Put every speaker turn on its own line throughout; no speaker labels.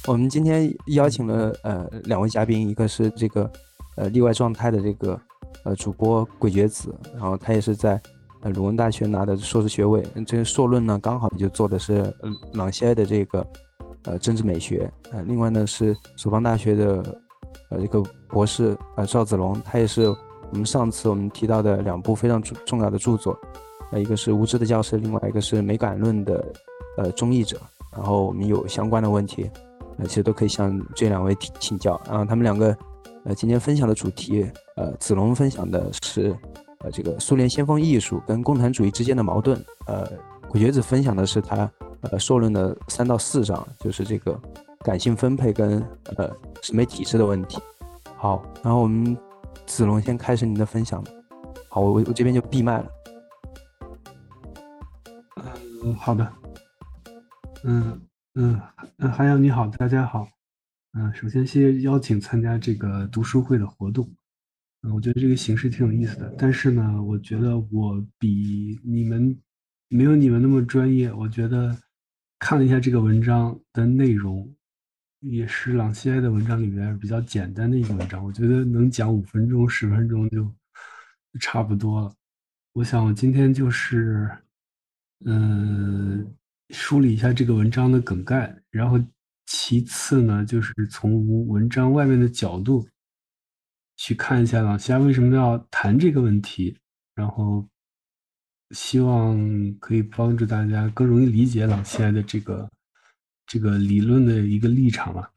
我们今天邀请了两位嘉宾，一个是这个例外状态的这个主播鬼觉子，然后他也是在鲁汶大学拿的硕士学位，这个硕论呢刚好就做的是朗西埃的这个政治美学，另外呢是首邦大学的这个博士赵子龙，他也是我们上次我们提到的两部非常重要的著作，一个是无知的教师，另外一个是美感论的中译者，然后我们有相关的问题。其实都可以向这两位请教。然后他们两个今天分享的主题，子龙分享的是这个苏联先锋艺术跟共产主义之间的矛盾，鬼觉子分享的是他硕论的3到4章，就是这个感性分配跟审美体制的问题。好，然后我们子龙先开始您的分享。好，我这边就闭麦了。
好的。韩阳你好，大家好。首先谢谢邀请参加这个读书会的活动。我觉得这个形式挺有意思的，但是呢，我觉得我比你们没有你们那么专业。我觉得看了一下这个文章的内容，也是朗西埃的文章里面比较简单的一个文章，我觉得能讲5分钟、10分钟就差不多了。我想我今天就是，梳理一下这个文章的梗概，然后其次呢，就是从文章外面的角度去看一下朗西亚为什么要谈这个问题，然后希望可以帮助大家更容易理解朗西亚的这个理论的一个立场吧。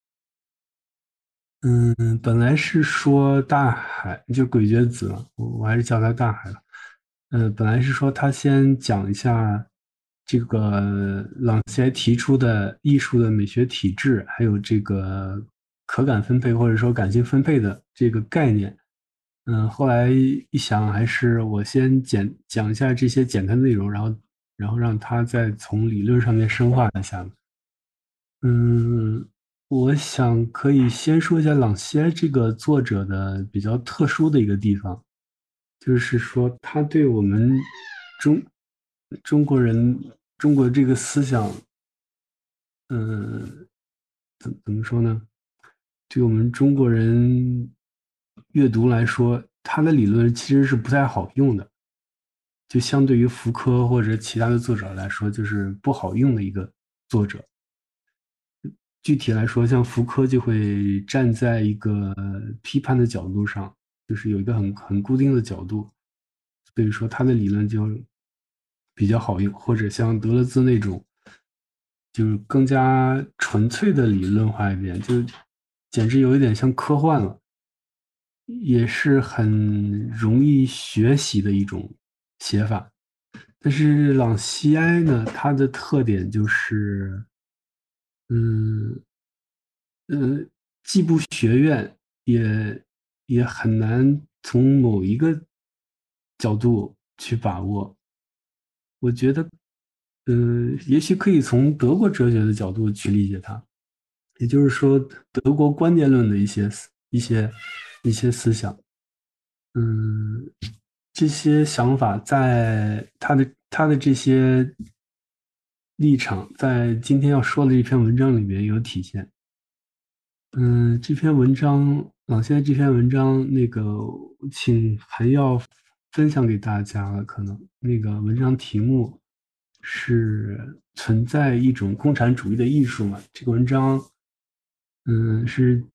本来是说大海，就鬼觉子嘛，我还是叫他大海了。本来是说他先讲一下这个朗西埃提出的艺术的美学体制，还有这个可感分配或者说感性分配的这个概念。后来一想，还是我先讲一下这些简单的内容，然后让他再从理论上面深化一下。嗯，我想可以先说一下朗西埃这个作者的比较特殊的一个地方，就是说他对我们中中国人中国这个思想，嗯，怎么说呢？对我们中国人阅读来说，他的理论其实是不太好用的，就相对于福柯或者其他的作者来说，就是不好用的一个作者。具体来说，像福柯就会站在一个批判的角度上，就是有一个很固定的角度，所以说他的理论就比较好用，或者像德勒兹那种，就是更加纯粹的理论化一点，就简直有一点像科幻了，也是很容易学习的一种写法。但是朗西埃呢，它的特点就是，嗯，既不学院，也很难从某一个角度去把握。我觉得，也许可以从德国哲学的角度去理解它，也就是说，德国观念论的一些思想。嗯，这些想法在他的这些立场，在今天要说的这篇文章里面有体现。这篇文章，现在这篇文章那个，请还要分享给大家了。可能那个文章题目是存在一种共产主义的艺术嘛？这个文章，是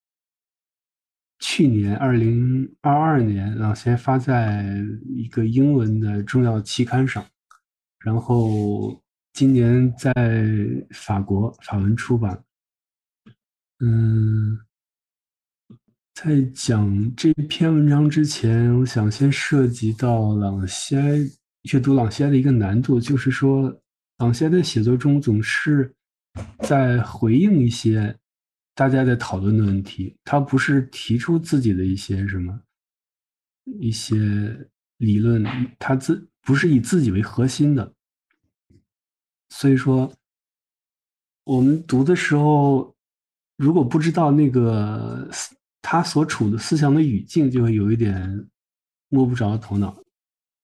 去年2022年，先发在一个英文的重要期刊上，然后今年在法文出版。嗯，在讲这篇文章之前，我想先涉及到阅读朗西埃的一个难度，就是说，朗西埃的写作中总是在回应一些大家在讨论的问题，他不是提出自己的一些理论，不是以自己为核心的，所以说我们读的时候，如果不知道那个他所处的思想的语境，就会有一点摸不着头脑。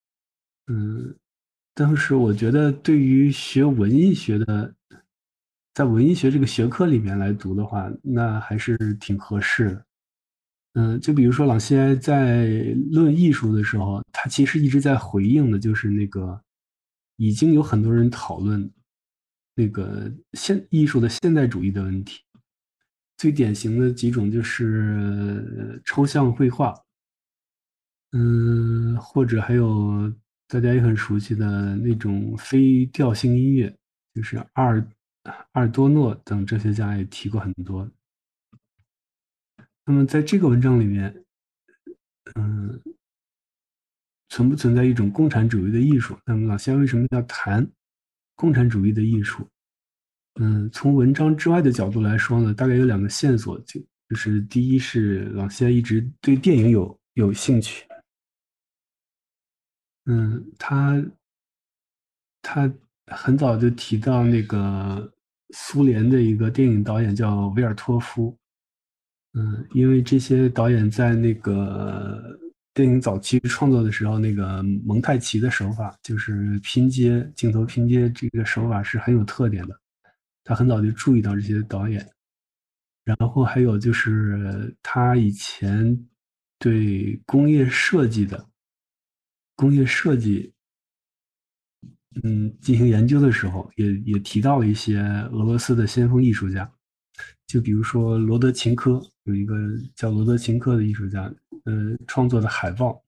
嗯，但是我觉得对于学文艺学的， 在文艺学这个学科里面来读的话，那还是挺合适的。就比如说朗西埃在论艺术的时候，他其实一直在回应的，就是那个已经有很多人讨论那个艺术的现代主义的问题。最典型的几种就是抽象绘画，或者还有大家也很熟悉的那种非调性音乐，就是阿尔多诺等哲学家也提过很多。那么在这个文章里面，嗯，存不存在一种共产主义的艺术？那么老夏为什么要谈共产主义的艺术？从文章之外的角度来说呢，大概有两个线索，就是第一是朗西埃一直对电影有兴趣。他很早就提到那个苏联的一个电影导演叫维尔托夫。因为这些导演在那个电影早期创作的时候，那个蒙太奇的手法，就是镜头拼接这个手法是很有特点的。他很早就注意到这些导演，然后还有就是他以前对工业设计，进行研究的时候，也提到了一些俄罗斯的先锋艺术家，就比如说罗德琴科，有一个叫罗德琴科的艺术家，创作的海报。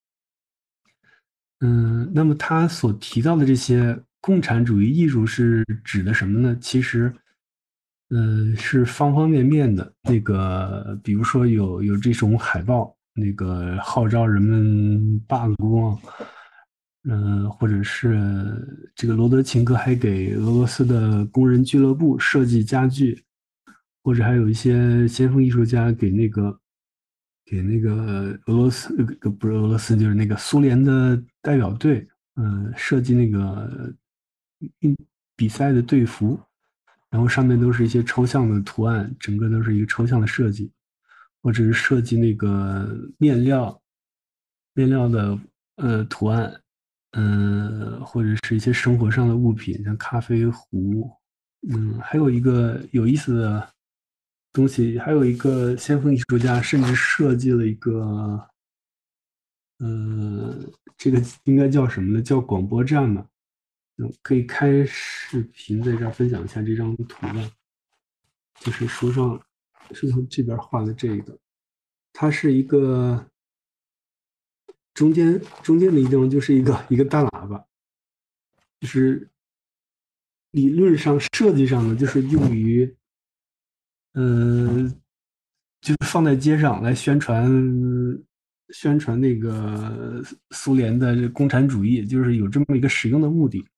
那么他所提到的这些共产主义艺术是指的什么呢？其实，是方方面面的。那个，比如说有这种海报，那个号召人们罢工，或者是这个罗德琴科还给俄罗斯的工人俱乐部设计家具，或者还有一些先锋艺术家给那个俄罗斯不是俄罗斯就是那个苏联的代表队，设计那个比赛的队服，然后上面都是一些抽象的图案，整个都是一个抽象的设计，或者是设计那个面料的图案，或者是一些生活上的物品，像咖啡壶，还有一个有意思的东西，还有一个先锋艺术家甚至设计了一个，呃，这个应该叫什么呢？叫广播站嘛。可以开视频在这儿分享一下这张图案，就是书上这边画的这个，它是一个中间的一张就是一个大喇叭，就是理论上设计上呢，就是用于呃，就是放在街上来宣传那个苏联的共产主义，就是有这么一个使用的目的。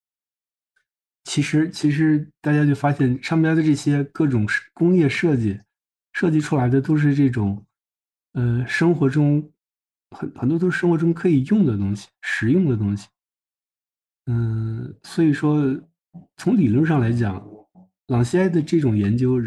其实大家就发现上边的这些各种工业设计出来的都是这种，生活中很多都是生活中可以用的东西，实用的东西。所以说从理论上来讲，朗西埃的这种研究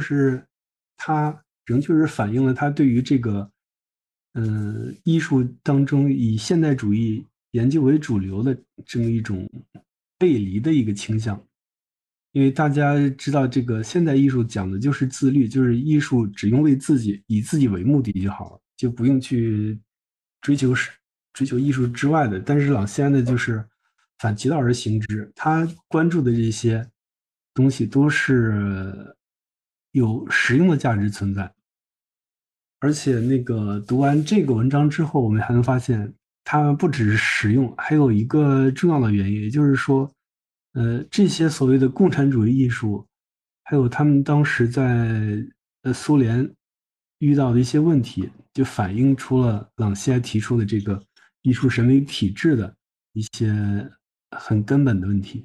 仍旧是反映了他对于这个，艺术当中以现代主义研究为主流的这么一种背离的一个倾向。因为大家知道，这个现代艺术讲的就是自律，就是艺术只用为自己，以自己为目的就好了，就不用去追求是追求艺术之外的。但是朗西安呢，就是反其道而行之，他关注的这些东西都是有实用的价值存在。而且那个读完这个文章之后，我们还能发现，它不只是实用，还有一个重要的原因，也就是说，这些所谓的共产主义艺术，还有他们当时在苏联遇到的一些问题，就反映出了朗西埃提出的这个艺术审美体制的一些很根本的问题。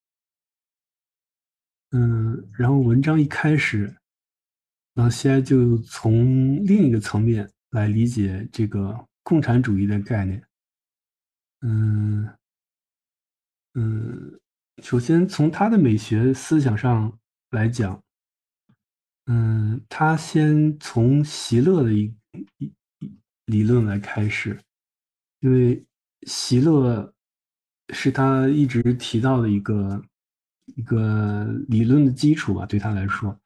然后文章一开始，朗西埃就从另一个层面来理解这个共产主义的概念。嗯嗯，首先从他的美学思想上来讲，他先从席勒的一理论来开始，因为席勒是他一直提到的一个。 一个理论的基础吧，对他来说。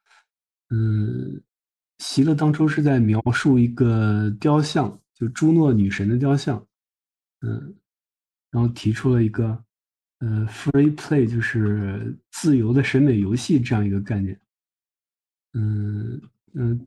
席勒当初是在描述一个雕像，就朱诺女神的雕像。嗯，然后提出了一个free play，就是自由的审美游戏这样一个概念。嗯嗯，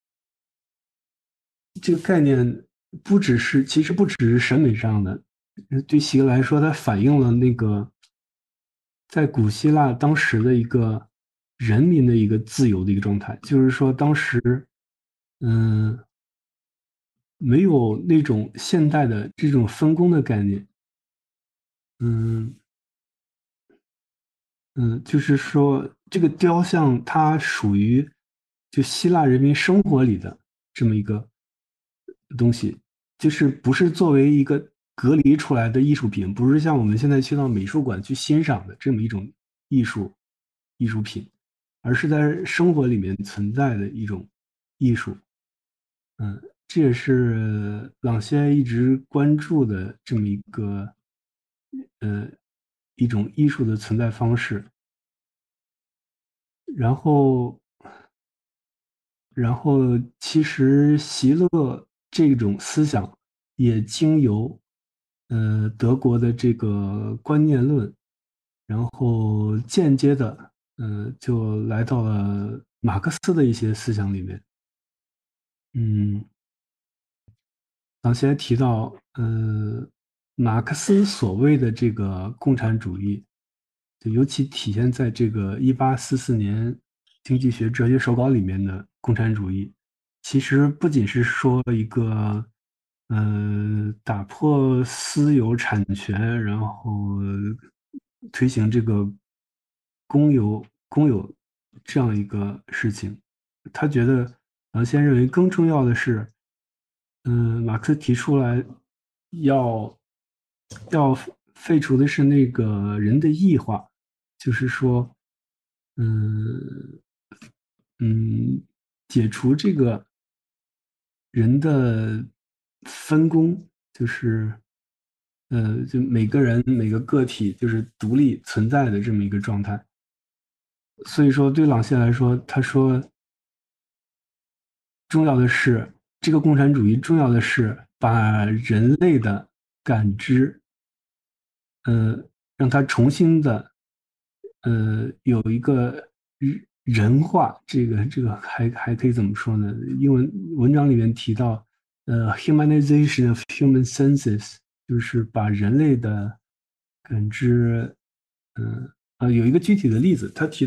这个概念其实不只是审美上的，对席勒来说，它反映了那个在古希腊当时的一个人民的一个自由的一个状态，就是说当时嗯没有那种现代的这种分工的概念。嗯就是说这个雕像它属于就希腊人民生活里的这么一个东西，就是不是作为一个隔离出来的艺术品，不是像我们现在去到美术馆去欣赏的这么一种艺术艺术品，而是在生活里面存在的一种艺术。这也是朗西一直关注的这么一个呃一种艺术的存在方式。然后，其实席勒这种思想也经由德国的这个观念论，然后间接的就来到了马克思的一些思想里面。嗯，刚才提到，马克思所谓的这个共产主义，就尤其体现在这个1844年经济学哲学手稿里面的共产主义，其实不仅是说一个，打破私有产权，然后推行这个公有这样一个事情，他觉得王先认为更重要的是。马克思提出来要要废除的是那个人的异化，就是说，嗯解除这个人的分工，就是就每个人每个个体就是独立存在的这么一个状态。所以说，对朗谢来说，他说重要的是这个共产主义重要的是把人类的感知呃，让它重新的，有一个人化，这个还可以怎么说呢？英文文章里面提到，humanization of human senses，就是把人类的感知，有一个具体的例子，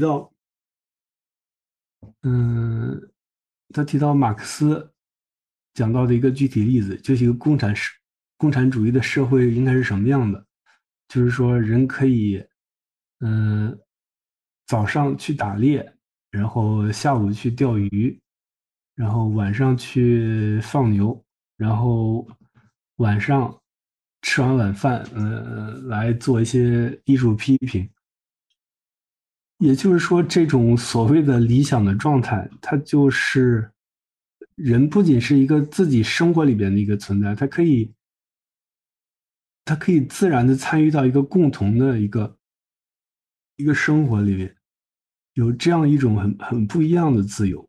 嗯，他提到马克思讲到的一个具体例子，就是一个共产主义的社会应该是什么样的？就是说，人可以，嗯、早上去打猎，然后下午去钓鱼，然后晚上去放牛，然后晚上吃完晚饭，来做一些艺术批评。也就是说，这种所谓的理想的状态，它就是人不仅是一个自己生活里边的一个存在，它可以自然的参与到一个共同的一个生活里面，有这样一种很不一样的自由。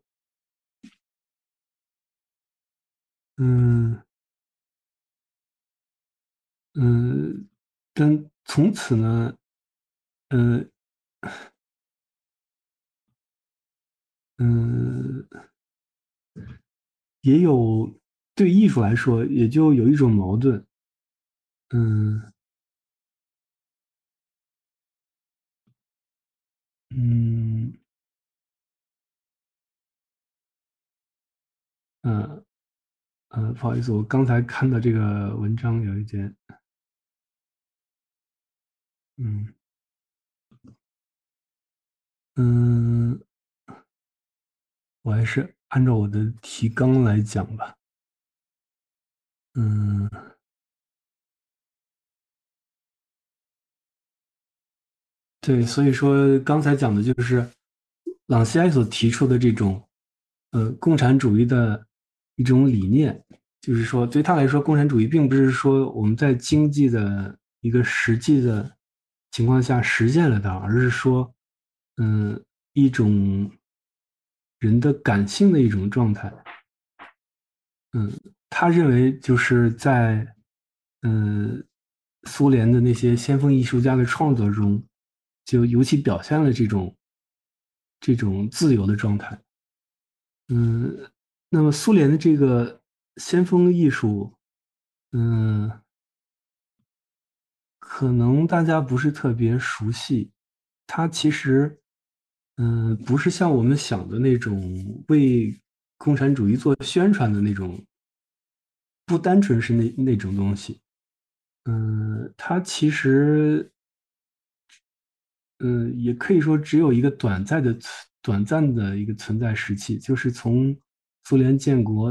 嗯嗯，但从此呢，嗯嗯，也有对艺术来说，也就有一种矛盾。嗯嗯嗯不好意思，我刚才看到这个文章有一点，嗯嗯，我还是按照我的提纲来讲吧。嗯，对，所以说刚才讲的就是朗西埃所提出的这种共产主义的一种理念，就是说对他来说，共产主义并不是说我们在经济的一个实际的情况下实现了它，而是说嗯，一种人的感性的一种状态。嗯，他认为就是在嗯苏联的那些先锋艺术家的创作中，就尤其表现了这种自由的状态。嗯，那么苏联的这个先锋艺术，嗯，可能大家不是特别熟悉，它其实，不是像我们想的那种为共产主义做宣传的那种，不单纯是那种东西。它其实，也可以说只有一个短暂的一个存在时期，就是从苏联建国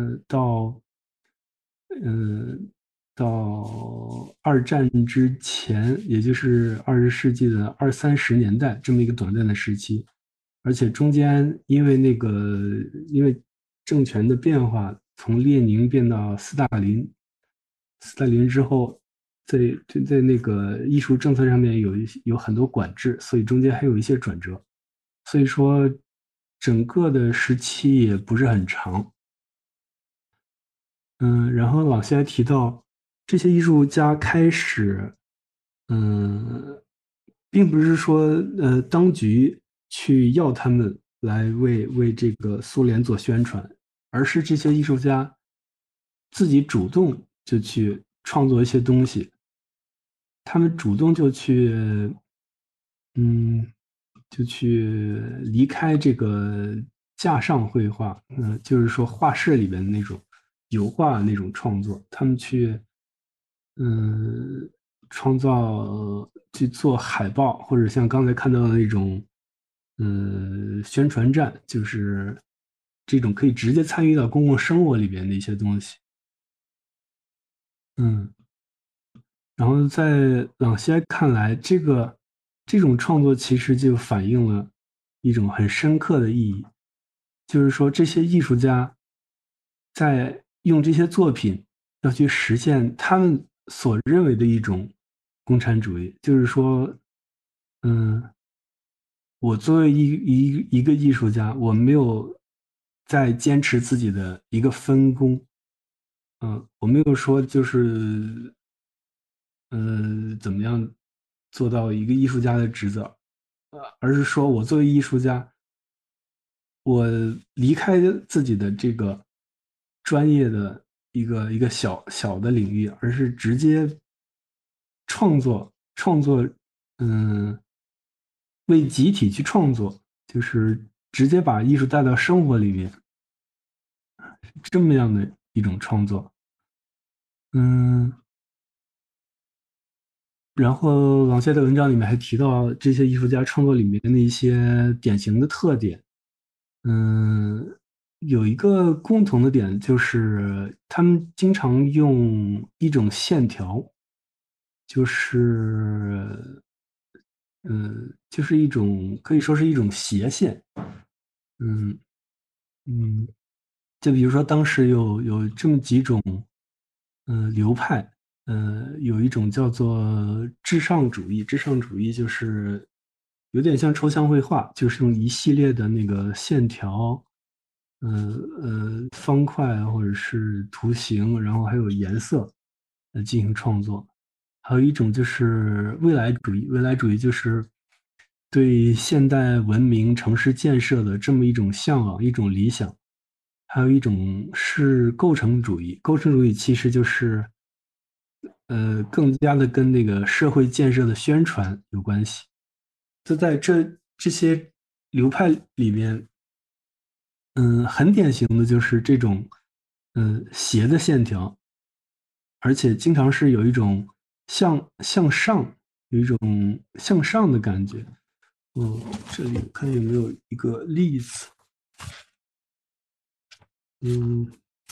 嗯，到二战之前，也就是20世纪的20、30年代这么一个短暂的时期，而且中间因为政权的变化，从列宁变到斯大林，斯大林之后，在那个艺术政策上面有很多管制，所以中间还有一些转折，所以说整个的时期也不是很长。然后老谢还提到，这些艺术家开始，嗯，并不是说当局去要他们来为这个苏联做宣传，而是这些艺术家自己主动就去创作一些东西，他们主动嗯，就去离开这个架上绘画，就是说画室里边的那种油画那种创作，他们去嗯创造去做海报，或者像刚才看到的那种宣传站，就是这种可以直接参与到公共生活里边的一些东西。嗯。然后在朗西看来，这种创作其实就反映了一种很深刻的意义，就是说这些艺术家在用这些作品要去实现他们所认为的一种共产主义，就是说，嗯，我作为一个艺术家，我没有在坚持自己的一个分工，我没有说就是怎么样做到一个艺术家的职责，而是说我作为艺术家，我离开自己的这个专业的一个小小的领域，而是直接创作，嗯，为集体去创作，就是直接把艺术带到生活里面，这么样的一种创作。嗯，然后朗谢的文章里面还提到这些艺术家创作里面的一些典型的特点。嗯，有一个共同的点就是他们经常用一种线条，就是就是一种可以说是一种斜线。嗯嗯，就比如说当时有这么几种流派，有一种叫做至上主义，至上主义就是有点像抽象绘画，就是用一系列的那个线条，方块啊或者是图形，然后还有颜色，进行创作。还有一种就是未来主义，未来主义就是对现代文明城市建设的这么一种向往，一种理想。还有一种是构成主义，构成主义其实就是更加的跟那个社会建设的宣传有关系。就在这些流派里面，很典型的就是这种斜的线条，而且经常是有一种向上，有一种向上的感觉。这里看有没有一个例子。嗯，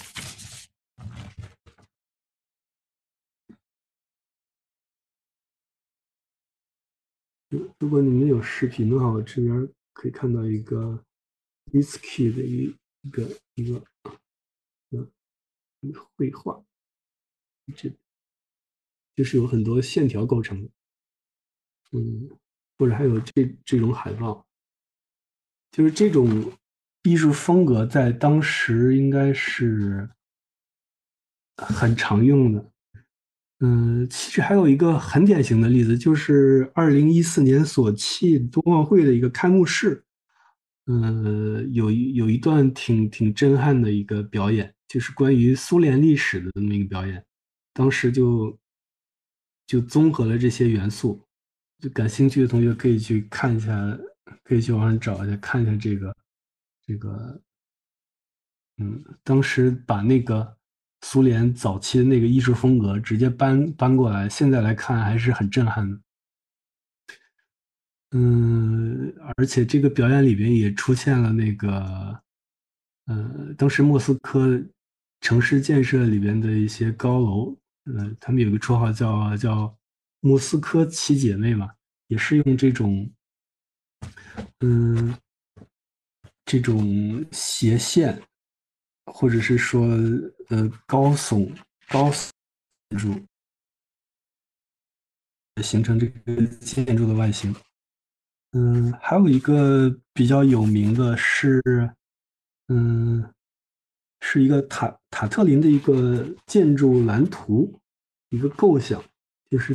如果你们有视频的话，我这边可以看到一个 Whisky 的一个绘画，这就是有很多线条构成的。嗯或者还有这种海报，就是这种艺术风格在当时应该是很常用的。其实还有一个很典型的例子，就是2014年索契冬奥会的一个开幕式。有一段挺震撼的一个表演，就是关于苏联历史的那么一个表演。当时就综合了这些元素，就感兴趣的同学可以去看一下，可以去网上找一下看一下这个，当时把那个苏联早期的那个艺术风格直接搬过来，现在来看还是很震撼的。而且这个表演里边也出现了那个，当时莫斯科城市建设里边的一些高楼，他们有个绰号叫莫斯科七姐妹嘛，也是用嗯，这种斜线，或者是说高耸形成这个建筑的外形。还有一个比较有名的是，嗯，是一个塔特林的一个建筑蓝图，一个构想，就是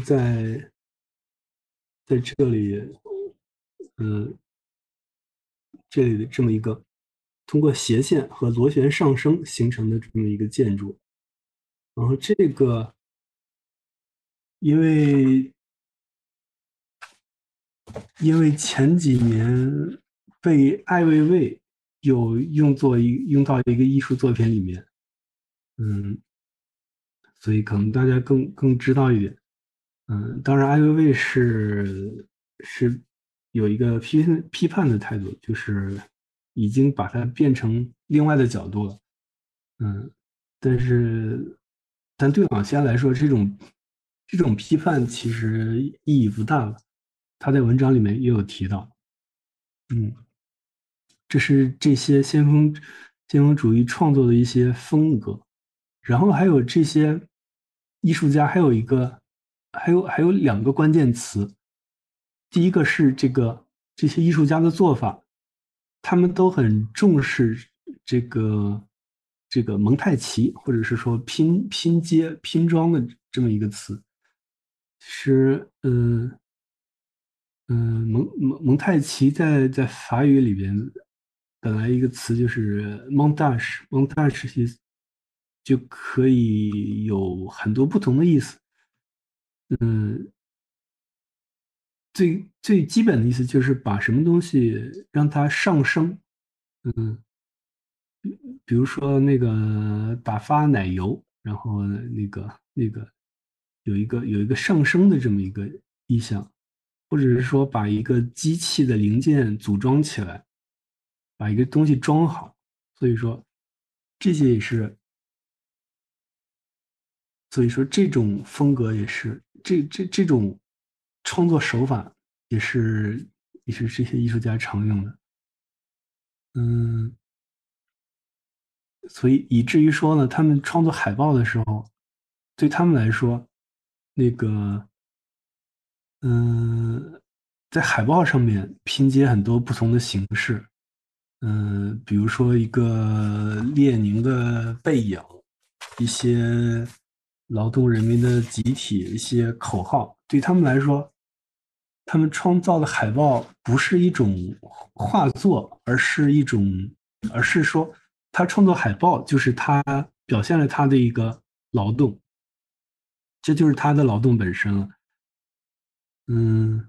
在这里，嗯，这里的这么一个通过斜线和螺旋上升形成的这么一个建筑。然后这个因为前几年被艾未未有用到一个艺术作品里面，嗯，所以可能大家更知道一点。当然，艾未未是有一个批判的态度，就是已经把它变成另外的角度了。嗯，但是对朗先来说，这种批判其实意义不大了。他在文章里面也有提到，嗯，这是这些先锋主义创作的一些风格。然后还有这些艺术家，还有两个关键词。第一个是这些艺术家的做法，他们都很重视这个蒙太奇，或者是说拼接拼装的这么一个词。是蒙太奇在法语里边本来一个词就是 montage 意思就可以有很多不同的意思。嗯，最基本的意思就是把什么东西让它上升。嗯，比如说那个打发奶油，然后那个有一个上升的这么一个意象，或者是说把一个机器的零件组装起来，把一个东西装好。所以说这些也是，所以说这种风格也是这种创作手法也是这些艺术家常用的。嗯，所以以至于说呢，他们创作海报的时候，对他们来说，那个嗯，在海报上面拼接很多不同的形式。比如说一个列宁的背影，一些劳动人民的集体，一些口号，对他们来说，他们创造的海报不是一种画作，而是说他创作海报就是他表现了他的一个劳动，这就是他的劳动本身了。嗯，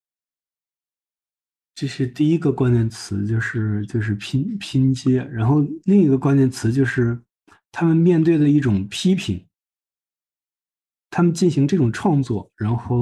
这是第一个关键词，就是拼接。然后另一个关键词就是他们面对的一种批评，他们进行这种创作，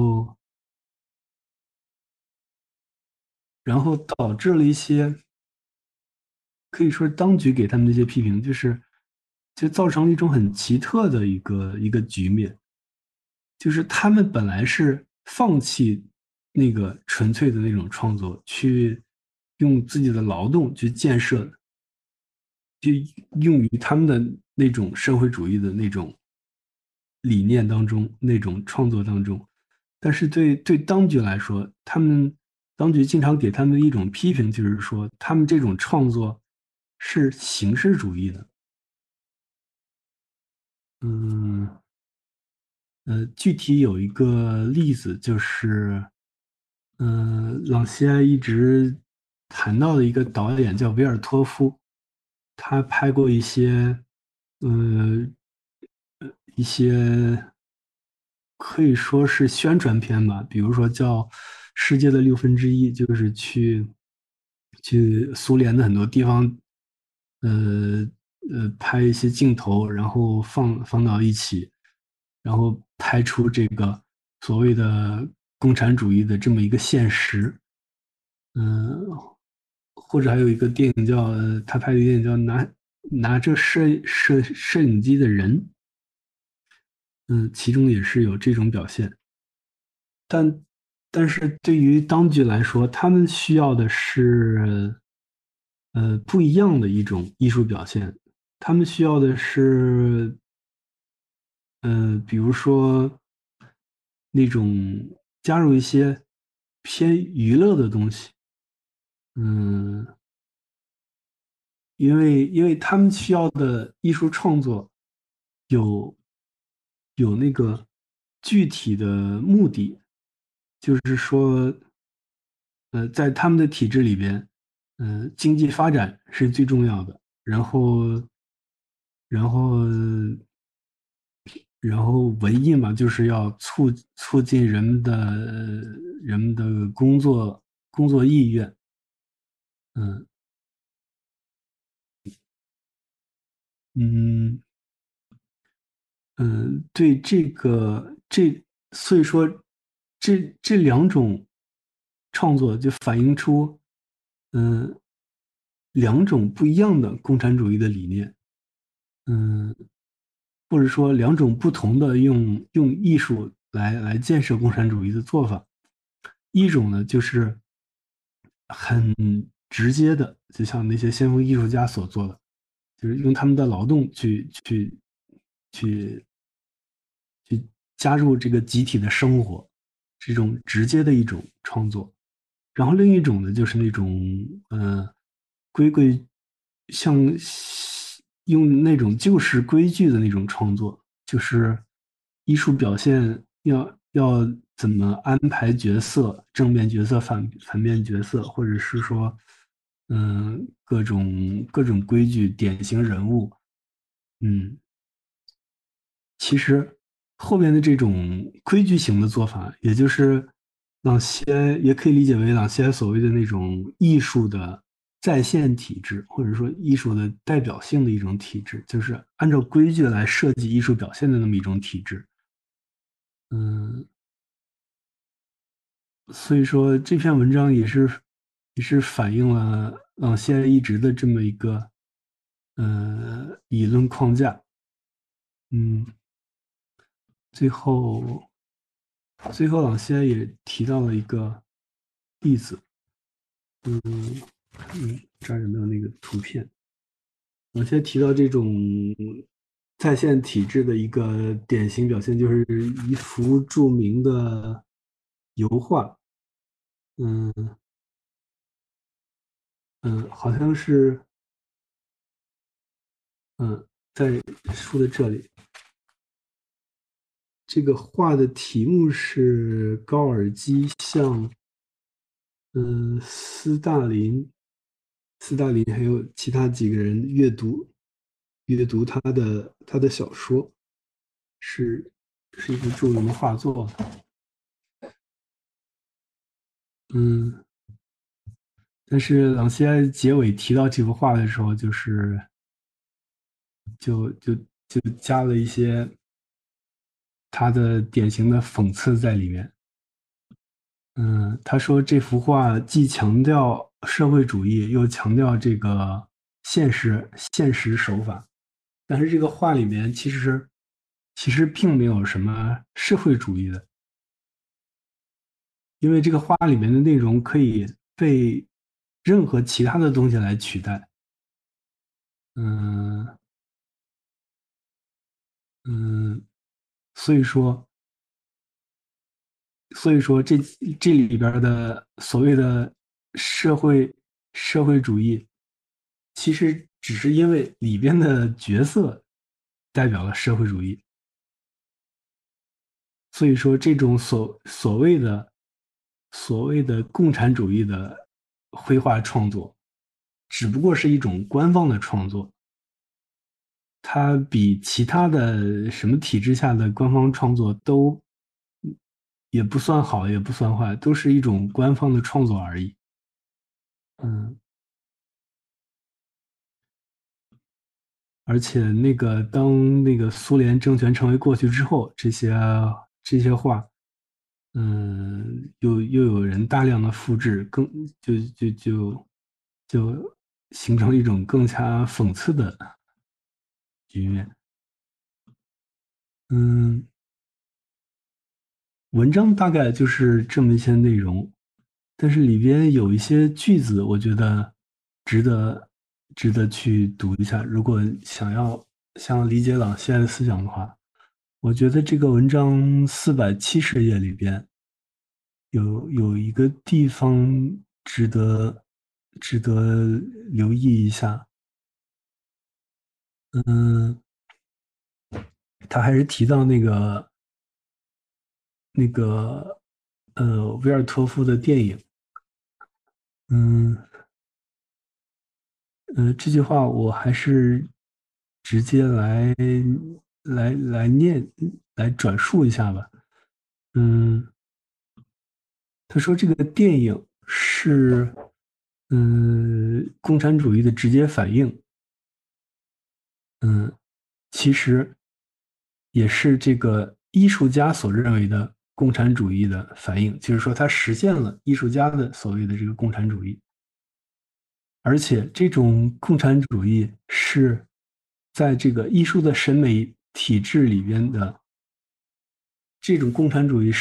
然后导致了一些可以说是当局给他们的一些批评，就造成了一种很奇特的一个局面，就是他们本来是放弃那个纯粹的那种创作，去用自己的劳动去建设，就用于他们的那种社会主义的那种理念当中，那种创作当中。但是对当局来说，他们当局经常给他们的一种批评就是说，他们这种创作是形式主义的。嗯，具体有一个例子就是，朗西埃一直谈到的一个导演叫维尔托夫，他拍过一些，呃，一些可以说是宣传片吧，比如说叫《世界的六分之一》，就是去苏联的很多地方，呃拍一些镜头，然后放到一起，然后拍出这个所谓的共产主义的这么一个现实。嗯，或者还有一个电影叫他拍的电影叫拿着摄影机的人，其中也是有这种表现。但但是对于当局来说，他们需要的是不一样的一种艺术表现。他们需要的是比如说那种加入一些偏娱乐的东西。嗯，因为他们需要的艺术创作有有那个具体的目的，就是说，在他们的体制里边，经济发展是最重要的，然后然后文艺嘛，就是要促进人们的工作意愿。嗯嗯对所以说这两种创作就反映出嗯两种不一样的共产主义的理念。嗯，或者说两种不同的用艺术来建设共产主义的做法。一种呢，就是很直接的，就像那些先锋艺术家所做的，就是用他们的劳动去加入这个集体的生活，这种直接的一种创作。然后另一种呢，就是那种规规像用那种旧式规矩的那种创作，就是艺术表现要怎么安排角色，正面角色、反面角色，或者是说，各种规矩、典型人物。嗯，其实后面的这种规矩型的做法，也就是朗西埃也可以理解为朗西埃所谓的那种艺术的再现体制，或者说艺术的代表性的一种体制，就是按照规矩来设计艺术表现的那么一种体制。嗯，所以说这篇文章也是反映了朗西埃一直的这么一个理论框架。嗯，最后朗西埃也提到了一个例子。这儿有没有那个图片？我先提到这种在线体制的一个典型表现，就是一幅著名的油画。嗯好像是在书的这里。这个画的题目是高尔基向斯大林还有其他几个人阅读他的小说，是是一幅著名的画作。嗯，但是朗西埃结尾提到这幅画的时候，就加了一些他的典型的讽刺在里面。他说这幅画既强调社会主义，又强调这个现实手法，但是这个画里面其实并没有什么社会主义的，因为这个画里面的内容可以被任何其他的东西来取代。嗯嗯，所以说所以说这里边的所谓的社会社会主义，其实只是因为里边的角色代表了社会主义，所以说这种所谓的共产主义的绘画创作，只不过是一种官方的创作，它比其他的什么体制下的官方创作都也不算好，也不算坏，都是一种官方的创作而已。嗯，而且当那个苏联政权成为过去之后，这些画，又有人大量的复制，就形成了一种更加讽刺的局面。嗯，文章大概就是这么一些内容，但是里边有一些句子，我觉得值得值得去读一下。如果想理解朗西埃的思想的话，我觉得这个文章470页里边有一个地方值得值得留意一下。嗯，他还是提到那个维尔托夫的电影。嗯，这句话我还是直接来念来转述一下吧。嗯，他说这个电影是共产主义的直接反应。嗯，其实也是这个艺术家所认为的共产主义的反应，就是说他实现了艺术家的所谓的这个共产主义。而且这种共产主义是在这个艺术的审美体制里边的，这种共产主义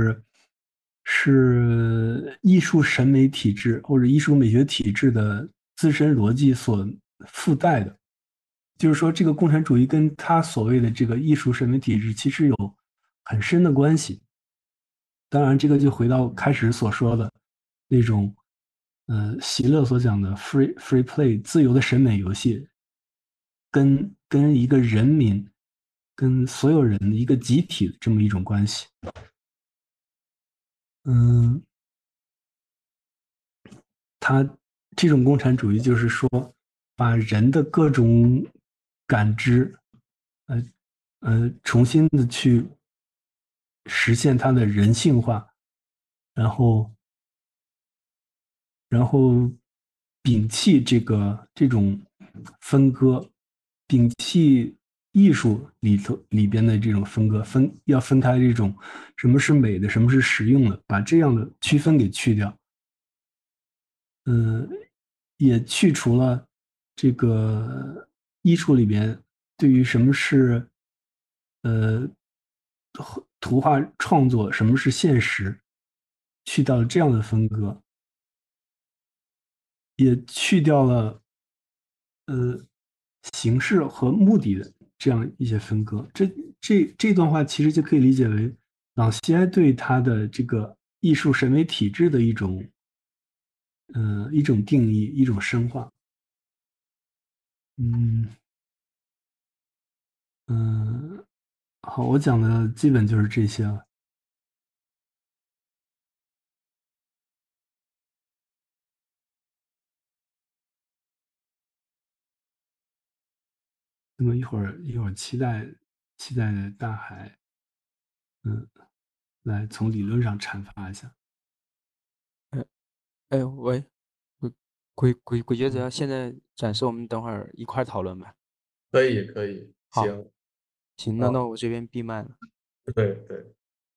是艺术审美体制或者艺术美学体制的自身逻辑所附带的。就是说，这个共产主义跟他所谓的这个艺术审美体制其实有很深的关系。当然，这个就回到开始所说的那种，席勒所讲的 free play 自由的审美游戏，跟一个人民，跟所有人的一个集体的这么一种关系。嗯，它这种共产主义就是说，把人的各种感知，呃重新的去实现它的人性化，然后摒弃这种分割，摒弃艺术里边的这种分割，要分开这种什么是美的，什么是实用的，把这样的区分给去掉。嗯，也去除了这个艺术里边对于什么是呃图画创作，什么是现实，去掉了这样的分割，也去掉了形式和目的的这样一些分割。这段话其实就可以理解为朗西埃对他的这个艺术审美体制的一种定义，一种深化。嗯嗯，好，我讲的基本就是这些了。那么一会儿期待大海，嗯，来从理论上阐发一下。
哎哎喂，鬼觉
嗯，
者现在暂时我们等会儿一块儿讨论吧。
可以可以，
好，
行
行，那
啊，
我这边闭麦了。
对对，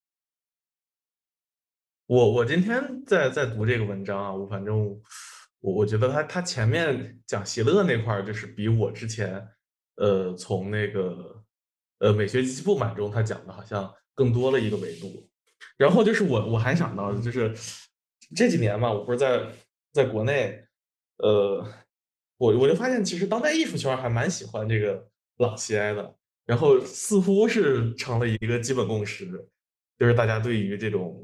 我今天在读这个文章啊，我反正我觉得他前面讲席勒那块儿，就是比我之前从那个美学及其不满中他讲的好像更多了一个维度。然后就是我还想到的就是这几年嘛，我不是在国内，呃，我就发现其实当代艺术圈还蛮喜欢这个朗西埃的，然后似乎是成了一个基本共识，就是大家对于这种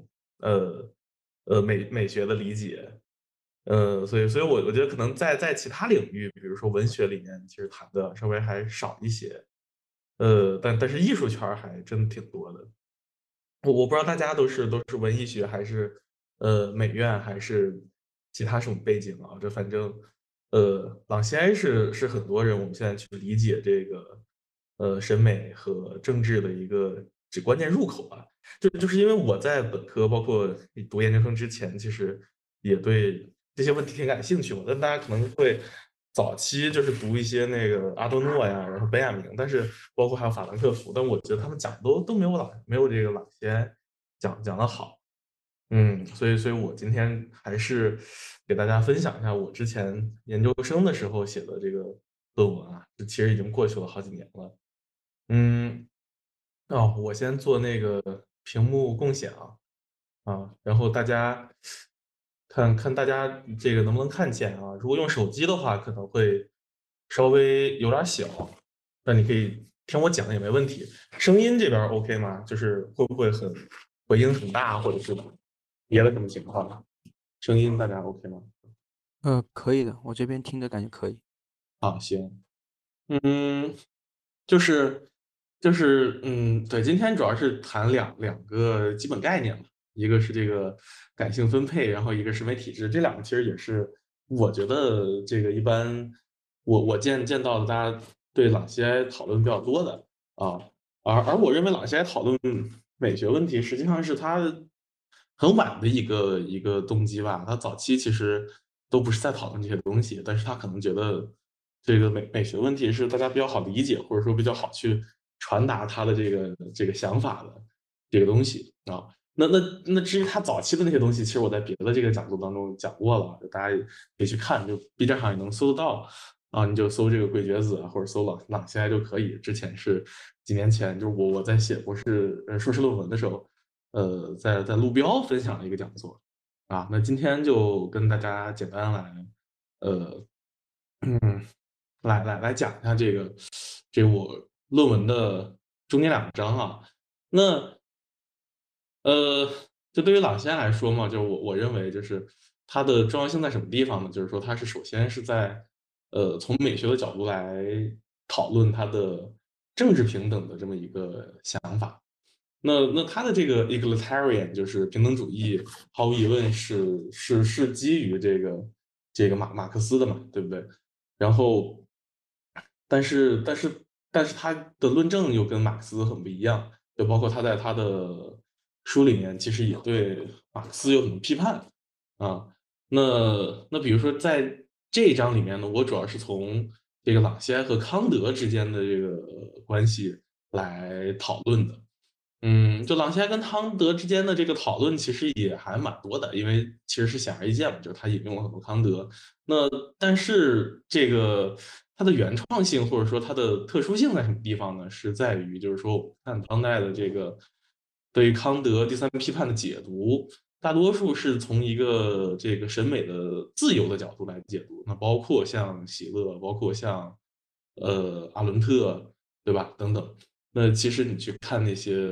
美学的理解。所以我觉得可能在其他领域，比如说文学里面，其实谈的稍微还少一些。但是艺术圈儿还真挺多的。我不知道大家都是文艺学还是美院还是其他什么背景啊？这反正朗西埃是很多人我们现在去理解这个审美和政治的一个关键入口吧。就是因为我在本科包括读研究生之前，其实也对这些问题挺感兴趣嘛。但大家可能会早期就是读一些那个阿多诺呀，然后本雅明，但是包括还有法兰克福，但我觉得他们讲都没有这个朗西埃讲的好。所以我今天还是给大家分享一下我之前研究生的时候写的这个论文啊，这其实已经过去了好几年了。嗯，我先做那个屏幕共享然后大家看看大家这个能不能看见啊？如果用手机的话，可能会稍微有点小，但你可以听我讲也没问题。声音这边 OK 吗？就是会不会回音很大，或者是别的什么情况？声音大家 OK 吗？
可以的，我这边听着感觉可以。
好，行。嗯，就是对，今天主要是谈两个基本概念嘛，一个是这个感性分配，然后一个审美体制，这两个其实也是我觉得这个一般我见到的大家对朗西埃讨论比较多的啊，而我认为朗西埃讨论美学问题，实际上是他很晚的一个动机吧，他早期其实都不是在讨论这些东西，但是他可能觉得这个美学问题是大家比较好理解，或者说比较好去传达他的这个想法的这个东西啊。那至于他早期的那些东西，其实我在别的这个讲座当中讲过了，大家可以去看，就 B 站上也能搜得到啊。你就搜这个鬼觉子或者搜朗西埃就可以。之前是几年前，就是我在写硕士论文的时候，在路标分享了一个讲座啊。那今天就跟大家简单来呃来讲一下这个我论文的中间两章啊。那呃，就对于朗西安来说嘛，就我认为就是它的重要性在什么地方呢？就是说它是首先是在从美学的角度来讨论它的政治平等的这么一个想法。那他的这个 egalitarian 就是平等主义，毫无疑问是基于这个马克思的嘛，对不对？然后，但是他的论证又跟马克思很不一样，就包括他在他的书里面其实也对马克思有很多批判啊。那比如说在这一章里面呢，我主要是从这个朗西埃和康德之间的这个关系来讨论的。就朗西埃跟康德之间的这个讨论其实也还蛮多的，因为其实是显而易见嘛，就是他引用了很多康德。那但是这个它的原创性或者说它的特殊性在什么地方呢？是在于就是说，我看当代的这个对于康德第三批判的解读，大多数是从一个这个审美的自由的角度来解读。那包括像喜乐，包括像阿伦特，对吧？等等。那其实你去看那些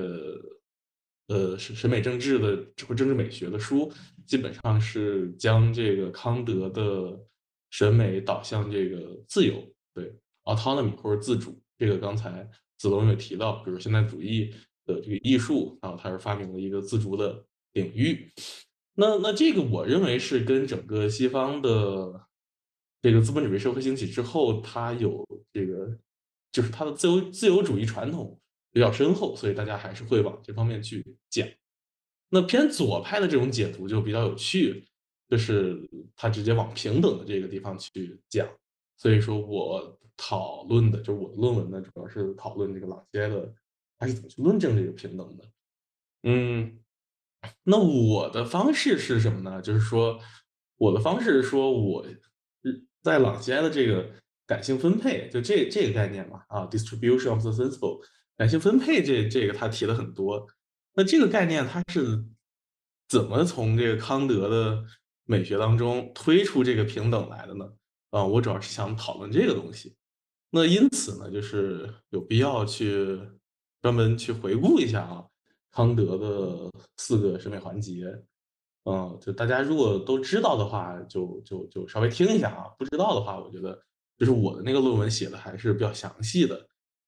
审美政治的或政治美学的书，基本上是将这个康德的审美导向这个自由，对 autonomy 或者自主。这个刚才子龙也提到，比如现代主义的这个艺术啊，它是发明了一个自主的领域。那这个我认为是跟整个西方的这个资本主义社会兴起之后，它有这个就是它的自由主义传统比较深厚，所以大家还是会往这方面去讲。那偏左派的这种解读就比较有趣，就是他直接往平等的这个地方去讲。所以说我讨论的就是我的论文呢，主要是讨论这个朗西埃的他是怎么去论证这个平等的。嗯，那我的方式是什么呢？就是说，我的方式是说我在朗西埃的这个感性分配，就这个概念嘛，distribution of the sensible，感性分配这个他提了很多。那这个概念它是怎么从这个康德的美学当中推出这个平等来的呢？我主要是想讨论这个东西。那因此呢，就是有必要去专门去回顾一下啊。 康德的4个审美环节。就大家如果都知道的话，就稍微听一下啊。不知道的话，我觉得就是我的那个论文写的还是比较详细的。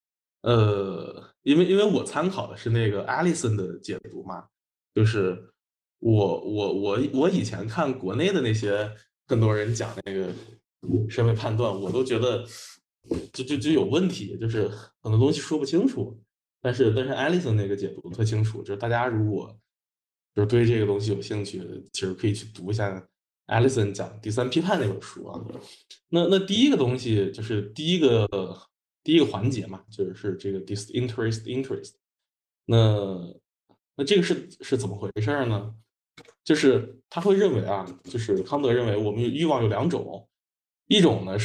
因为我参考的是那个 Allison 的解读嘛，就是我以前看国内的那些很多人讲那个审美判断，我都觉得就有问题，就是很多东西说不清楚。但是 Allison 那个解读特清楚，就是大家如果就是对这个东西有兴趣，其实可以去读一下 Allison 讲第三批判那本书啊。那第一个东西就是第一个环节嘛，就是这个 disinterest interest。那这个是怎么回事呢？就是他会认为啊，就是康德认为我们欲望有2种，一种呢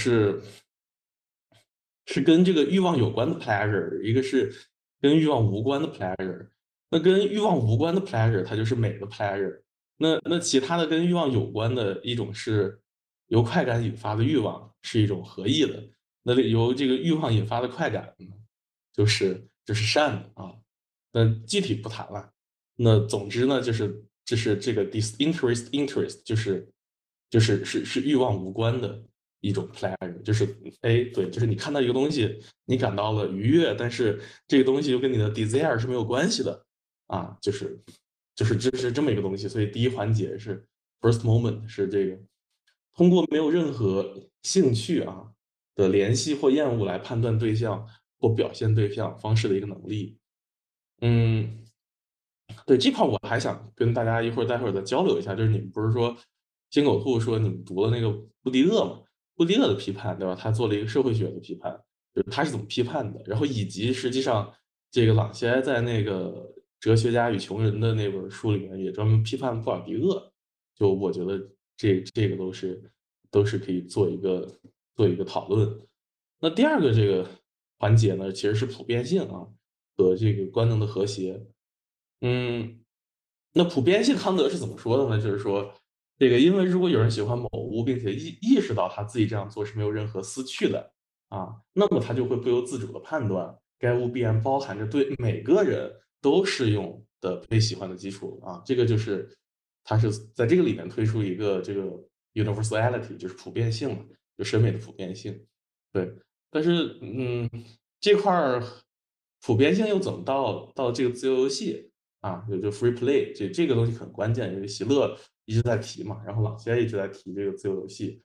是跟这个欲望有关的 pleasure，一个是跟欲望无关的 pleasure。那跟欲望无关的 pleasure，它就是美的 pleasure。那其他的跟欲望有关的一种是由快感引发的欲望，是一种合意的。那由这个欲望引发的快感呢，就是善的啊。那具体不谈了。那总之呢，就是这个 disinterest interest，就是欲望无关的一种 pleasure，就是对，就是你看到一个东西，你感到了愉悦，但是这个东西又跟你的 desire 是没有关系的啊，就是这是这么一个东西。所以第一环节是 first moment， 是这个通过没有任何兴趣的联系或厌恶来判断对象或表现对象方式的一个能力。嗯，对，这块我还想跟大家待会儿再交流一下，就是你们不是说金狗兔说你们读了那个布迪厄嘛？布迪厄的批判，对吧？他做了一个社会学的批判，就是他是怎么批判的，然后以及实际上这个朗西埃在那个《哲学家与穷人》的那本书里面也专门批判布尔迪厄。就我觉得这个都是可以做一个讨论。那第二个这个环节呢，其实是普遍性和这个官能的和谐。嗯，那普遍性康德是怎么说的呢？就是说，这个因为如果有人喜欢某物，并且意识到他自己这样做是没有任何私趣的那么他就会不由自主的判断该物必然包含着对每个人都适用的被喜欢的基础这个就是他是在这个里面推出一个这个 universality，就是普遍性嘛，就审美的普遍性。对，但是这块儿普遍性又怎么到这个自由游戏就 free play 这个东西很关键，因为席勒一直在提嘛，然后朗西埃一直在提这个自由游戏。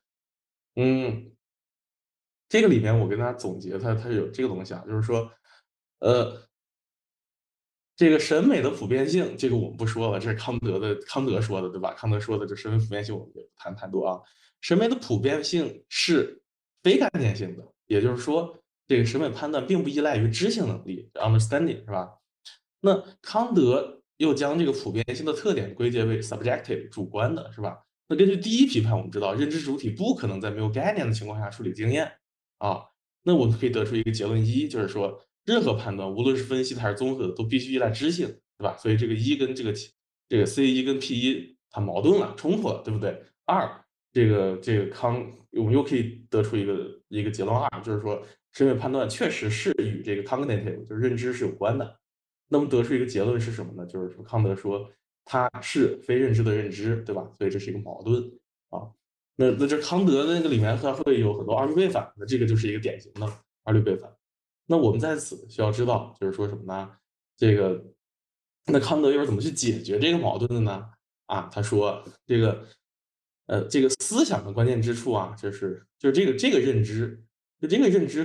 这个里面我跟大家总结它是有这个东西就是说，呃，这个审美的普遍性，这个我们不说了，这是康德说的，对吧？康德说的这审美普遍性我们也不谈太多审美的普遍性是非概念性的，也就是说，这个审美判断并不依赖于知性能力 （understanding），是吧？那康德又将这个普遍性的特点归结为 subjective 主观的，是吧？那根据第一批判，我们知道认知主体不可能在没有概念的情况下处理经验啊。那我们可以得出一个结论一，就是说任何判断，无论是分析的还是综合的，都必须依赖知性，对吧？所以这个一跟这个 C1跟 P1它矛盾了，冲突了，对不对？二，我们又可以得出一个结论二，就是说审美判断确实是与这个 cognitive 就是认知是有关的。那么得出一个结论是什么呢？就是说康德说它是非认知的认知，对吧？所以这是一个矛盾啊。那这康德的那个里面它会有很多二律背反，那这个就是一个典型的二律背反。那我们在此需要知道，就是说什么呢？那康德又是怎么去解决这个矛盾的呢？他说这个思想的关键之处就是这个认知，就这个认知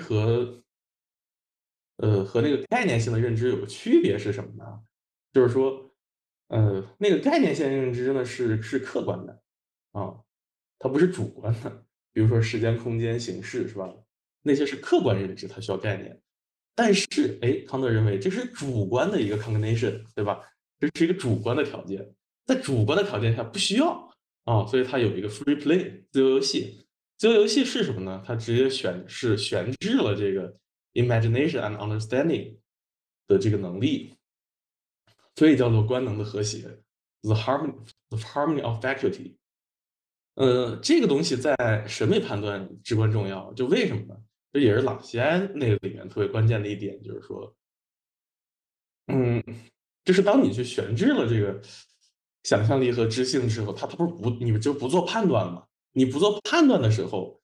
和那个概念性的认知有个区别是什么呢？就是说，那个概念性认知呢是客观的它不是主观的。比如说时间、空间、形式，是吧？那些是客观认知，它需要概念。但是，康德认为这是主观的一个 cognition，对吧？这是一个主观的条件，在主观的条件下不需要所以它有一个 free play 自由游戏。自由游戏是什么呢？它直接悬置了这个 imagination and understanding 的这个能力，所以叫做官能的和谐 the harmony of faculty。这个东西在审美判断至关重要，就为什么呢？这也是朗西埃那个里面特别关键的一点，就是说，嗯， 就是当你去悬置了这个想象力和知性之后，它不是你就不做判断了吗？你不做判断的时候，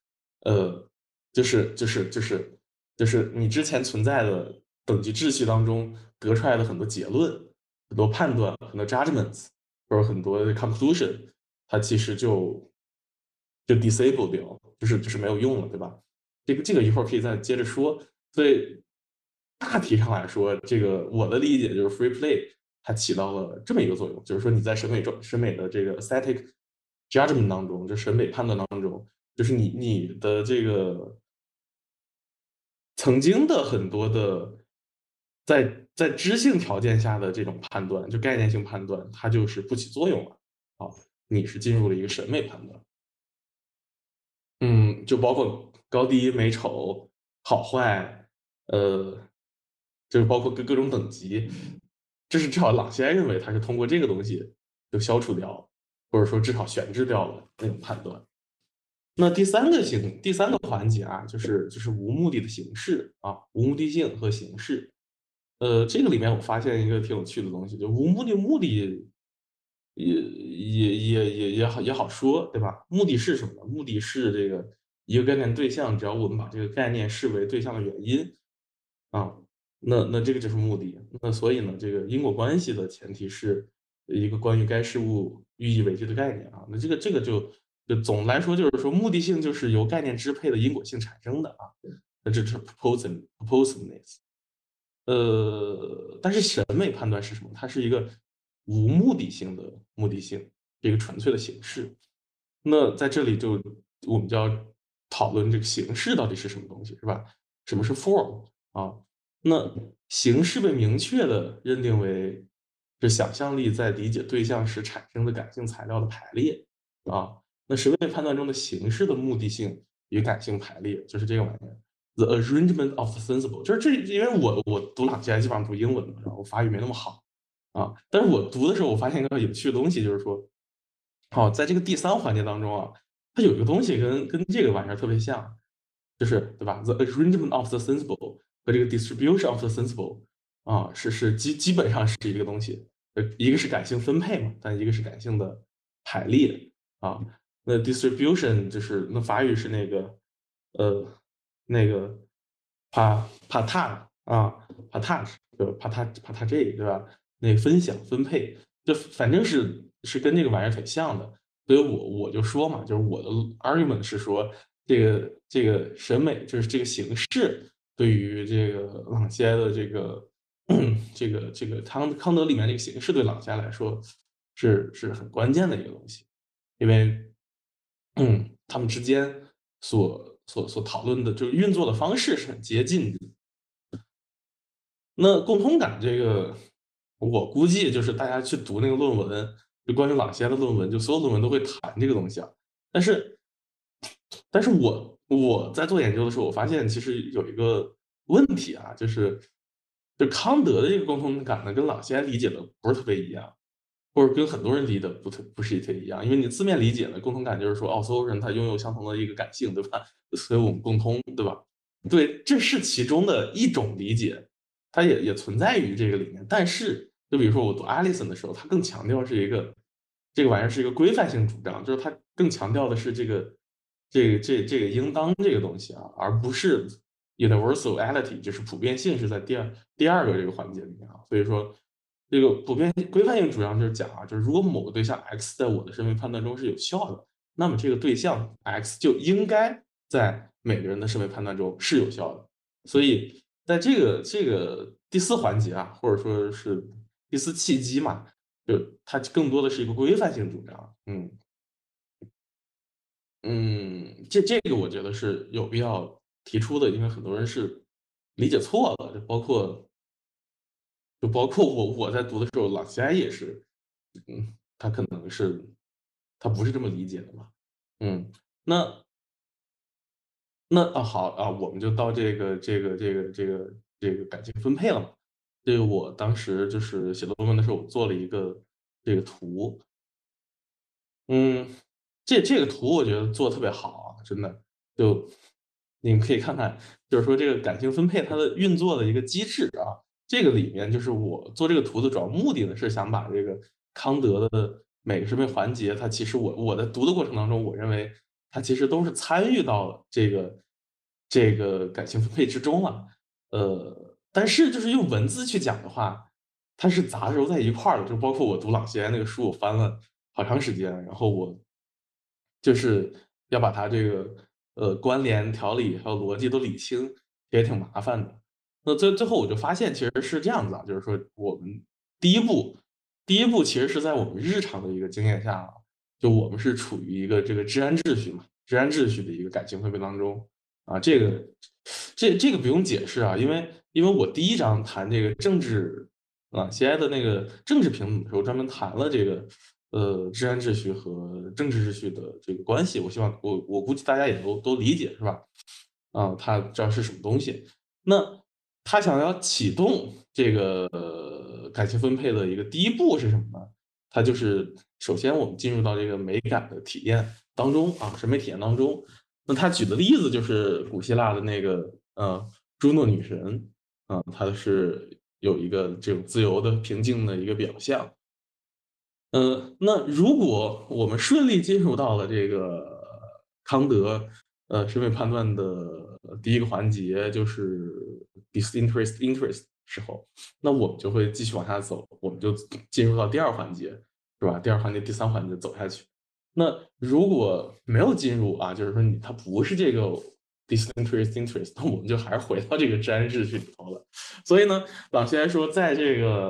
就是你之前存在的等级秩序当中得出来的很多结论、很多判断、很多 judgments 或者很多 conclusion，它其实就 disable 掉，就是没有用了，对吧？这个一会儿可以再接着说。所以大体上来说，这个我的理解就是 free play 它起到了这么一个作用，就是说你在审美的这个 aesthetic judgment 当中，就审美判断当中，就是你的这个曾经的很多的在知性条件下的这种判断，就概念性判断，它就是不起作用了。好，你是进入了一个审美判断。就包括高低、美丑、好坏，呃，就是包括各种等级，这是至少朗西埃认为他是通过这个东西就消除掉，或者说至少悬置掉了那种判断。那第三个环节啊，就是无目的的形式啊，无目的性和形式。这个里面我发现一个挺有趣的东西，就无目的也好说，对吧？目的是什么呢？目的是这个一个概念对象，只要我们把这个概念视为对象的原因啊，那这个就是目的。那所以呢，这个因果关系的前提是一个关于该事物寓意为据的概念啊。那这个就总的来说就是说，目的性就是由概念支配的因果性产生的啊。那这是 proposiveness。但是审美判断是什么？它是一个无目的性的目的性，一个纯粹的形式。那在这里我们就要讨论这个形式到底是什么东西，是吧？什么是 form 啊？那形式被明确的认定为是想象力在理解对象时产生的感性材料的排列啊。那审美判断中的形式的目的性与感性排列，就是这个玩意儿。The arrangement of the sensible，就是因为我读朗西埃基本上读英文嘛，然后我法语没那么好啊，但是我读的时候，我发现一个有趣的东西，就是说，在这个第三环节当中啊，它有一个东西跟这个玩意儿特别像，就是对吧？The arrangement of the sensible 和这个 distribution of the sensible 啊，是基本上是一个东西，一个是感性分配嘛，但一个是感性的排列啊。那 distribution 就是那法语是那个那个 partage 啊 partage 对 partage 对吧？那个分享分配，就反正是跟这个玩意儿挺像的。所以我就说嘛，就是我的 argument 是说，这个审美就是这个形式对于这个朗西埃的这个康德里面这个形式对朗西埃来说是很关键的一个东西，因为他们之间所讨论的就是运作的方式是很接近的。那共通感这个，我估计就是大家去读那个论文，就关于朗西埃的论文，就所有论文都会谈这个东西啊。但是，但是我在做研究的时候，我发现其实有一个问题啊，就康德的这个共通感呢，跟朗西埃理解的不是特别一样，或者跟很多人理解的不是特别一样。因为你字面理解的共同感就是说，所有人他拥有相同的一个感性，对吧？所以我们共通，对吧？对，这是其中的一种理解。它也存在于这个里面。但是，就比如说我读 Allison 的时候，他更强调是这个玩意儿是一个规范性主张，就是他更强调的是这个应当这个东西啊，而不是 universality，就是普遍性是在第二个这个环节里面啊。所以说，这个普遍规范性主张就是讲啊，就是如果某个对象 X 在我的审美判断中是有效的，那么这个对象 X 就应该在每个人的审美判断中是有效的。所以在这个第四环节啊，或者说是第四契机嘛，就它更多的是一个规范性主张。这个我觉得是有必要提出的，因为很多人是理解错了，就包括我在读的时候，朗西埃也是，他可能是他不是这么理解的嘛。嗯，那好啊，我们就到这个感情分配了嘛。这个我当时就是写论文的时候，我做了一个这个图。嗯，这个图我觉得做的特别好啊，真的。就你们可以看看，就是说这个感情分配它的运作的一个机制啊， 这个里面就是我做这个图的主要目的呢，是想把这个康德的每个审美环节，它其实我在读的过程当中，我认为它其实都是参与到了这个感情分配之中了。但是就是用文字去讲的话，它是杂糅在一块儿的，就包括我读朗西埃那个书，我翻了好长时间，然后我就是要把它这个关联、条理还有逻辑都理清，也挺麻烦的。那最后我就发现其实是这样子啊，就是说我们第一步，第一步其实是在我们日常的一个经验下啊，就我们是处于一个这个治安秩序嘛，治安秩序的一个感情分配当中啊，这个不用解释啊，因为我第一章谈这个政治啊，CI 的那个政治平等的时候，专门谈了这个治安秩序和政治秩序的这个关系。我希望我估计大家也都理解是吧？啊，他知道是什么东西。那他想要启动这个感情分配的一个第一步是什么呢？它就是首先我们进入到这个美感的体验当中啊，审美体验当中。那他举的例子就是古希腊的那个朱诺女神啊，她是有一个这种自由的、平静的一个表象。那如果我们顺利进入到了这个康德审美判断的第一个环节，就是 disinterest interest 时候，那我们就会继续往下走，我们就进入到第二环节，是吧？第二环节、第三环节走下去。那如果没有进入啊，就是说它不是这个 disinterest interest，那我们就还是回到这个治安秩序里头了。所以呢，朗西来说，在这个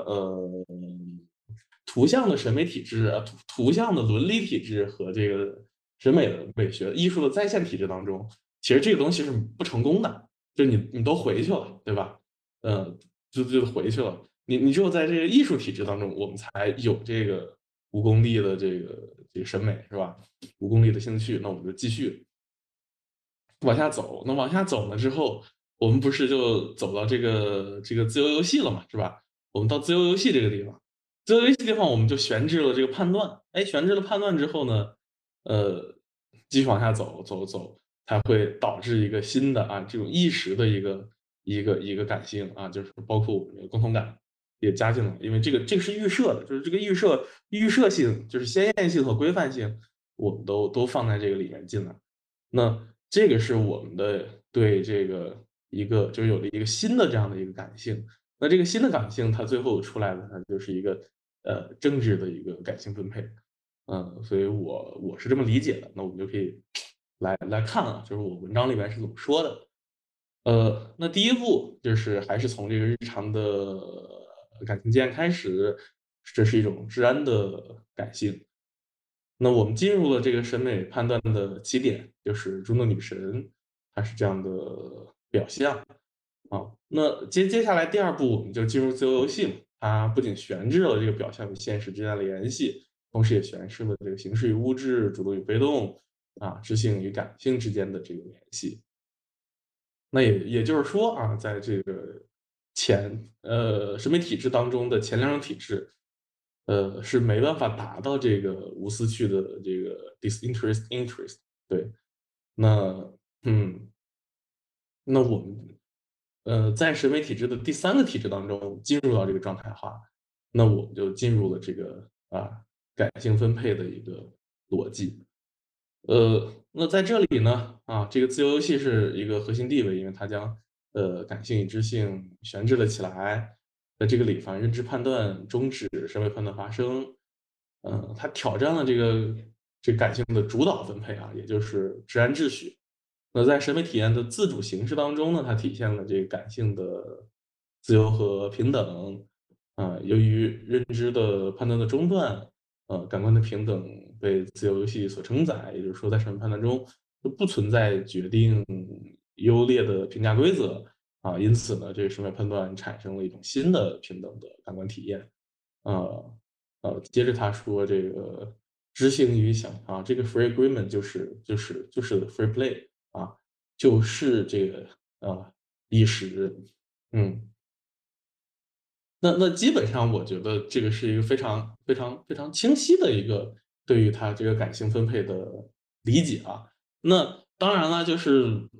图像的审美体制啊，图像的伦理体制和这个审美的美学、艺术的在线体制当中，其实这个东西是不成功的，就你都回去了，对吧？就回去了。你只有在这个艺术体制当中，我们才有这个无功利的这个审美，是吧？无功利的兴趣，那我们就继续往下走。那往下走了之后，我们不是就走到这个自由游戏了嘛，是吧？我们到自由游戏这个地方，自由游戏地方我们就悬置了这个判断。哎，悬置了判断之后呢，继续往下走，才会导致一个新的啊这种意识的一个感性啊，就是包括我们的共同感也加进来，因为这个是预设的，就是这个预设性，就是鲜艳性和规范性，我们都放在这个里面进来。那这个是我们的对这个就是有了一个新的这样的一个感性。那这个新的感性，它最后出来的，它就是一个政治的一个感性分配。所以我是这么理解的。那我们就可以来看啊，就是我文章里面是怎么说的。那第一步就是还是从这个日常的感情经验开始，这是一种治安的感性。那我们进入了这个审美判断的起点，就是朱诺女神，她是这样的表象啊。那接下来第二步，我们就进入自由游戏嘛。它不仅悬置了这个表象与现实之间的联系，同时也诠释了这个形式与物质、主动与被动啊、知性与感性之间的这个联系。那也就是说啊，在这个审美体制当中的前两种体制，是没办法达到这个无私去的这个 disinterest interest。对，那嗯，那我们在审美体制的第三个体制当中进入到这个状态化，那我们就进入了这个感性分配的一个逻辑。那在这里呢，这个自由游戏是一个核心地位，因为它将感性与知性悬置了起来，在这个里，反认知判断终止，审美判断发生。它挑战了这感性的主导分配啊，也就是治安秩序。那在审美体验的自主形式当中呢，它体现了这个感性的自由和平等。由于认知的判断的中断，感官的平等被自由游戏所承载，也就是说，在审美判断中就不存在决定优劣的评价规则啊，因此呢，这个审美判断产生了一种新的平等的感官体验。接着他说这个知性与想啊，这个 free agreement 就是 free play 啊，就是这个意识。嗯。那基本上我觉得这个是一个非常非常非常清晰的一个对于它这个感性分配的理解啊。那当然了，就是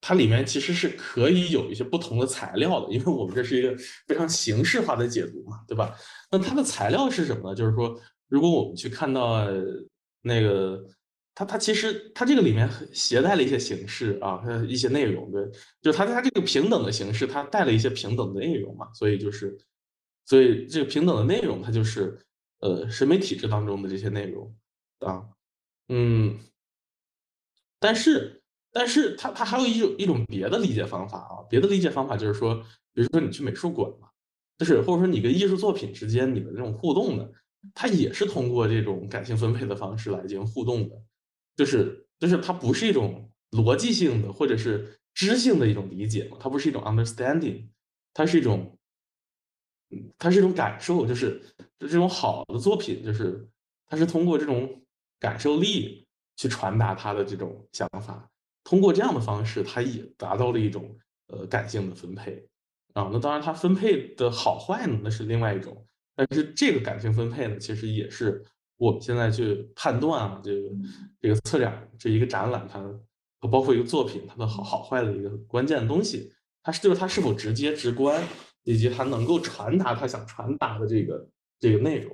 它里面其实是可以有一些不同的材料的，因为我们这是一个非常形式化的解读嘛，对吧？那它的材料是什么呢？就是说，如果我们去看到那个，它其实它这个里面携带了一些形式啊，一些内容，对，就它这个平等的形式，它带了一些平等的内容嘛，所以这个平等的内容，它就是审美体制当中的这些内容啊，嗯。但是它还有一种别的理解方法啊，别的理解方法就是说，比如说你去美术馆嘛，就是或者说你跟艺术作品之间你的这种互动呢，它也是通过这种感性分配的方式来进行互动的，就是它不是一种逻辑性的或者是知性的一种理解嘛，它不是一种 understanding，它是一种它是一种感受，就是这种好的作品，就是它是通过这种感受力去传达它的这种想法，通过这样的方式，它也达到了一种感性的分配啊。那当然，它分配的好坏呢，那是另外一种。但是这个感性分配呢，其实也是我们现在去判断啊，这个策展这一个展览它和包括一个作品它的好坏的一个关键的东西。就是它是否直接直观，以及它能够传达它想传达的这个内容。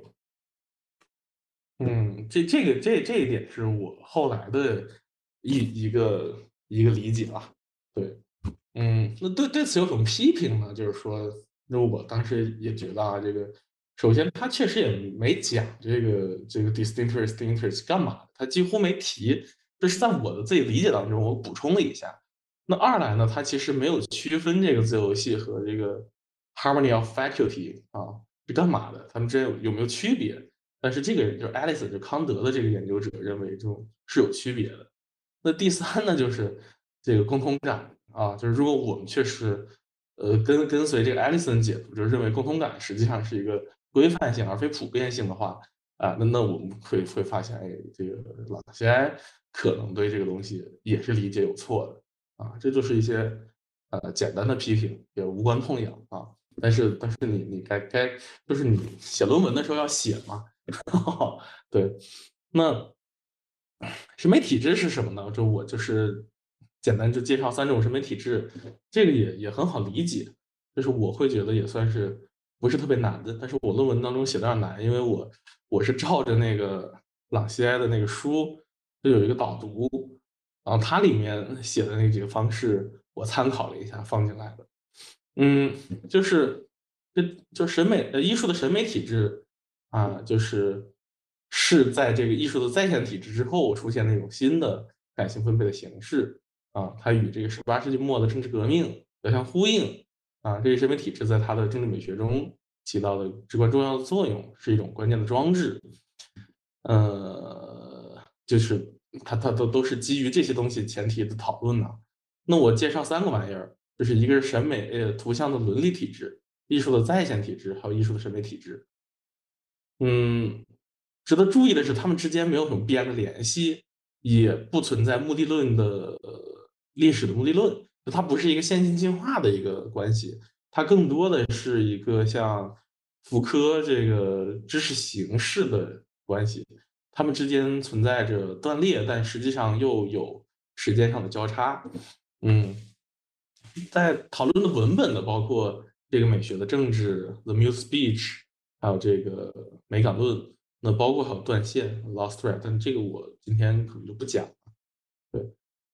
这一点是我后来的一个理解啊。对，那对此有什么批评呢？就是说，那我当时也觉得啊，这个首先他确实也没讲这个 distinct interest 干嘛的，他几乎没提，这是在我的自己理解当中，我补充了一下。那二来呢，他其实没有区分这个自由系和这个 harmony of faculty 啊是干嘛的，他们之间有没有区别？但是这个人就是 Allison，就康德的这个研究者认为这种是有区别的。那第三呢，就是这个共同感啊，就是如果我们确实跟随这个 Allison 解读，就是认为共同感实际上是一个规范性而非普遍性的话啊，那我们会发现，哎，这个朗西埃可能对这个东西也是理解有错的啊，这就是一些简单的批评，也无关痛痒啊。但是你该就是你写论文的时候要写嘛，对，那审美体制是什么呢？我就是简单就介绍3种审美体制，这个也很好理解，就是我会觉得也算是不是特别难的，但是我论文当中写的有点难，因为我是照着那个朗西埃的那个书，就有一个导读，然后它里面写的那几个方式，我参考了一下放进来的。嗯，就是就艺术的审美体制啊，是在这个艺术的在线体制之后出现的一种新的感性分配的形式啊，它与这个18世纪末的政治革命遥相呼应啊，这个审美体制在它的政治美学中起到的至关重要的作用，是一种关键的装置。就是它都是基于这些东西前提的讨论呢。那我介绍3个玩意儿，就是一个是图像的伦理体制、艺术的在线体制，还有艺术的审美体制。嗯，值得注意的是，它们之间没有什么必然的联系，也不存在目的论的历史的目的论，它不是一个线性进化的一个关系，它更多的是一个像福柯这个知识形式的关系，它们之间存在着断裂，但实际上又有时间上的交叉。嗯，在讨论的文本的包括这个美学的政治 The Muse Speech，还有这个美感论，那包括还有断线 Lost Thread，但这个我今天可能就不讲了。对，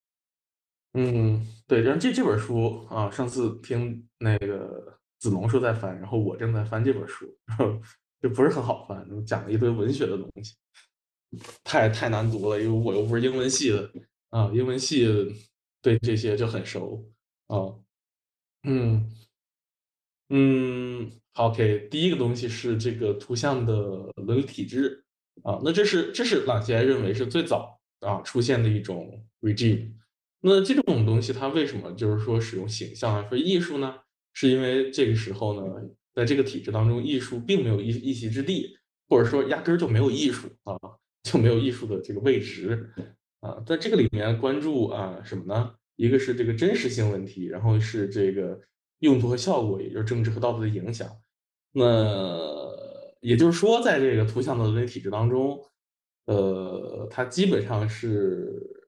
对，然后这本书啊，上次听那个子龙说在翻，然后我正在翻这本书，然后就不是很好翻，讲了一堆文学的东西，太难读了，因为我又不是英文系的啊，英文系对这些就很熟啊，嗯。OK，第一个东西是这个图像的伦理体制啊，那这是朗西埃认为是最早出现的一种 regime。那这种东西它为什么就是说使用形象来说艺术呢？是因为这个时候呢，在这个体制当中，艺术并没有一席之地，或者说压根儿就没有艺术啊，就没有艺术的这个位置啊。在这个里面关注什么呢？一个是这个真实性问题，然后是这个用途和效果，也就是政治和道德的影响。那也就是说，在这个图像的伦理体制当中，它基本上是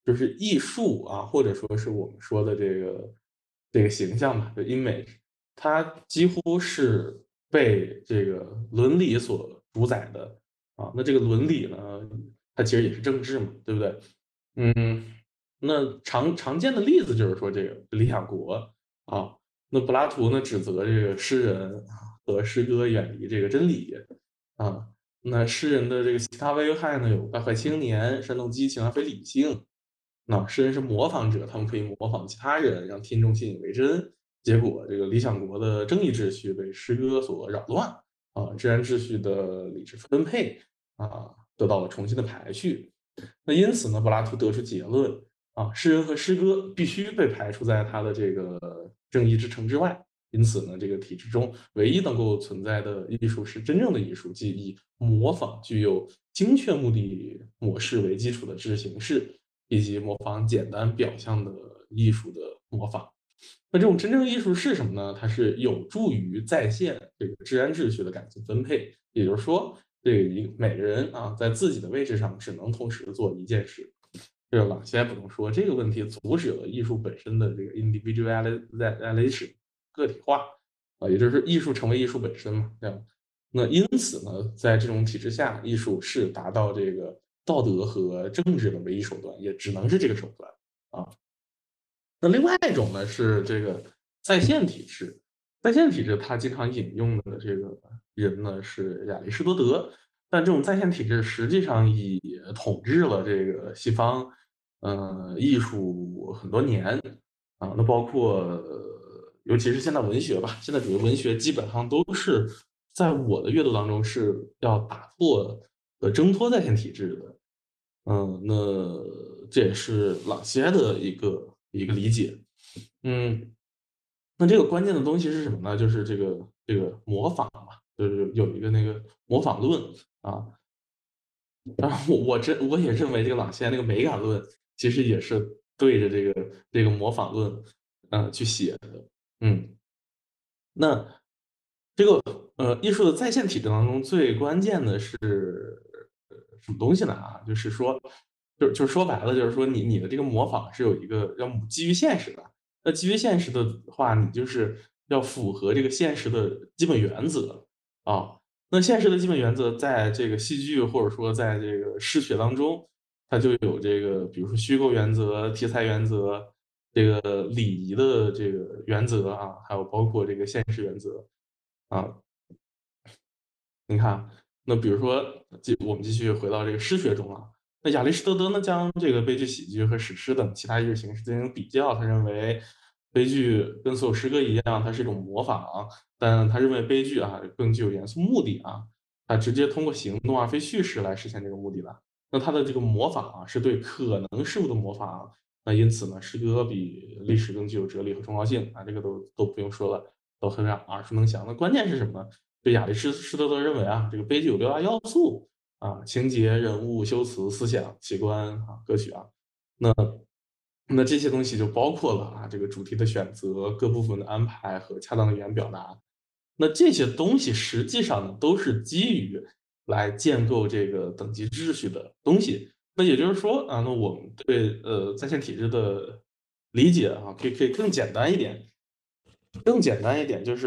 就是艺术啊，或者说是我们说的这个形象吧，就 image，它几乎是被这个伦理所主宰的啊。那这个伦理呢，它其实也是政治嘛，对不对？那常见的例子就是说这个《理想国》啊，那柏拉图呢指责这个诗人和诗歌远离这个真理啊。那诗人的这个其他危害呢，有败坏青年、煽动激情而非理性。那诗人是模仿者，他们可以模仿其他人，让听众信以为真。结果，这个《理想国》的正义秩序被诗歌所扰乱啊，治安秩序的理智分配啊得到了重新的排序。那因此呢，柏拉图得出结论啊，诗人和诗歌必须被排除在他的这个正义之城之外。因此呢，这个体制中唯一能够存在的艺术是真正的艺术，即以模仿具有精确目的模式为基础的知识形式，以及模仿简单表象的艺术的模仿。那这种真正艺术是什么呢？它是有助于再现这个治安秩序的感情分配，也就是说，每个人啊，在自己的位置上只能同时做一件事。这个朗西埃普通说，这个问题阻止了艺术本身的这个 individualization 个体化啊，也就是艺术成为艺术本身嘛，这样。那因此呢，在这种体制下，艺术是达到这个道德和政治的唯一手段，也只能是这个手段啊。那另外一种呢是这个在线体制，在线体制它经常引用的这个人呢是亚里士多德，但这种在线体制实际上也统治了这个西方艺术很多年啊，那包括尤其是现代文学吧，现在主流文学基本上都是在我的阅读当中是要打破挣脱在线体制的。那这也是朗西埃的一个理解。嗯，那这个关键的东西是什么呢？就是这个模仿嘛，就是有一个那个模仿论啊。当然我也认为这个朗西埃那个美感论其实也是对着这个模仿论去写的。嗯，那这个艺术的在线体制当中最关键的是什么东西呢？啊，就是说，就是说白了，就是说你的这个模仿是有一个要基于现实的。那基于现实的话，你就是要符合这个现实的基本原则啊。那现实的基本原则，在这个戏剧或者说在这个诗学当中，它就有这个，比如说虚构原则、题材原则、这个礼仪的这个原则啊，还有包括这个现实原则啊。你看，那比如说，我们继续回到这个诗学中啊，那亚里士多德呢，将这个悲剧、喜剧和史诗等其他艺术形式进行比较。他认为，悲剧跟所有诗歌一样，它是一种模仿，但他认为悲剧啊更具有严肃目的啊，他直接通过行动而非叙事来实现这个目的的。那他的这个模仿啊，是对可能事物的模仿。那因此呢，诗歌比历史更具有哲理和重要性啊，这个都不用说了，都很耳熟能详。那关键是什么呢？就亚里士多德认为啊，这个悲剧有六大要素啊，情节、人物、修辞、思想、奇观啊、歌曲啊。那这些东西就包括了啊，这个主题的选择、各部分的安排和恰当的语言表达。那这些东西实际上呢，都是基于来建构这个等级秩序的东西。那也就是说啊，那我们对在线体制的理解啊，可以更简单一点，更简单一点就是。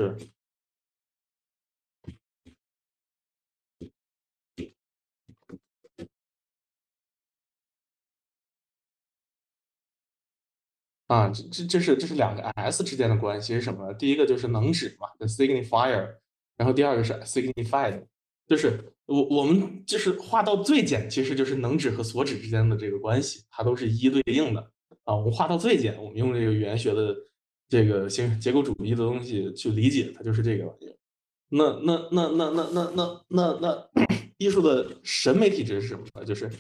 啊，这是两个 S 之间的关系是什么呢？第一个就是能指嘛，signifier，然后第二个是 signified，就是我们就是画到最简，其实就是能指和所指之间的这个关系，它都是一一对应的啊。我们画到最简，我们用这个语言学的这个结构主义的东西去理解，它就是这个玩意儿。那艺术的审美体制是什么呢？就是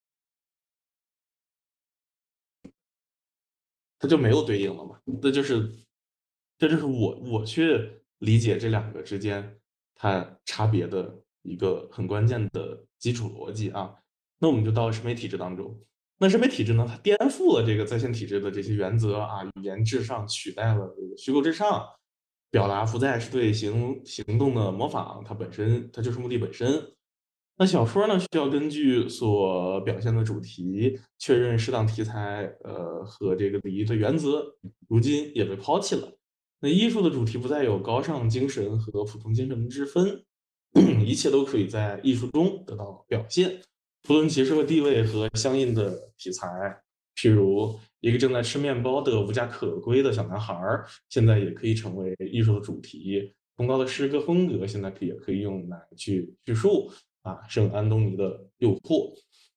它就没有对应了嘛。这就是我去理解这两个之间它差别的一个很关键的基础逻辑啊。那我们就到审美体制当中。那审美体制呢，它颠覆了这个在线体制的这些原则啊，语言至上取代了这个虚构至上，表达不再是对行动的模仿，它本身它就是目的本身。 那小说呢，需要根据所表现的主题，确认适当题材，和这个礼仪的原则，如今也被抛弃了。那艺术的主题不再有高尚精神和普通精神之分，一切都可以在艺术中得到表现，不论其社会地位和相应的题材。譬如一个正在吃面包的无家可归的小男孩，现在也可以成为艺术的主题。崇高的诗歌风格，现在也可以用来去叙述圣安东尼的诱惑。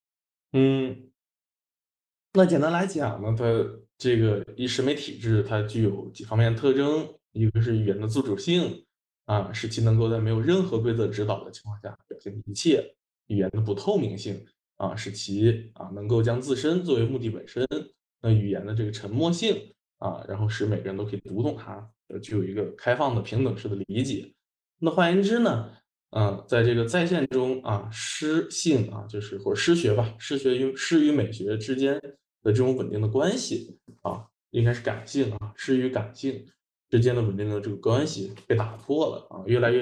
那简单来讲呢，它这个审美体制它具有几方面特征，一个是语言的自主性使其能够在没有任何规则指导的情况下表现一切；语言的不透明性使其能够将自身作为目的本身。那语言的这个沉默性然后使每个人都可以读懂它，具有一个开放的平等式的理解。那换言之呢，在这个在线中诗性就是或者诗学吧，诗与美学之间的这种稳定的关系应该是感性诗与感性之间的稳定的这个关系被打破了越来越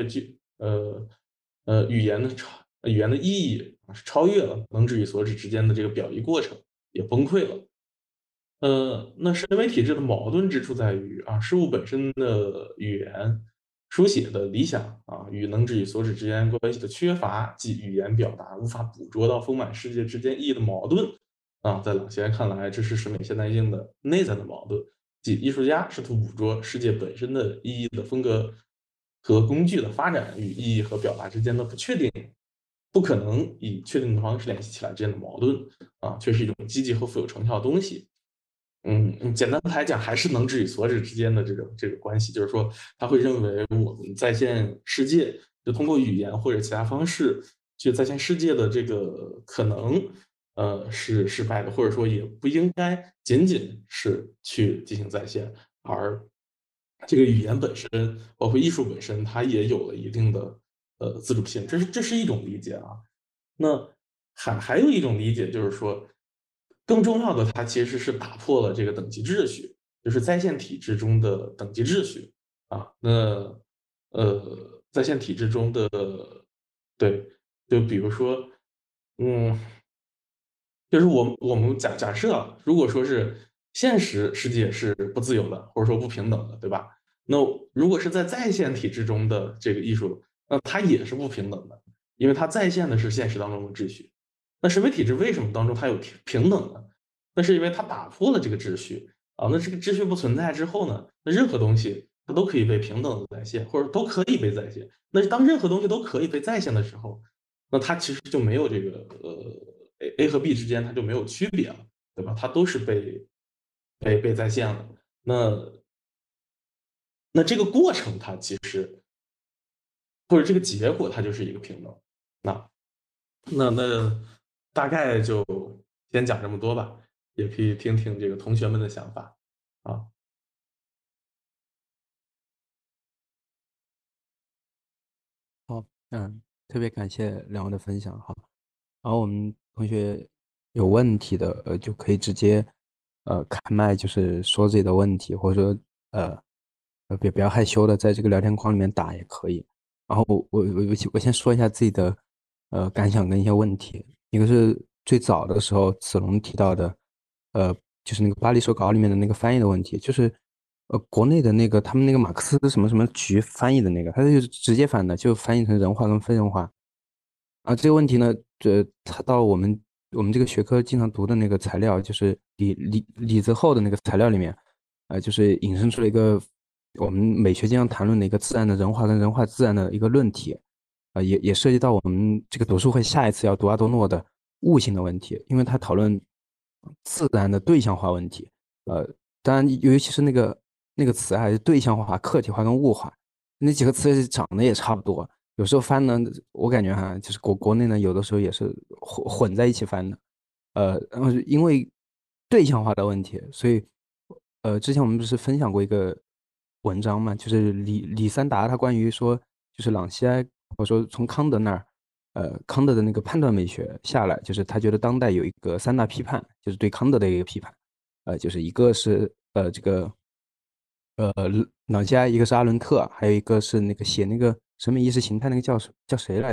语言的意义是超越了能指与所指之间的这个表意过程，也崩溃了。那审美体制的矛盾之处在于事物本身的语言书写的理想与能指与所指之间关系的缺乏，即语言表达无法捕捉到丰满世界之间意义的矛盾在朗西埃看来，这是审美现代性的内在的矛盾，即艺术家试图捕捉世界本身的意义的风格和工具的发展与意义和表达之间的不确定，不可能以确定的方式联系起来之间的矛盾却是一种积极和富有成效的东西。简单来讲，还是能指与所指之间的这个关系，就是说，他会认为我们在线世界就通过语言或者其他方式去在线世界的这个可能，是失败的，或者说也不应该仅仅是去进行在线，而这个语言本身，包括艺术本身，它也有了一定的自主性，这是一种理解那还有一种理解就是说，更重要的，它其实是打破了这个等级秩序，就是在线体制中的等级秩序那在线体制中的对，就比如说，嗯，就是我们假设如果说是现实世界是不自由的，或者说不平等的，对吧？那如果是在线体制中的这个艺术，那它也是不平等的，因为它在线的是现实当中的秩序。那审美体制为什么当中它有平等呢？那是因为它打破了这个秩序那这个秩序不存在之后呢，那任何东西它都可以被平等的在线，或者都可以被在线。那当任何东西都可以被在线的时候，那它其实就没有这个A 和 B 之间它就没有区别了，对吧？它都是被在线了。那这个过程它其实或者这个结果它就是一个平等。那那大概就先讲这么多吧，也可以听听这个同学们的想法啊。
好，特别感谢两位的分享哈。然后我们同学有问题的，就可以直接开麦，就是说自己的问题，或者说不要害羞的，在这个聊天框里面打也可以。然后我先说一下自己的感想跟一些问题。一个是最早的时候子龙提到的，呃，就是那个巴黎手稿里面的那个翻译的问题，就是国内的那个他们那个马克思什么什么局翻译的那个，他就是直接翻的，就翻译成人话跟非人话。这个问题呢，它到我们这个学科经常读的那个材料，就是李泽厚的那个材料里面，就是引申出了一个我们美学经常谈论的一个自然的人话跟人话自然的一个论题，也涉及到我们这个读书会下一次要读阿多诺的悟性的问题，因为他讨论自然的对象化问题，当然尤其是那个词还是对象化、客体化跟物化，那几个词长得也差不多。有时候翻呢，我感觉就是国内呢，有的时候也是混在一起翻的，然后因为对象化的问题，所以之前我们不是分享过一个文章嘛，就是李三达他关于说，就是朗西埃或者说从康德那儿，康德的那个判断美学下来，就是他觉得当代有一个三大批判，就是对康德的一个批判，就是一个是这个。朗西埃，一个是阿伦特，还有一个是那个写那个审美意识形态那个叫谁来着？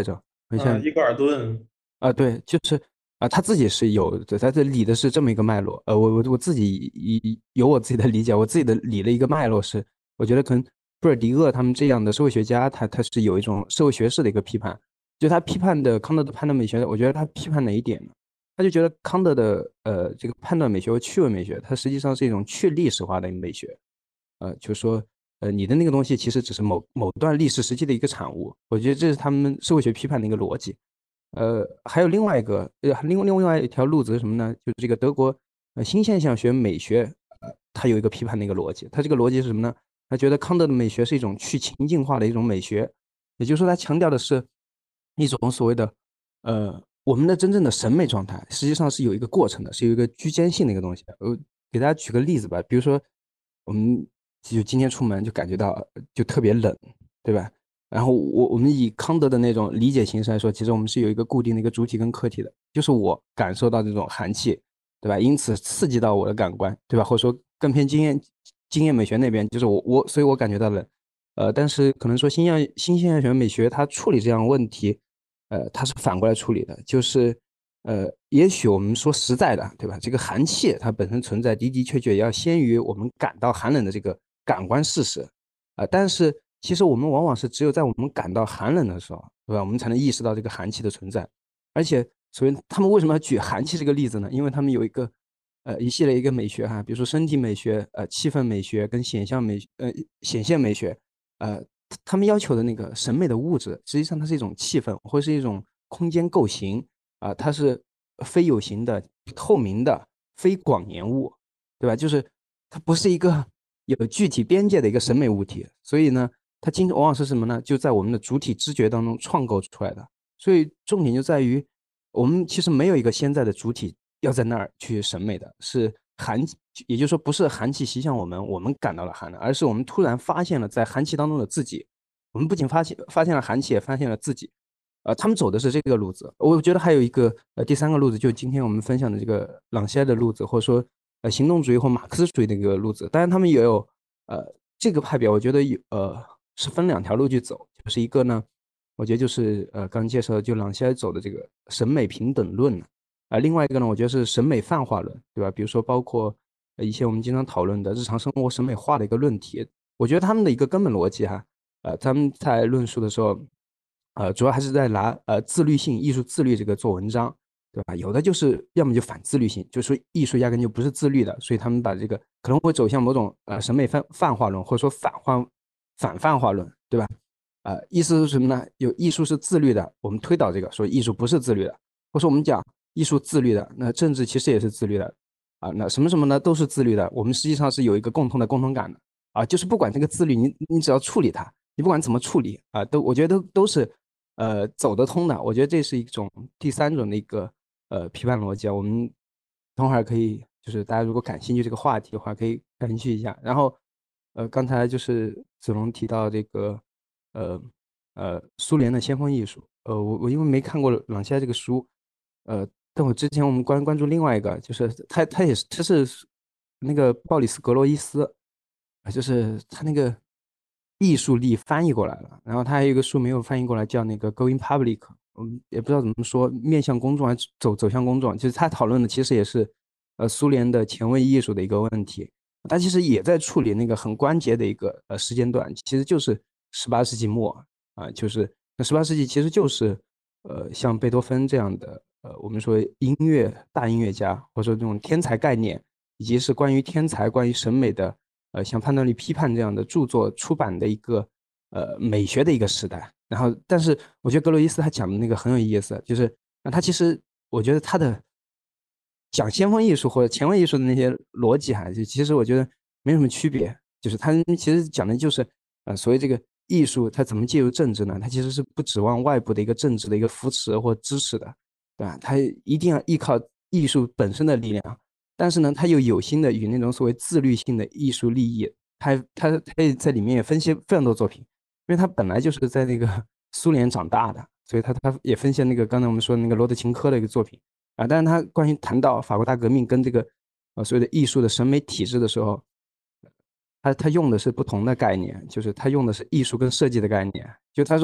很像
伊戈尔顿，
对，就是他自己是有的，他这理的是这么一个脉络。我自己有我自己的理解，我自己的理了一个脉络是，我觉得可能布尔迪厄他们这样的社会学家，他是有一种社会学式的一个批判，就他批判的康德的判断美学，我觉得他批判哪一点呢？他就觉得康德的这个判断美学和趣味美学，它实际上是一种去历史化的美学。就是说，你的那个东西其实只是某段历史时期的一个产物。我觉得这是他们社会学批判的一个逻辑。还有另外一个，另外一条路子是什么呢？就是这个德国新现象学美学，它有一个批判的一个逻辑。它这个逻辑是什么呢？他觉得康德的美学是一种去情境化的一种美学，也就是说，他强调的是一种所谓的我们的真正的审美状态，实际上是有一个过程的，是有一个居间性的一个东西。给大家举个例子吧，比如说我们就今天出门就感觉到就特别冷，对吧？然后我们以康德的那种理解形式来说，其实我们是有一个固定的一个主体跟客体的，就是我感受到这种寒气，对吧？因此刺激到我的感官，对吧？或者说更偏经验美学那边，就是所以我感觉到冷。但是可能说新现象学美学它处理这样的问题，它是反过来处理的，就是也许我们说实在的，对吧？这个寒气它本身存在的的确确要先于我们感到寒冷的这个感官事实。但是其实我们往往是只有在我们感到寒冷的时候，对吧？我们才能意识到这个寒气的存在。而且，所以他们为什么要举寒气这个例子呢？因为他们有一个一系列一个美学哈，比如说身体美学、气氛美学跟显现美学，呃，他们要求的那个审美的物质，实际上它是一种气氛或是一种空间构型它是非有形的、透明的、非广延物，对吧？就是它不是一个有具体边界的一个审美物体，所以呢，它往往是什么呢？就在我们的主体知觉当中创构出来的。所以重点就在于，我们其实没有一个现在的主体要在那儿去审美的，是寒气，也就是说不是寒气袭向我们，我们感到了寒冷，而是我们突然发现了在寒气当中的自己。我们不仅发现了寒气，也发现了自己。他们走的是这个路子。我觉得还有一个第三个路子，就是今天我们分享的这个朗西埃的路子，或者说行动主义或马克思主义的一个路子。当然，他们也有这个派别，我觉得是分两条路去走，就是一个呢，我觉得就是刚介绍的就朗西埃走的这个审美平等论另外一个呢，我觉得是审美泛化论，对吧？比如说包括一些我们经常讨论的日常生活审美化的一个论题。我觉得他们的一个根本逻辑他们在论述的时候，主要还是在拿自律性、艺术自律这个做文章，对吧？有的就是要么就反自律性，就是说艺术压根就不是自律的，所以他们把这个可能会走向某种审美泛化论，或者说反泛化论，对吧？意思是什么呢？有艺术是自律的，我们推导这个，说艺术不是自律的，或者说我们讲艺术自律的，那政治其实也是自律的那什么什么呢都是自律的，我们实际上是有一个共同的共同感的就是不管这个自律，你只要处理它，你不管怎么处理我觉得都是走得通的。我觉得这是一种第三种的一个批判逻辑我们等会儿可以就是大家如果感兴趣这个话题的话，可以感兴趣一下。然后刚才就是子龙提到这个呃苏联的先锋艺术，我因为没看过朗西埃这个书，但我之前我们关注另外一个，就是他是那个鲍里斯格罗伊斯就是他那个艺术力翻译过来了，然后他还有一个书没有翻译过来，叫那个 Going Public，也不知道怎么说，面向公众还是走向公众，其实他讨论的其实也是苏联的前卫艺术的一个问题，他其实也在处理那个很关节的一个时间段，其实就是18世纪末就是那18世纪其实就是像贝多芬这样的我们说大音乐家或者说这种天才概念，以及是关于天才、关于审美的像判断力批判这样的著作出版的一个美学的一个时代。然后，但是我觉得格罗伊斯他讲的那个很有意思，就是他其实我觉得他的讲先锋艺术或者前卫艺术的那些逻辑就其实我觉得没什么区别，就是他其实讲的就是所谓这个艺术它怎么介入政治呢？它其实是不指望外部的一个政治的一个扶持或支持的，对吧？它一定要依靠艺术本身的力量，但是呢，它又有心的与那种所谓自律性的艺术利益，它也在里面也分析非常多作品，因为他本来就是在那个苏联长大的，所以他也分析那个刚才我们说的那个罗德琴科的一个作品但是他关于谈到法国大革命跟这个所谓的艺术的审美体制的时候，他用的是不同的概念，就是他用的是艺术跟设计的概念，就他说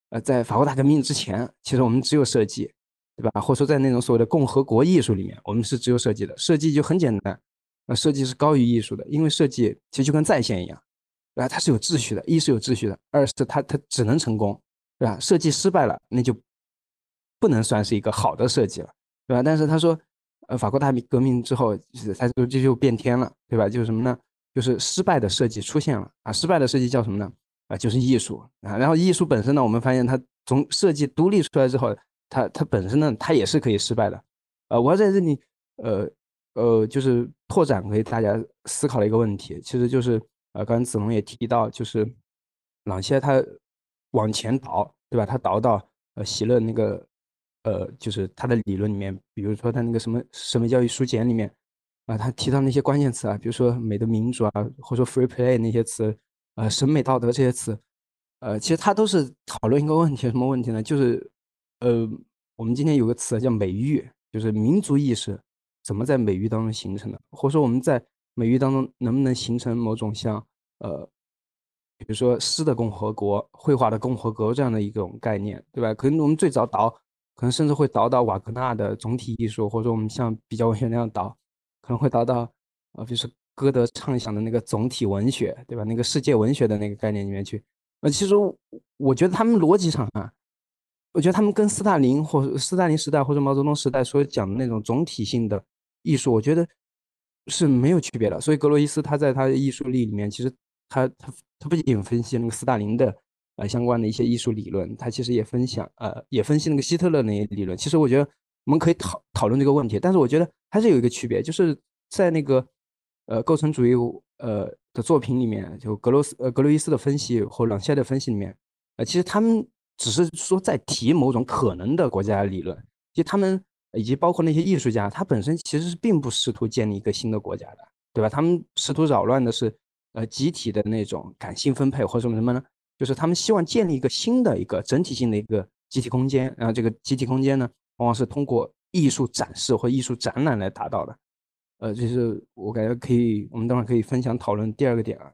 在法国大革命之前，其实我们只有设计，对吧？或者说在那种所谓的共和国艺术里面，我们是只有设计的。设计就很简单，设计是高于艺术的，因为设计其实就跟在线一样，对吧？它是有秩序的，一是有秩序的，二是它只能成功，对吧？设计失败了，那就不能算是一个好的设计了，对吧？但是他说，法国大革命之后，他说这就变天了，对吧？就是什么呢？就是失败的设计出现了啊，失败的设计叫什么呢？就是艺术啊。然后艺术本身呢，我们发现它从设计独立出来之后，它本身呢，它也是可以失败的。我要在这里就是拓展给大家思考的一个问题，其实就是刚才子龙也提到，就是朗谢他往前倒，对吧？他倒到席勒那个就是他的理论里面，比如说他那个什么审美教育书简里面他提到那些关键词啊，比如说美的民主啊，或者说 free play 那些词，审美道德这些词，其实他都是讨论一个问题，什么问题呢？就是我们今天有个词叫美育，就是民族意识怎么在美育当中形成的，或者说我们在美育当中能不能形成某种像比如说诗的共和国、绘画的共和国这样的一种概念，对吧？可能我们最早导，可能甚至会导到瓦格纳的总体艺术，或者说我们像比较文学那样导，可能会导到比如说歌德畅想的那个总体文学，对吧？那个世界文学的那个概念里面去。其实我觉得他们逻辑上啊，我觉得他们跟斯大林时代或者毛泽东时代所讲的那种总体性的艺术，我觉得是没有区别的。所以格罗伊斯他在他的艺术力里面，其实他不仅分析那个斯大林的相关的一些艺术理论，他其实也分析那个希特勒那些理论。其实我觉得我们可以讨论这个问题，但是我觉得还是有一个区别，就是在那个构成主义的作品里面，就格罗伊斯的分析和朗谢的分析里面。其实他们只是说在提某种可能的国家理论，其实他们以及包括那些艺术家，他本身其实是并不试图建立一个新的国家的，对吧？他们试图扰乱的是集体的那种感性分配或者什么呢？就是他们希望建立一个新的一个整体性的一个集体空间，然后这个集体空间呢，往往是通过艺术展示或艺术展览来达到的。就是我感觉可以，我们等会儿可以分享讨论第二个点啊。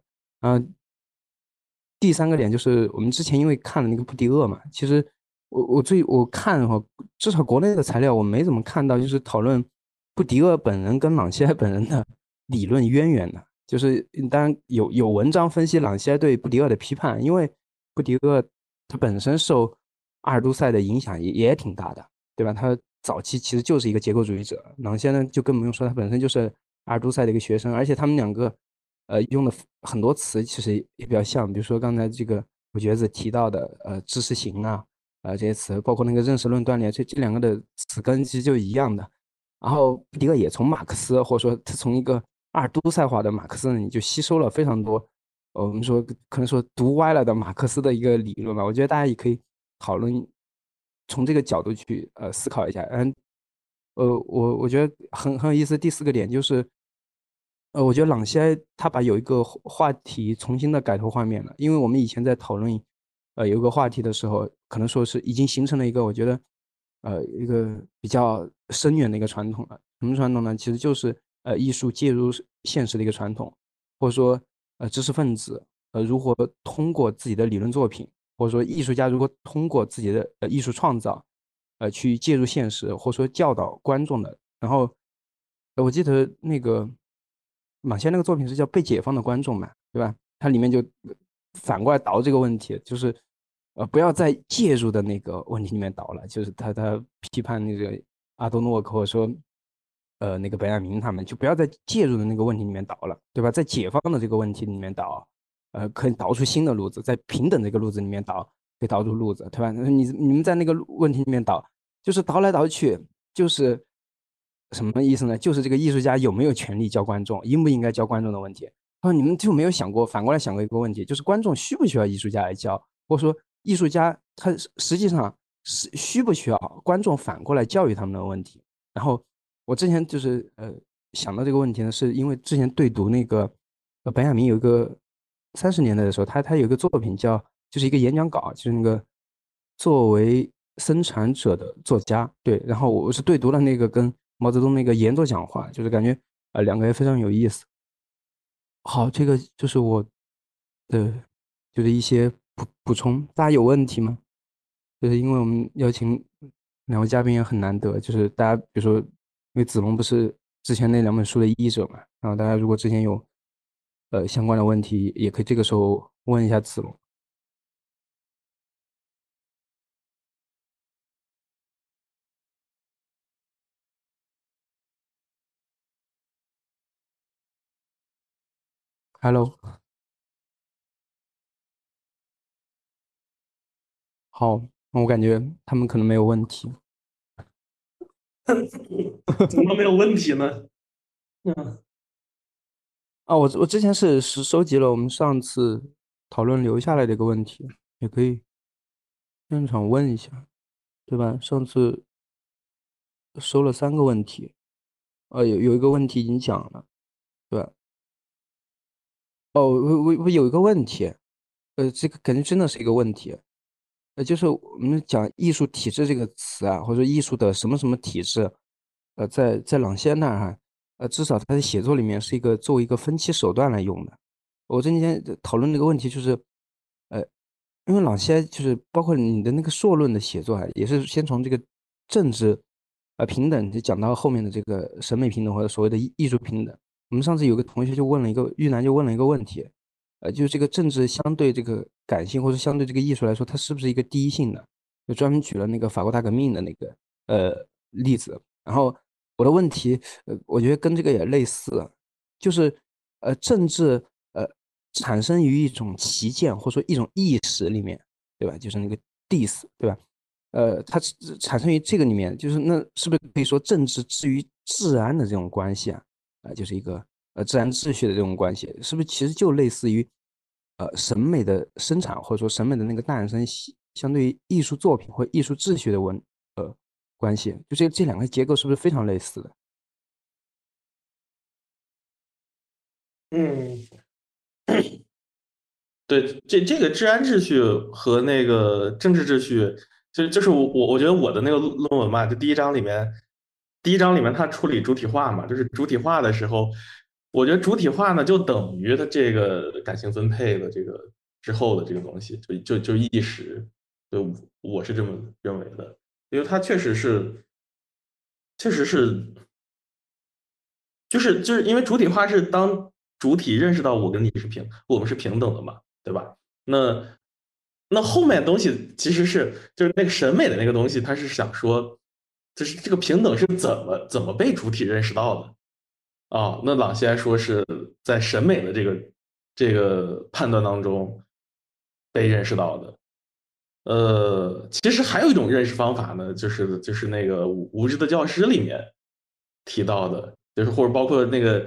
第三个点就是我们之前因为看了那个布迪厄嘛，其实我看哈，至少国内的材料我没怎么看到，就是讨论布迪厄本人跟朗西埃本人的理论渊源的。就是当然有文章分析朗西埃对布迪厄的批判，因为布迪厄他本身受阿尔都塞的影响也挺大的，对吧？他早期其实就是一个结构主义者，朗西埃呢就更不用说，他本身就是阿尔都塞的一个学生，而且他们两个用的很多词其实也比较像，比如说刚才这个我觉得提到的知识型啊，这些词，包括那个认识论断裂，这两个的词根其实就一样的。然后布迪厄也从马克思，或者说他从一个阿尔都塞化的马克思你就吸收了非常多，我们说可能说读歪了的马克思的一个理论吧。我觉得大家也可以讨论，从这个角度去思考一下。我觉得很有意思。第四个点就是，我觉得朗西埃他把有一个话题重新的改头换面了，因为我们以前在讨论有一个话题的时候，可能说是已经形成了一个我觉得一个比较深远的一个传统了。什么传统呢？其实就是艺术介入现实的一个传统，或者说知识分子如何通过自己的理论作品，或者说艺术家如何通过自己的艺术创造去介入现实，或者说教导观众的。然后我记得那个马歇那个作品是叫《被解放的观众》嘛，对吧？它里面就反过来倒这个问题，就是不要在介入的那个问题里面倒了，就是他批判那个阿多诺或者说那个本雅明他们，就不要在介入的那个问题里面倒了，对吧？在解放的这个问题里面倒，可以导出新的路子，在平等这个路子里面倒，可以导出路子，对吧？你们在那个问题里面倒，就是倒来倒去，就是什么意思呢？就是这个艺术家有没有权利教观众，应不应该教观众的问题。你们就没有想过，反过来想过一个问题，就是观众需不需要艺术家来教，或者说艺术家他实际上是需不需要观众反过来教育他们的问题。然后我之前就是想到这个问题呢，是因为之前对读那个本雅明有一个30年代的时候，他有一个作品就是一个演讲稿，就是那个作为生产者的作家，对，然后我是对读了那个跟毛泽东那个演说讲话，就是感觉两个也非常有意思。好，这个就是我的就是一些补充，大家有问题吗？ 就是因为我们邀请两位嘉宾也很难得，就是大家比如说，因为子龙不是之前那两本书的译者嘛，然后大家如果之前有相关的问题，也可以这个时候问一下子龙。Hello，好，那我感觉他们可能没有问题。
怎么没有问题呢？嗯
啊，我之前是收集了我们上次讨论留下来的一个问题，也可以现场问一下，对吧？上次收了3个问题，有一个问题已经讲了，对吧？哦，我有一个问题，这个感觉真的是一个问题，就是我们讲艺术体制这个词啊，或者说艺术的什么什么体制，在朗先那儿哈，至少他的写作里面是一个作为一个分析手段来用的。我这几天讨论这个问题，就是，呃，因为朗先就是包括你的那个硕论的写作啊，也是先从这个政治，平等就讲到后面的这个审美平等或者所谓的艺术平等。我们上次有个同学就问了一个玉楠就问了一个问题，就是这个政治相对这个感性，或者相对这个艺术来说，它是不是一个第一性的？就专门举了那个法国大革命的那个例子。然后我的问题，我觉得跟这个也类似，就是政治产生于一种旗舰或者说一种意识里面，对吧？就是那个 dis，对吧？它产生于这个里面，就是那是不是可以说政治至于治安的这种关系啊？就是一个自然秩序的这种关系，是不是其实就类似于审美的生产或者说审美的那个诞生，相对于艺术作品或艺术秩序的关系，就这两个结构是不是非常类似的？
嗯，对，这个治安秩序和那个政治秩序，就是我觉得我的那个论文嘛，就第一章里面它处理主体化嘛，就是主体化的时候，我觉得主体化呢就等于它这个感情分配的这个之后的这个东西，就意识，就我是这么认为的，因为它确实是就是因为主体化是当主体认识到我们是平等的嘛，对吧？那那后面东西其实就是那个审美的那个东西，他是想说，就是这个平等是怎么被主体认识到的啊？那朗西来说是在审美的这个判断当中被认识到的。其实还有一种认识方法呢，就是那个无知的教师里面提到的，就是或者包括那个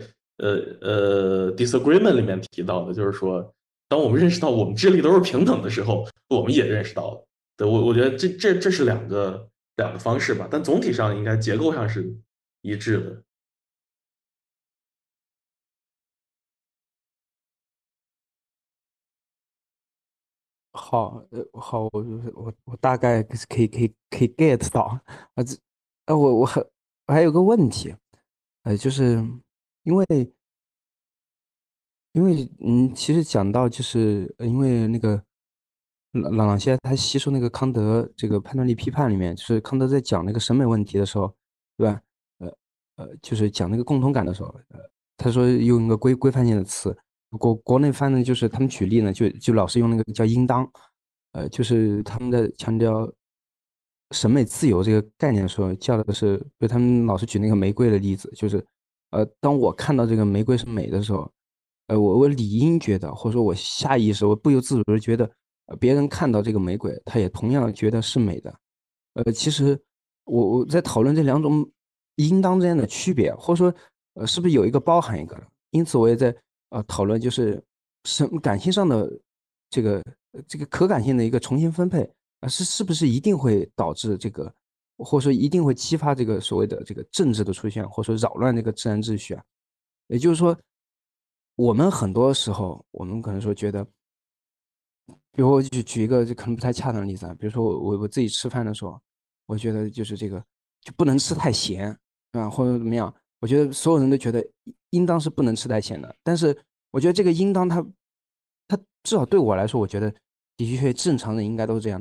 disagreement 里面提到的，就是说，当我们认识到我们智力都是平等的时候，我们也认识到了。对，我觉得这是两个方式吧，但总体上应该结构上是一致的。
好，好，我大概可以 get 到这我还有个问题，就是因为其实讲到就是因为那个朗谢他吸收那个康德这个判断力批判里面，就是康德在讲那个审美问题的时候，对吧？呃就是讲那个共同感的时候，他说用一个规范性的词，国内翻呢，就是他们举例呢，就老是用那个叫应当，就是他们在强调审美自由这个概念的时候，叫的是，就他们老是举那个玫瑰的例子，就是当我看到这个玫瑰是美的时候。我理应觉得，或者说我下意识，我不由自主的觉得，别人看到这个玫瑰，他也同样觉得是美的。其实我在讨论这两种应当之间的区别，或者说，是不是有一个包含一个了？因此，我也在讨论，就是感性上的这个可感性的一个重新分配是不是一定会导致这个，或者说一定会激发这个所谓的这个政治的出现，或者说扰乱这个自然秩序啊？也就是说，我们很多时候，我们可能说觉得，比如我举一个就可能不太恰当的例子啊，比如说我自己吃饭的时候，我觉得就是这个就不能吃太咸，啊，或者怎么样，我觉得所有人都觉得应当是不能吃太咸的，但是我觉得这个应当它至少对我来说，我觉得的确正常人应该都是这样的，它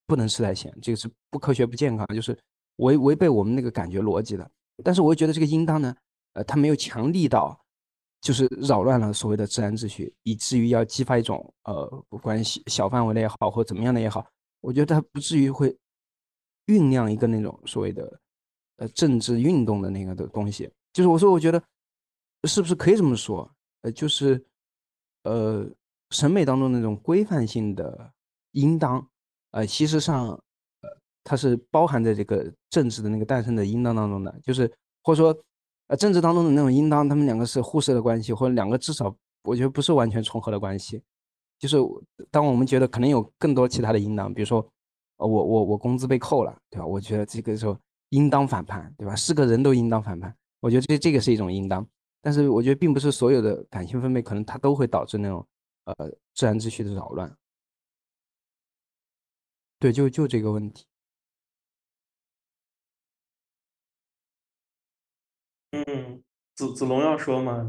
不能吃太咸，这个是不科学不健康，就是违背我们那个感觉逻辑的。但是我觉得这个应当呢，它没有强力到，就是扰乱了所谓的自然秩序，以至于要激发一种不管小范围的也好，或怎么样的也好，我觉得它不至于会酝酿一个那种所谓的政治运动的那个的东西。就是我说，我觉得是不是可以这么说？就是呃审美当中那种规范性的应当，其实上它是包含在这个政治的那个诞生的应当当中的，就是或者说政治当中的那种应当，他们两个是互斥的关系，或者两个至少我觉得不是完全重合的关系。就是当我们觉得可能有更多其他的应当，比如说我工资被扣了，对吧？我觉得这个时候应当反叛，对吧？是个人都应当反叛，我觉得这个是一种应当。但是我觉得并不是所有的感性分配可能它都会导致那种自然秩序的扰乱。对，就这个问题。
嗯，子龙要说吗？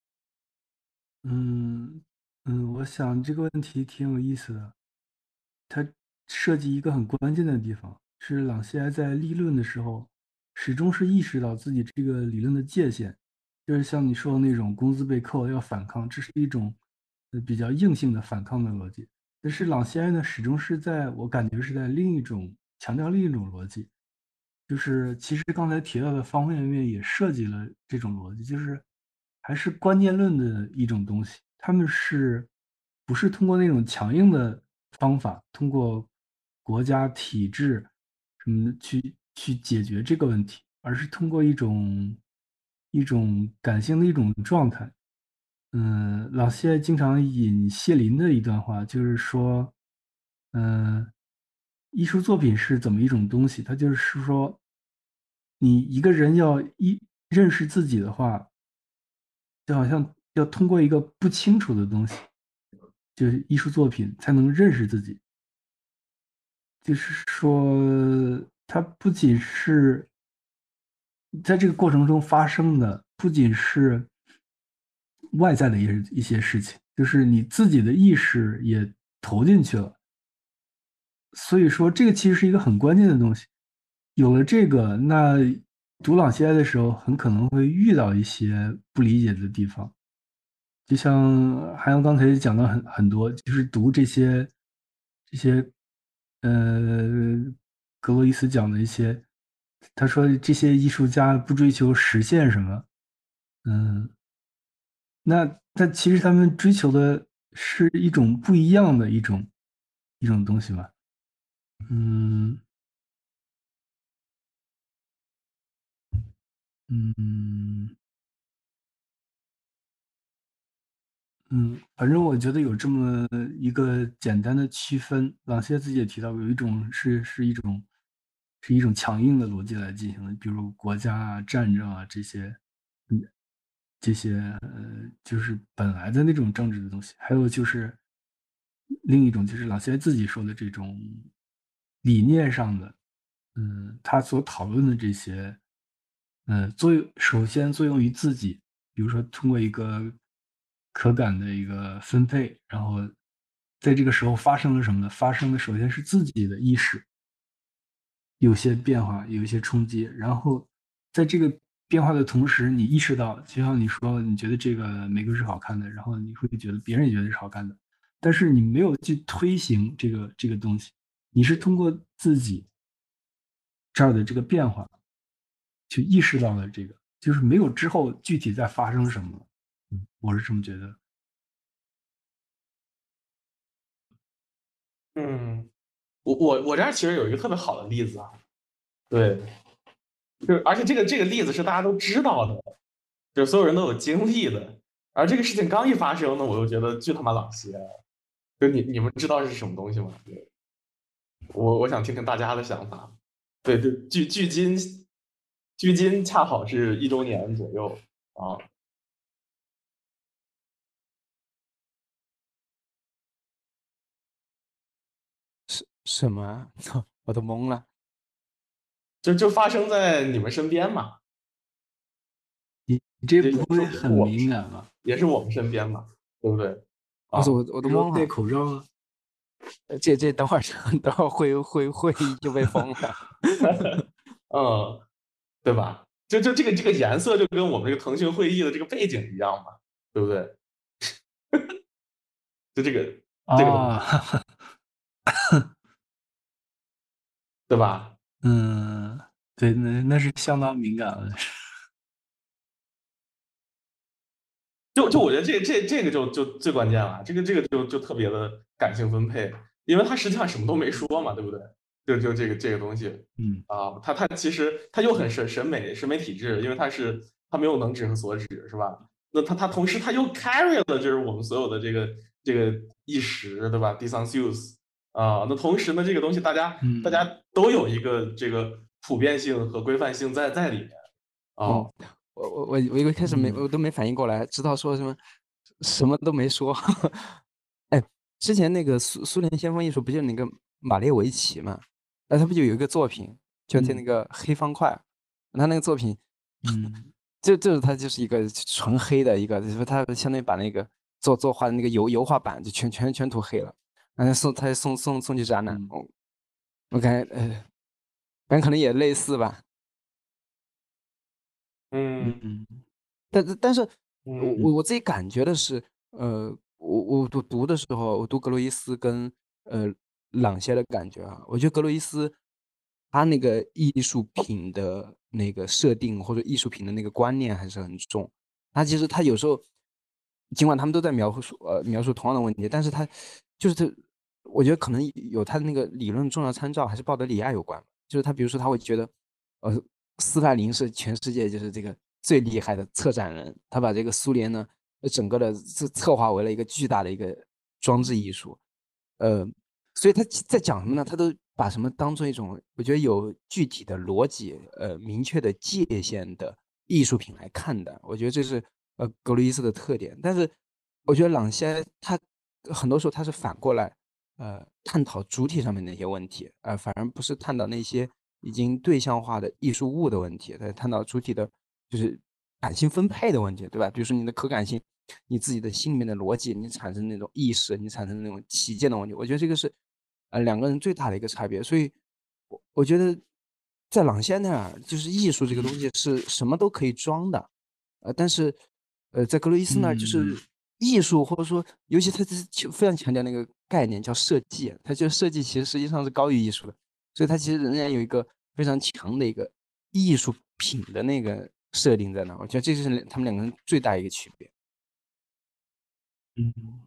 嗯我想这个问题挺有意思的，它涉及一个很关键的地方，是朗西埃在立论的时候，始终是意识到自己这个理论的界限，就是像你说的那种工资被扣要反抗，这是一种比较硬性的反抗的逻辑。但是朗西埃呢，始终是在我感觉是在另一种强调另一种逻辑，就是其实刚才提到的方方面面也涉及了这种逻辑，就是还是观念论的一种东西。他们是不是通过那种强硬的方法，通过国家体制什么的去解决这个问题，而是通过一种感性的一种状态。老谢经常引谢林的一段话，就是说，艺术作品是怎么一种东西？它就是说，你一个人要认识自己的话，就好像要通过一个不清楚的东西，就是艺术作品才能认识自己。就是说，它不仅是在这个过程中发生的，不仅是外在的一些事情，就是你自己的意识也投进去了。所以说，这个其实是一个很关键的东西。有了这个，那读朗西埃的时候，很可能会遇到一些不理解的地方。就像韩阳刚才讲到很多，就是读这些格罗伊斯讲的一些，他说这些艺术家不追求实现什么，嗯，那其实他们追求的是一种不一样的一种东西嘛，嗯嗯。反正我觉得有这么一个简单的区分，朗谢自己也提到过，有一种是一种强硬的逻辑来进行的，比如国家啊、战争啊这些，嗯，这些就是本来的那种政治的东西，还有就是另一种就是朗谢自己说的这种理念上的，他所讨论的这些，首先作用于自己，比如说通过一个可感的一个分配，然后在这个时候发生了什么呢？发生的首先是自己的意识有些变化，有一些冲击，然后在这个变化的同时，你意识到，就像你说，你觉得这个玫瑰是好看的，然后你会觉得别人也觉得是好看的，但是你没有去推行这个东西，你是通过自己这儿的这个变化去意识到了这个，就是没有之后具体在发生什么。我是这么觉得。
嗯，我这儿其实有一个特别好的例子啊，对，就是而且这个例子是大家都知道的，就是所有人都有经历的，而这个事情刚一发生呢，我就觉得巨他妈冷血，就你们知道是什么东西吗？对，我想听听大家的想法。对对，距今恰好是1周年左右啊。
什么啊？我都懵了。
就发生在你们身边嘛，
你这
也
不会很
我们
敏感吗？
也是我们身边嘛，对不对？啊，
不是我都懵了。
比如说戴口罩啊，
这等会儿等会儿会议就被封了。
嗯，对吧？就这个颜色就跟我们这个腾讯会议的这个背景一样嘛，对不对？就这个东西，
啊，
对吧？
嗯，对，那是相当敏感了。
就我觉得这个就最关键了，这个就特别的感性分配，因为他实际上什么都没说嘛，对不对？就这个东西
嗯
啊，他其实他又很审美体制，因为他没有能指和所指，是吧？那他同时他又 carry 了就是我们所有的这个意识，对吧？Dissocius 啊，那同时呢，这个东西大家
嗯
都有一个这个普遍性和规范性在里面
嗯，
啊。
我一开始
嗯
我都没反应过来，知道说什么都没说。哎，之前那个苏联先锋艺术不就是那个马列维奇嘛？那他不就有一个作品叫那
嗯
个黑方块？他那个作品
嗯
就是他就是一个纯黑的一个，就是他相当于把那个作画的那个油画板就全涂黑了，然后送去展览。
嗯
我感觉反正可能也类似吧。
嗯
嗯
但是我
嗯
我自己感觉的是，我读的时候，我读格罗伊斯跟朗歇的感觉啊，我觉得格罗伊斯他那个艺术品的那个设定或者艺术品的那个观念还是很重。他其实他有时候，尽管他们都在描述同样的问题，但是他就是他，我觉得可能有他的那个理论重要参照还是鲍德里亚有关。就是他比如说他会觉得，呃，斯大林是全世界就是这个最厉害的策展人，他把这个苏联呢整个的策划为了一个巨大的一个装置艺术。呃，所以他在讲什么呢？他都把什么当做一种我觉得有具体的逻辑、明确的界限的艺术品来看的。我觉得这是格鲁伊斯的特点。但是我觉得朗歇他很多时候他是反过来探讨主体上面的一些问题，反而不是探讨那些已经对象化的艺术物的问题，他探讨主体的就是感性分配的问题，对吧？比如说你的可感性，你自己的心里面的逻辑，你产生那种意识，你产生那种起见的问题。我觉得这个是两个人最大的一个差别。所以我觉得在朗歇那儿，就是艺术这个东西是什么都可以装的。但是在格罗伊斯那儿，就是
嗯
艺术或者说，尤其他非常强调那个概念叫设计，他觉得设计其实实际上是高于艺术的，所以他其实仍然有一个非常强的一个艺术品的那个设定在那。我觉得这是他们两个人最大一个区别。
嗯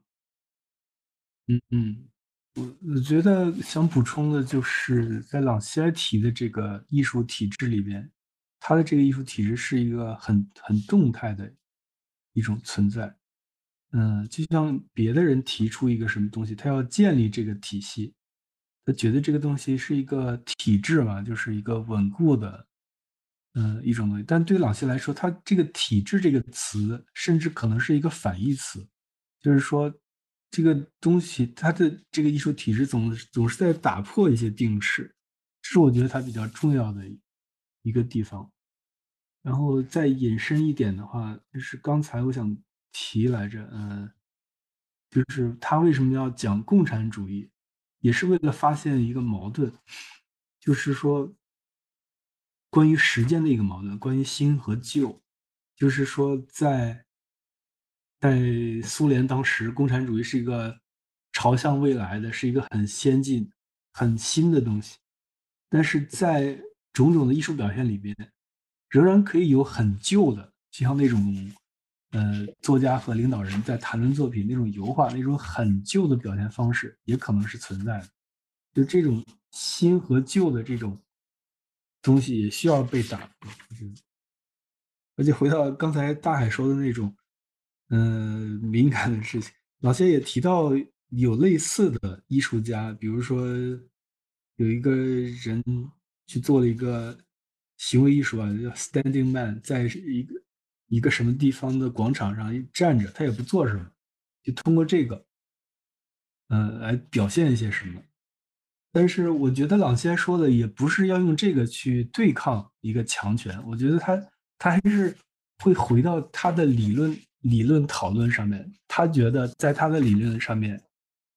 嗯，我觉得想补充的就是在朗西提的这个艺术体制里边，他的这个艺术体制是一个很动态的一种存在。就像别的人提出一个什么东西，他要建立这个体系，他觉得这个东西是一个体制嘛，就是一个稳固的，一种东西。但对于朗西来说，他这个“体制”这个词，甚至可能是一个反义词，就是说这个东西，它的这个艺术体制总是在打破一些定式，这是我觉得它比较重要的一个地方。然后再引申一点的话，就是刚才我想提来着，就是他为什么要讲共产主义，也是为了发现一个矛盾，就是说关于时间的一个矛盾，关于新和旧，就是说在苏联当时，共产主义是一个朝向未来的，是一个很先进、很新的东西，但是在种种的艺术表现里边，仍然可以有很旧的，就像那种作家和领导人在谈论作品那种油画那种很旧的表现方式，也可能是存在的。就这种新和旧的这种东西，也需要被打破。而且回到刚才大海说的那种，敏感的事情，老谢也提到有类似的艺术家，比如说有一个人去做了一个行为艺术啊，叫 standing man，在一个什么地方的广场上站着，他也不做什么，就通过这个，来表现一些什么。但是我觉得朗先说的也不是要用这个去对抗一个强权，我觉得他还是会回到他的理论讨论上面。他觉得在他的理论上面，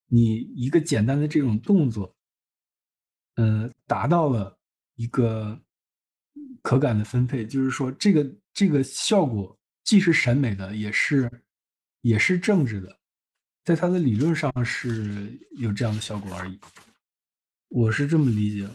你一个简单的这种动作，达到了一个可感的分配，就是说这个效果既是审美的，也是政治的，在它的理论上是有这样的效果而已。我是这么理解的。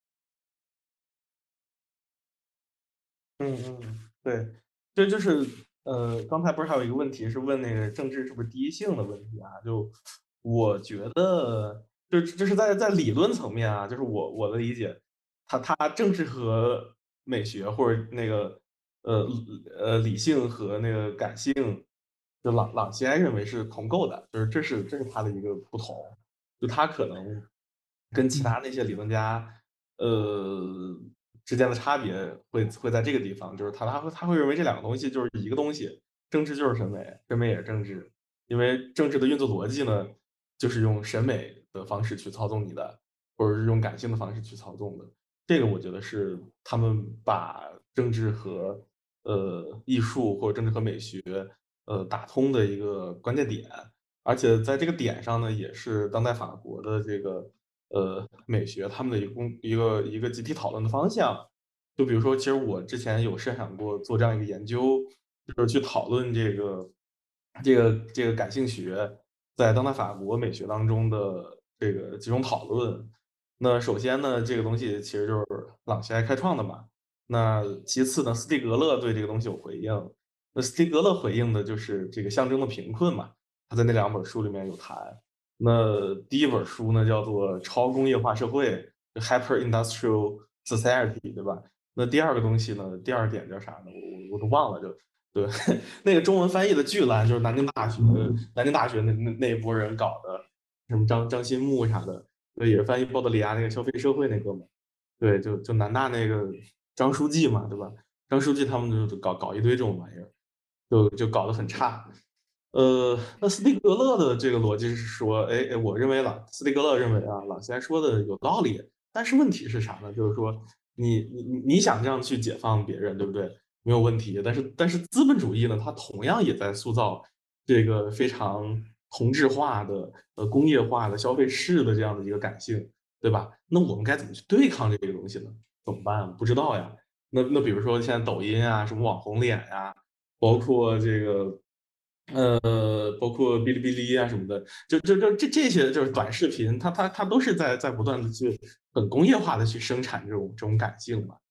对，这就是刚才不是还有一个问题是问那个政治是不是第一性的问题啊？就我觉得，就是在理论层面啊，就是我的理解，它政治和美学或者那个呃理性和那个感性，就朗西埃认为是同构的，就是这是他的一个不同，就他可能跟其他那些理论家。呃之间的差别会在这个地方，就是他会认为这两个东西就是一个东西，政治就是审美，审美也是政治，因为政治的运作逻辑呢，就是用审美的方式去操纵你的，或者是用感性的方式去操纵的。这个我觉得是他们把政治和艺术或者政治和美学打通的一个关键点，而且在这个点上呢，也是当代法国的这个美学他们的一个集体讨论的方向。就比如说，其实我之前有设想过做这样一个研究，就是去讨论这个感性学在当代法国美学当中的这个几种讨论。那首先呢，这个东西其实就是朗西埃开创的嘛。那其次呢，斯蒂格勒对这个东西有回应。那斯蒂格勒回应的就是这个象征的贫困嘛，他在那两本书里面有谈。那第一本书呢叫做《超工业化社会》（Hyper Industrial Society），对吧？那第二个东西呢，第二点叫啥呢？我都忘了，就对，那个中文翻译的巨烂，就是南京大学那一波人搞的，什么张新木啥的，对，也是翻译鲍德里亚那个消费社会那哥们，对，就南大那个张书记嘛，对吧？张书记他们就搞一堆这种玩意儿，就搞得很差。那斯蒂格勒的这个逻辑是说，我认为斯蒂格勒认为啊，朗西埃说的有道理，但是问题是啥呢？就是说你想这样去解放别人，对不对？没有问题，但是资本主义呢，它同样也在塑造这个非常同质化的、工业化的消费式的这样的一个感性，对吧？那我们该怎么去对抗这个东西呢？怎么办？不知道呀。那比如说现在抖音啊，什么网红脸呀、包括这个包括哔哩哔哩啊什么的，这些就是短视频，它都是在不断的去很工业化的去生产这种感性嘛。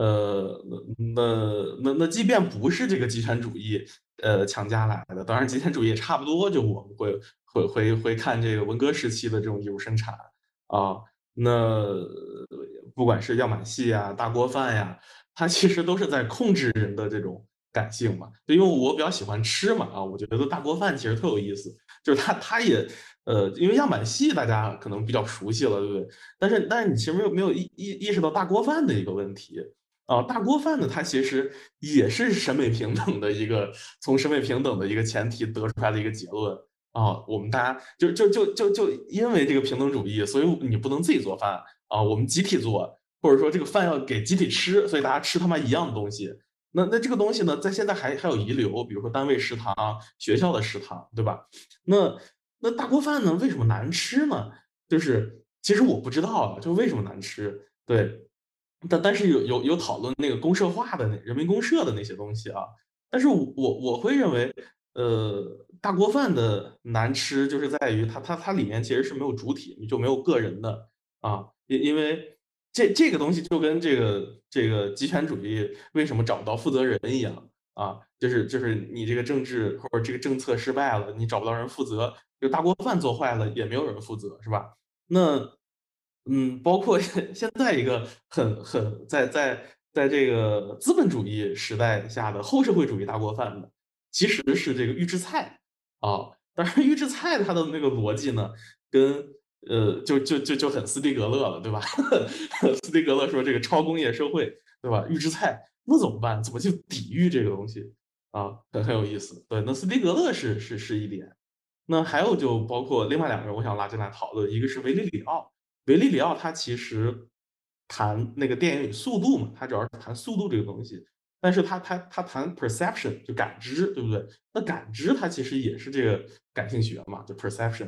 那即便不是这个极权主义强加来的，当然极权主义也差不多，就我们会看这个文革时期的这种艺术生产啊，那不管是样板戏啊、大锅饭呀，它其实都是在控制人的这种感性嘛。就因为我比较喜欢吃嘛，啊，我觉得大锅饭其实特有意思，就是它也因为样板戏大家可能比较熟悉了，对不对？但是你其实没有意识到大锅饭的一个问题。啊，大锅饭呢，它其实也是审美平等的一个，从审美平等的一个前提得出来的一个结论啊。我们大家就因为这个平等主义，所以你不能自己做饭啊，我们集体做，或者说这个饭要给集体吃，所以大家吃他妈一样的东西。那这个东西呢，在现在还有遗留，比如说单位食堂、学校的食堂，对吧？那大锅饭呢，为什么难吃呢？就是其实我不知道啊，就为什么难吃。对，但是有讨论那个公社化的人民公社的那些东西啊，但是我会认为，大锅饭的难吃就是在于它里面其实是没有主体，你就没有个人的啊，因为这个东西就跟这个极权主义为什么找不到负责人一样啊，就是你这个政治或者这个政策失败了，你找不到人负责，这个大锅饭做坏了也没有人负责，是吧？那包括现在一个很在这个资本主义时代下的后社会主义大锅饭的，其实是这个预制菜啊。当然，预制菜它的那个逻辑呢，跟就很斯蒂格勒了，对吧？斯蒂格勒说这个超工业社会，对吧？预制菜那怎么办？怎么去抵御这个东西啊？很有意思。对，那斯蒂格勒是一点。那还有就包括另外两个人，我想拉进来讨论，一个是维利里奥。维利里奥他其实谈那个电影里速度嘛，他主要是谈速度这个东西，但是他谈 perception 就感知，对不对？那感知它其实也是这个感性学嘛，就 perception。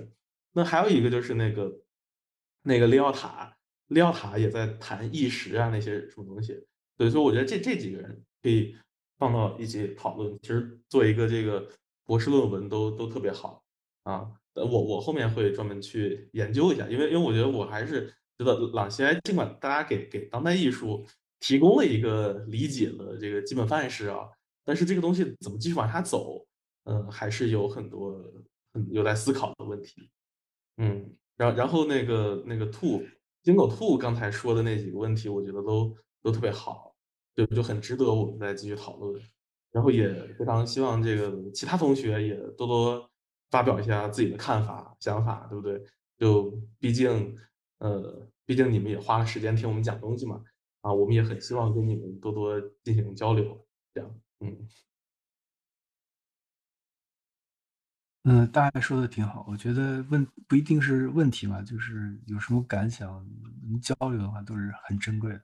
那还有一个就是那个利奥塔，利奥塔也在谈意识啊那些什么东西。对，所以我觉得这几个人可以放到一起讨论。其实做一个这个博士论文都特别好啊。我后面会专门去研究一下，因为我觉得我还是觉得朗西埃尽管大家给当代艺术提供了一个理解的这个基本范式啊，但是这个东西怎么继续往下走，还是有很多有待思考的问题。然后那个金狗兔刚才说的那几个问题，我觉得都特别好，就很值得我们再继续讨论。然后也非常希望这个其他同学也多多发表一下自己的看法、想法，对不对？就毕竟你们也花了时间听我们讲东西嘛，啊，我们也很希望跟你们多多进行交流，这样，
大概说的挺好。我觉得不一定是问题嘛，就是有什么感想，交流的话都是很珍贵的。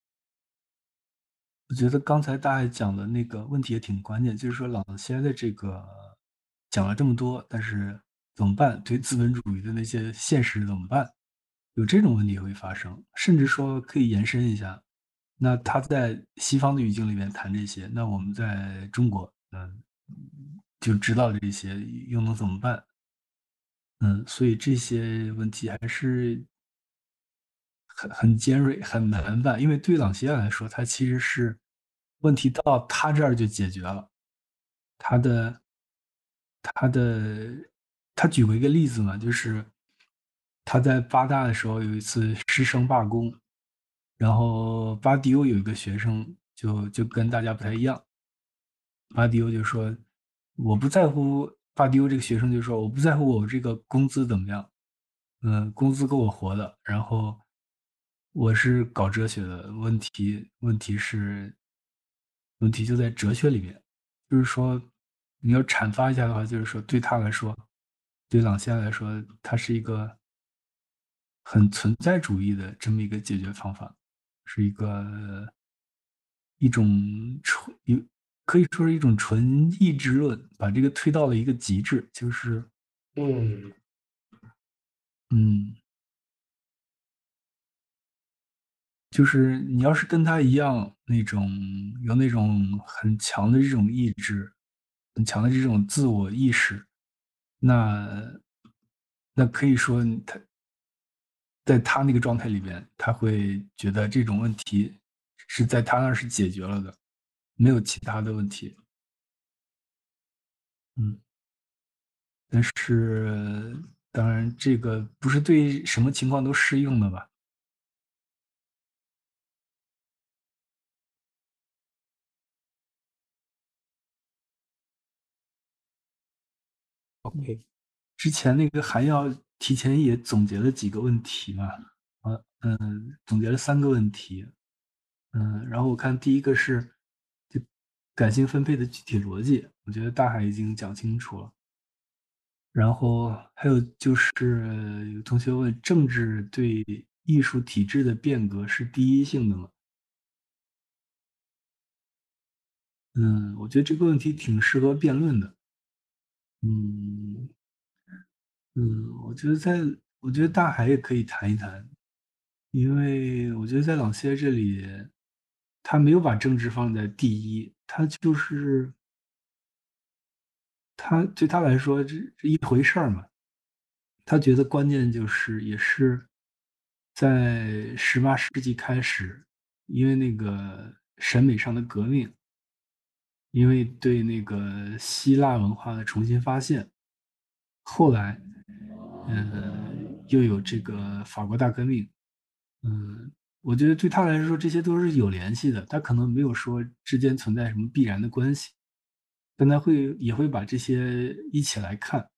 我觉得刚才大概讲的那个问题也挺关键，就是说朗西埃的这个讲了这么多，但是怎么办？对资本主义的那些现实怎么办？有这种问题会发生，甚至说可以延伸一下。那他在西方的语境里面谈这些，那我们在中国，就知道这些，又能怎么办？所以这些问题还是很尖锐，很难办。因为对于朗西亚来说，他其实是问题到他这儿就解决了。他的他的他举过一个例子嘛，就是他在八大的时候有一次师生罢工，然后巴迪欧有一个学生就跟大家不太一样，巴迪欧就说我不在乎，巴迪欧这个学生就说我不在乎我这个工资怎么样，工资够我活的，然后我是搞哲学的，问题就在哲学里面，就是说你要阐发一下的话，就是说对他来说，对朗西亚来说，它是一个很存在主义的这么一个解决方法，是一种可以说是一种纯意志论，把这个推到了一个极致，就是
嗯
嗯。就是你要是跟他一样那种有那种很强的这种意志，很强的这种自我意识，那可以说在他那个状态里边，他会觉得这种问题是在他那儿是解决了的，没有其他的问题。嗯，但是当然这个不是对什么情况都适用的吧？
OK，
之前那个韩耀提前也总结了几个问题嘛，总结了3个问题，然后我看第一个是就感性分配的具体逻辑，我觉得大海已经讲清楚了。然后还有就是有同学问，政治对艺术体制的变革是第一性的吗？我觉得这个问题挺适合辩论的。嗯我觉得大海也可以谈一谈，因为我觉得在朗歇这里，他没有把政治放在第一，他对他来说这一回事儿嘛。他觉得关键就是也是在18世纪开始，因为那个审美上的革命，因为对那个希腊文化的重新发现，后来，又有这个法国大革命，嗯，我觉得对他来说这些都是有联系的，他可能没有说之间存在什么必然的关系，但他也会把这些一起来看。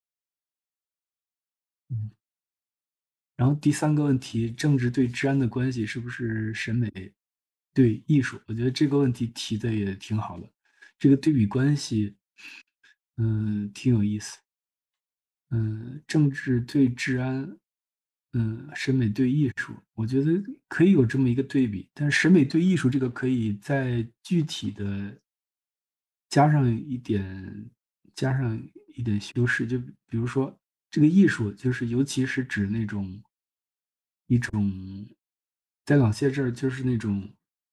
嗯，然后第3个问题，政治对治安的关系是不是审美对艺术？我觉得这个问题提的也挺好的，这个对比关系，挺有意思。政治对治安，审美对艺术，我觉得可以有这么一个对比。但是审美对艺术这个可以再具体的加上一点，加上一点修饰。就比如说这个艺术就是尤其是指那种一种在朗谢这儿就是那种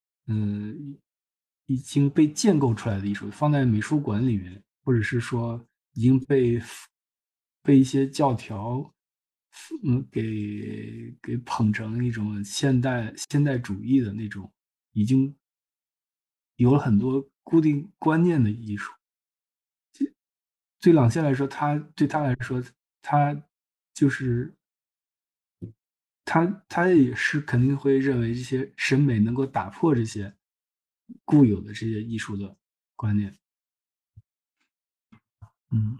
已经被建构出来的艺术，放在美术馆里面，或者是说已经被一些教条给捧成一种现代主义的那种，已经有了很多固定观念的艺术。对朗谢来说，对他来说，他就是他也是肯定会认为这些审美能够打破这些固有的这些艺术的观念。嗯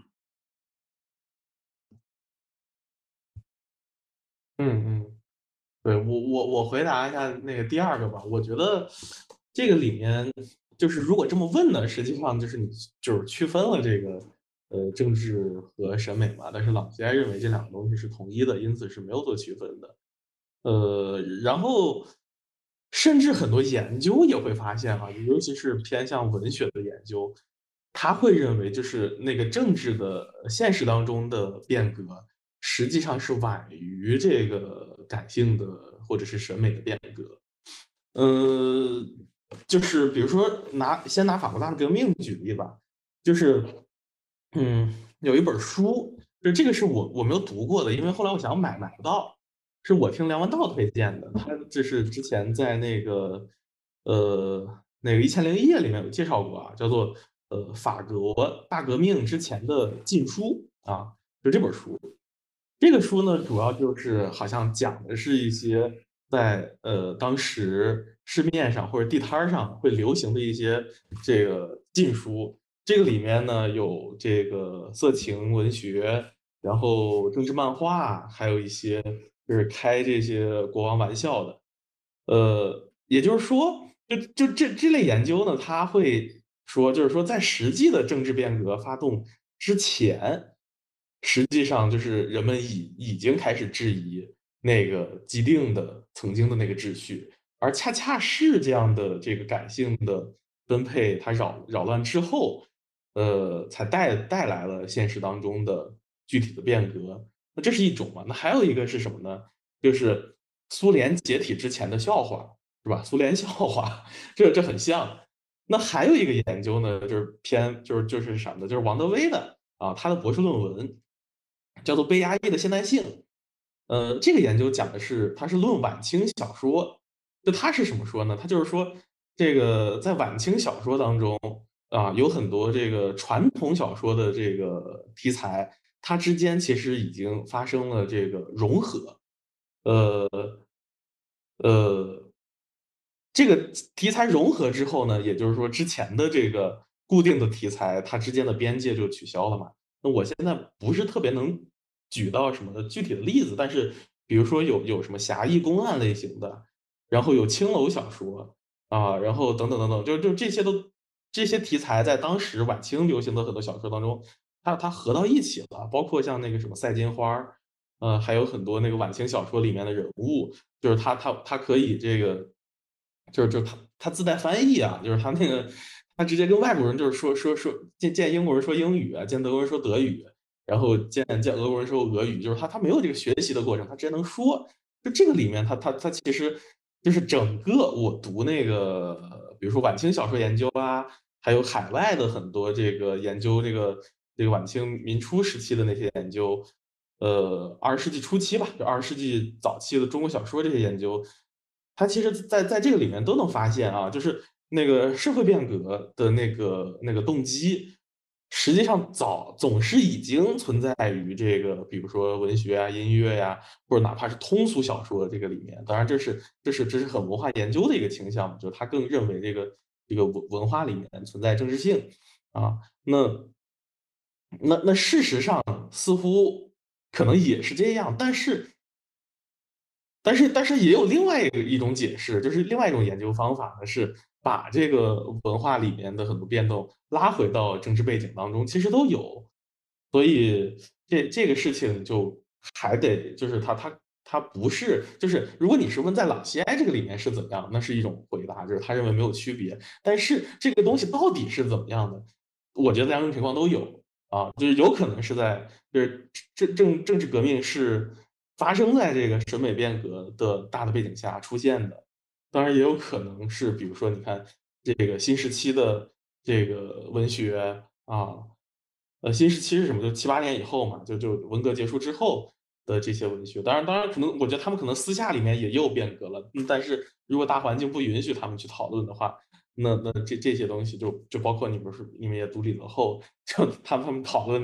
嗯嗯。对，我回答一下那个第二个吧。我觉得这个里面就是如果这么问呢，实际上就是你就是区分了这个政治和审美嘛。但是朗西埃认为这两个东西是统一的，因此是没有做区分的。然后甚至很多研究也会发现哈，尤其是偏向文学的研究，他会认为就是那个政治的现实当中的变革，实际上是晚于这个感性的或者是审美的变革。呃，就是比如说先拿法国大革命举例吧，就是有一本书，就这个是我没有读过的，因为后来我想买不到，是我听梁文道推荐的，他这是之前在那个1001夜里面有介绍过啊，叫做法国大革命之前的禁书啊，就这本书。这个书呢，主要就是好像讲的是一些在当时市面上或者地摊儿上会流行的一些这个禁书。这个里面呢有这个色情文学，然后政治漫画，还有一些就是开这些国王玩笑的。也就是说，就这类研究呢，他会说，就是说在实际的政治变革发动之前。实际上就是人们已经开始质疑那个既定的曾经的那个秩序，而恰恰是这样的这个感性的分配，它扰乱之后，才带来了现实当中的具体的变革。那这是一种嘛？那还有一个是什么呢？就是苏联解体之前的笑话，是吧？苏联笑话，这很像。那还有一个研究呢，就是就是什么呢？就是王德威的啊，他的博士论文。叫做《被压抑的现代性》。这个研究讲的是，它是论晚清小说。就它是什么说呢？它就是说，这个在晚清小说当中啊，有很多这个传统小说的这个题材，它之间其实已经发生了这个融合。呃呃，这个题材融合之后呢，也就是说之前的这个固定的题材，它之间的边界就取消了嘛。那我现在不是特别能举到什么具体的例子，但是比如说有什么侠义公案类型的，然后有青楼小说啊，然后等等等等，就这些题材在当时晚清流行的很多小说当中，它合到一起了，包括像那个什么赛金花儿，还有很多那个晚清小说里面的人物，就是他可以这个，就是他自带翻译啊，就是他那个他直接跟外国人就是说见英国人说英语啊，见德国人说德语，然后见俄国人说俄语，就是他没有这个学习的过程，他直接能说。就这个里面他其实就是整个我读那个，比如说晚清小说研究啊，还有海外的很多这个研究这个晚清民初时期的那些研究。20世纪初期吧，就20世纪早期的中国小说这些研究，它其实在这个里面都能发现啊，就是那个社会变革的那个动机，实际上总是已经存在于这个，比如说文学啊、音乐呀、或者哪怕是通俗小说这个里面。当然，这是很文化研究的一个倾向，就是他更认为这个文化里面存在政治性啊。那事实上似乎可能也是这样，但是也有另外一种解释，就是另外一种研究方法呢，是把这个文化里面的很多变动拉回到政治背景当中，其实都有。所以这个事情就还得就是他不是就是如果你是问在朗西埃这个里面是怎样，那是一种回答，就是他认为没有区别。但是这个东西到底是怎么样的，我觉得两种情况都有。 就是有可能是在就是政治革命是发生在这个审美变革的大的背景下出现的。当然也有可能是比如说你看这个新时期的这个文学啊，新时期是什么？就7、8年以后嘛，就文革结束之后的这些文学。当然可能我觉得他们可能私下里面也又变革了，但是如果大环境不允许他们去讨论的话，那这些东西就包括你们也读李泽厚，就他们讨论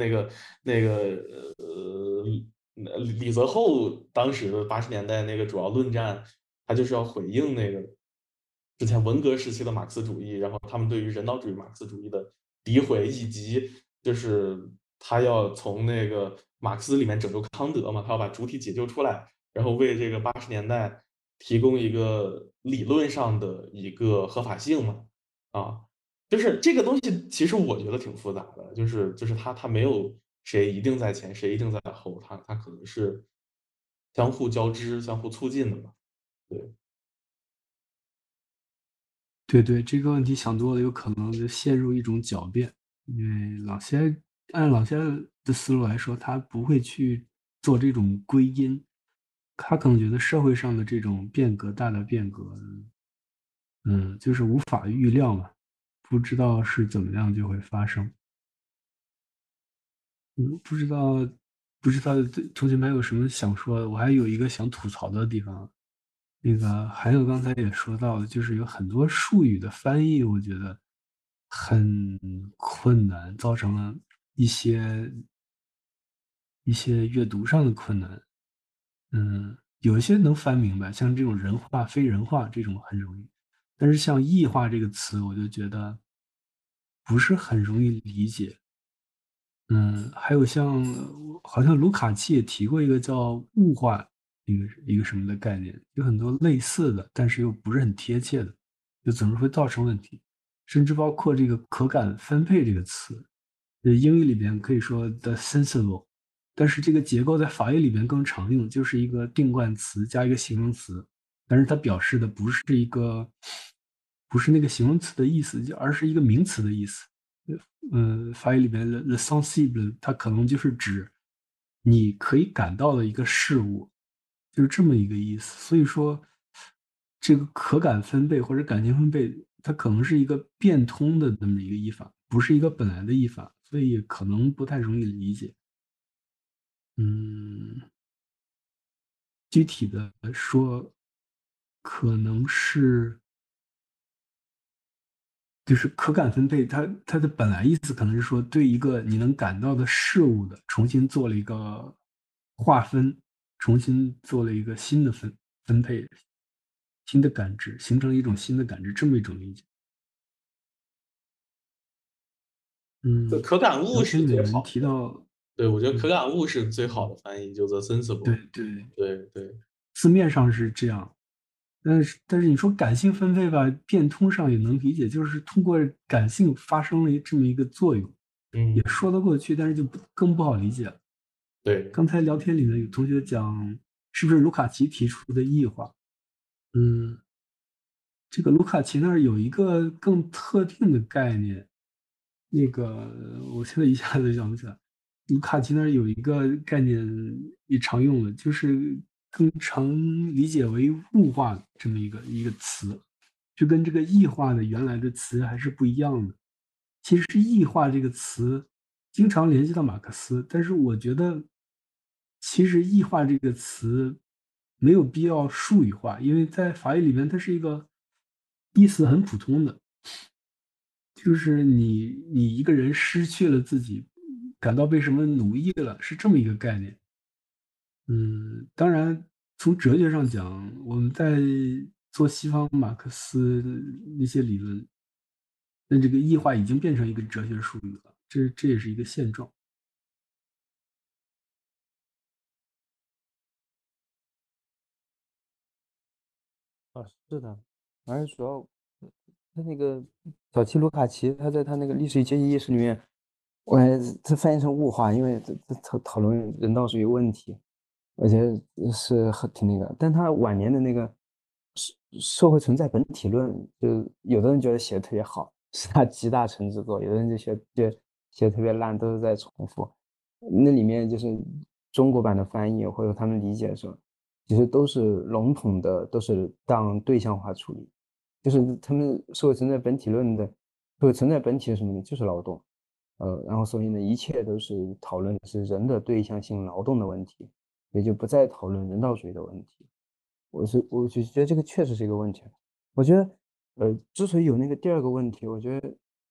李泽厚当时的80年代那个主要论战，他就是要回应那个之前文革时期的马克思主义，然后他们对于人道主义马克思主义的诋毁，以及就是他要从那个马克思里面拯救康德嘛，他要把主体解救出来，然后为这个80年代提供一个理论上的一个合法性嘛，啊。就是这个东西，其实我觉得挺复杂的，就是它没有谁一定在前，谁一定在后，它可能是相互交织、相互促进的嘛。对，
对对，这个问题想多了，有可能就陷入一种狡辩。因为按老先生的思路来说，他不会去做这种归因，他可能觉得社会上的这种变革，大的变革，就是无法预料嘛，不知道是怎么样就会发生。不知道同学们还有什么想说的？我还有一个想吐槽的地方。那个还有刚才也说到的，就是有很多术语的翻译，我觉得很困难，造成了一些阅读上的困难。有一些能翻明白，像这种人话、非人话这种很容易，但是像异化这个词，我就觉得不是很容易理解。还有像好像卢卡奇也提过一个叫物化一个什么的概念，有很多类似的，但是又不是很贴切的，就总是会造成问题。甚至包括这个可感分配这个词，英语里边可以说 the sensible，但是这个结构在法语里边更常用，就是一个定冠词加一个形容词，但是它表示的不是那个形容词的意思，而是一个名词的意思。法语里边的 sensible，它可能就是指你可以感到的一个事物，就是这么一个意思。所以说，这个可感分贝或者感情分贝，它可能是一个变通的那么一个译法，不是一个本来的译法，所以可能不太容易理解。嗯，具体的说，可能是就是可感分配，它的本来意思可能是说对一个你能感到的事物的重新做了一个划分，重新做了一个新的分配，新的感知，形成了一种新的感知，这么一种理解。
可感悟是
聊天里面有人
最好的。
提到，
对，我觉得可
嗯，
感悟是最好的翻译，就 the
对
sensible。
对，
对对，
字面上是这样，但是你说感性分配吧，变通上也能理解，就是通过感性发生了这么一个作用，也
嗯，
说得过去，但是就更不好理解了。
对，
刚才聊天里面有同学讲，是不是卢卡奇提出的异化？嗯，这个卢卡奇那儿有一个更特定的概念，那个我现在一下子想不起来。卢卡奇那儿有一个概念也常用的，就是更常理解为物化这么一个词，就跟这个异化的原来的词还是不一样的。其实“异化”这个词经常联系到马克思，但是我觉得其实“异化”这个词没有必要术语化，因为在法语里面它是一个意思很普通的，就是你一个人失去了自己，感到被什么奴役了，是这么一个概念。当然，从哲学上讲，我们在做西方马克思那些理论，那这个异化已经变成一个哲学术语了，这也是一个现状。
是的，而且主要他那个小齐卢卡奇，他在他那个历史与阶级意识里面，我还他翻译成物化，因为这讨论人道主义问题，我觉得是很挺那个。但他晚年的那个社会存在本体论，就有的人觉得写的特别好，是他集大成之作，有的人就觉得写的特别烂，都是在重复。那里面就是中国版的翻译或者他们理解的时候，其实都是笼统的，都是当对象化处理，就是他们社会存在本体论的，社会存在本体是什么呢？就是劳动。然后所以呢，一切都是讨论的是人的对象性劳动的问题，也就不再讨论人道主义的问题。我就觉得这个确实是一个问题。我觉得，之所以有那个第二个问题，我觉得，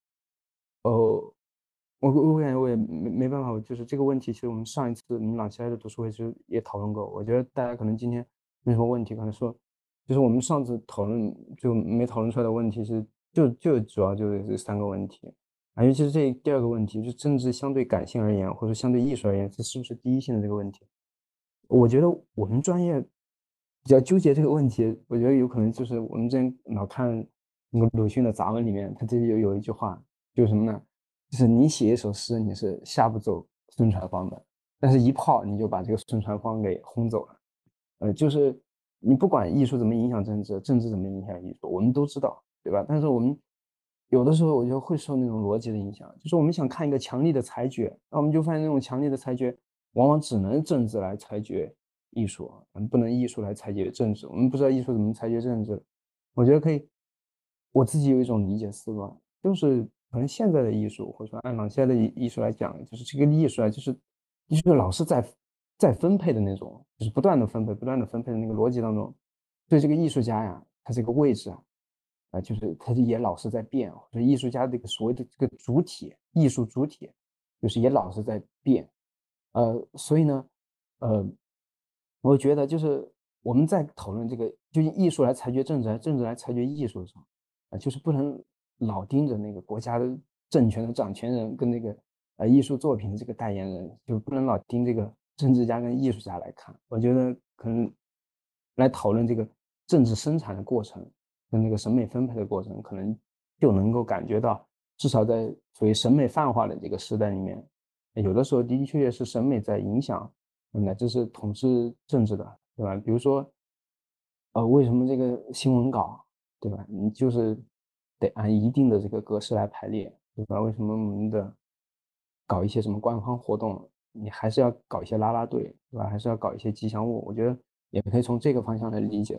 我感觉我也没办法，就是这个问题，其实我们上一次我们朗西埃的读书会其实也讨论过。我觉得大家可能今天没什么问题，可能说，就是我们上次讨论就没讨论出来的问题是，就主要就是这三个问题。啊，尤其是这第二个问题，就政治相对感性而言，或者相对艺术而言，这是不是第一性的这个问题？我觉得我们专业比较纠结这个问题，我觉得有可能就是我们之前老看那个鲁迅的杂文里面，他这里有一句话，就是什么呢？就是你写一首诗，你是吓不走孙传芳的，但是一炮你就把这个孙传芳给轰走了。就是你不管艺术怎么影响政治，政治怎么影响艺术，我们都知道，对吧？但是我们有的时候我觉得会受那种逻辑的影响，就是我们想看一个强力的裁决，那我们就发现那种强力的裁决往往只能政治来裁决艺术，不能艺术来裁决政治。我们不知道艺术怎么裁决政治，我觉得可以，我自己有一种理解思路啊，就是可能现在的艺术，或者说按朗西埃的艺术来讲，就是这个艺术啊，就是老是在分配的那种，就是不断的分配、不断的分配的那个逻辑当中，对这个艺术家呀，他这个位置啊，就是他也老是在变，或者艺术家这个所谓的这个主体，艺术主体，就是也老是在变。所以呢，呃，我觉得就是我们在讨论这个，就艺术来裁决政治，政治来裁决艺术的时候，就是不能老盯着那个国家的政权的掌权人跟那个艺术作品的这个代言人，就不能老盯这个政治家跟艺术家来看。我觉得可能来讨论这个政治生产的过程跟那个审美分配的过程，可能就能够感觉到，至少在所谓审美泛化的这个时代里面，有的时候的的确确是审美在影响，乃至是统治政治的，对吧？比如说，为什么这个新闻稿，对吧？你就是得按一定的这个格式来排列，对吧？为什么我们的搞一些什么官方活动，你还是要搞一些啦啦队，对吧？还是要搞一些吉祥物？我觉得也可以从这个方向来理解。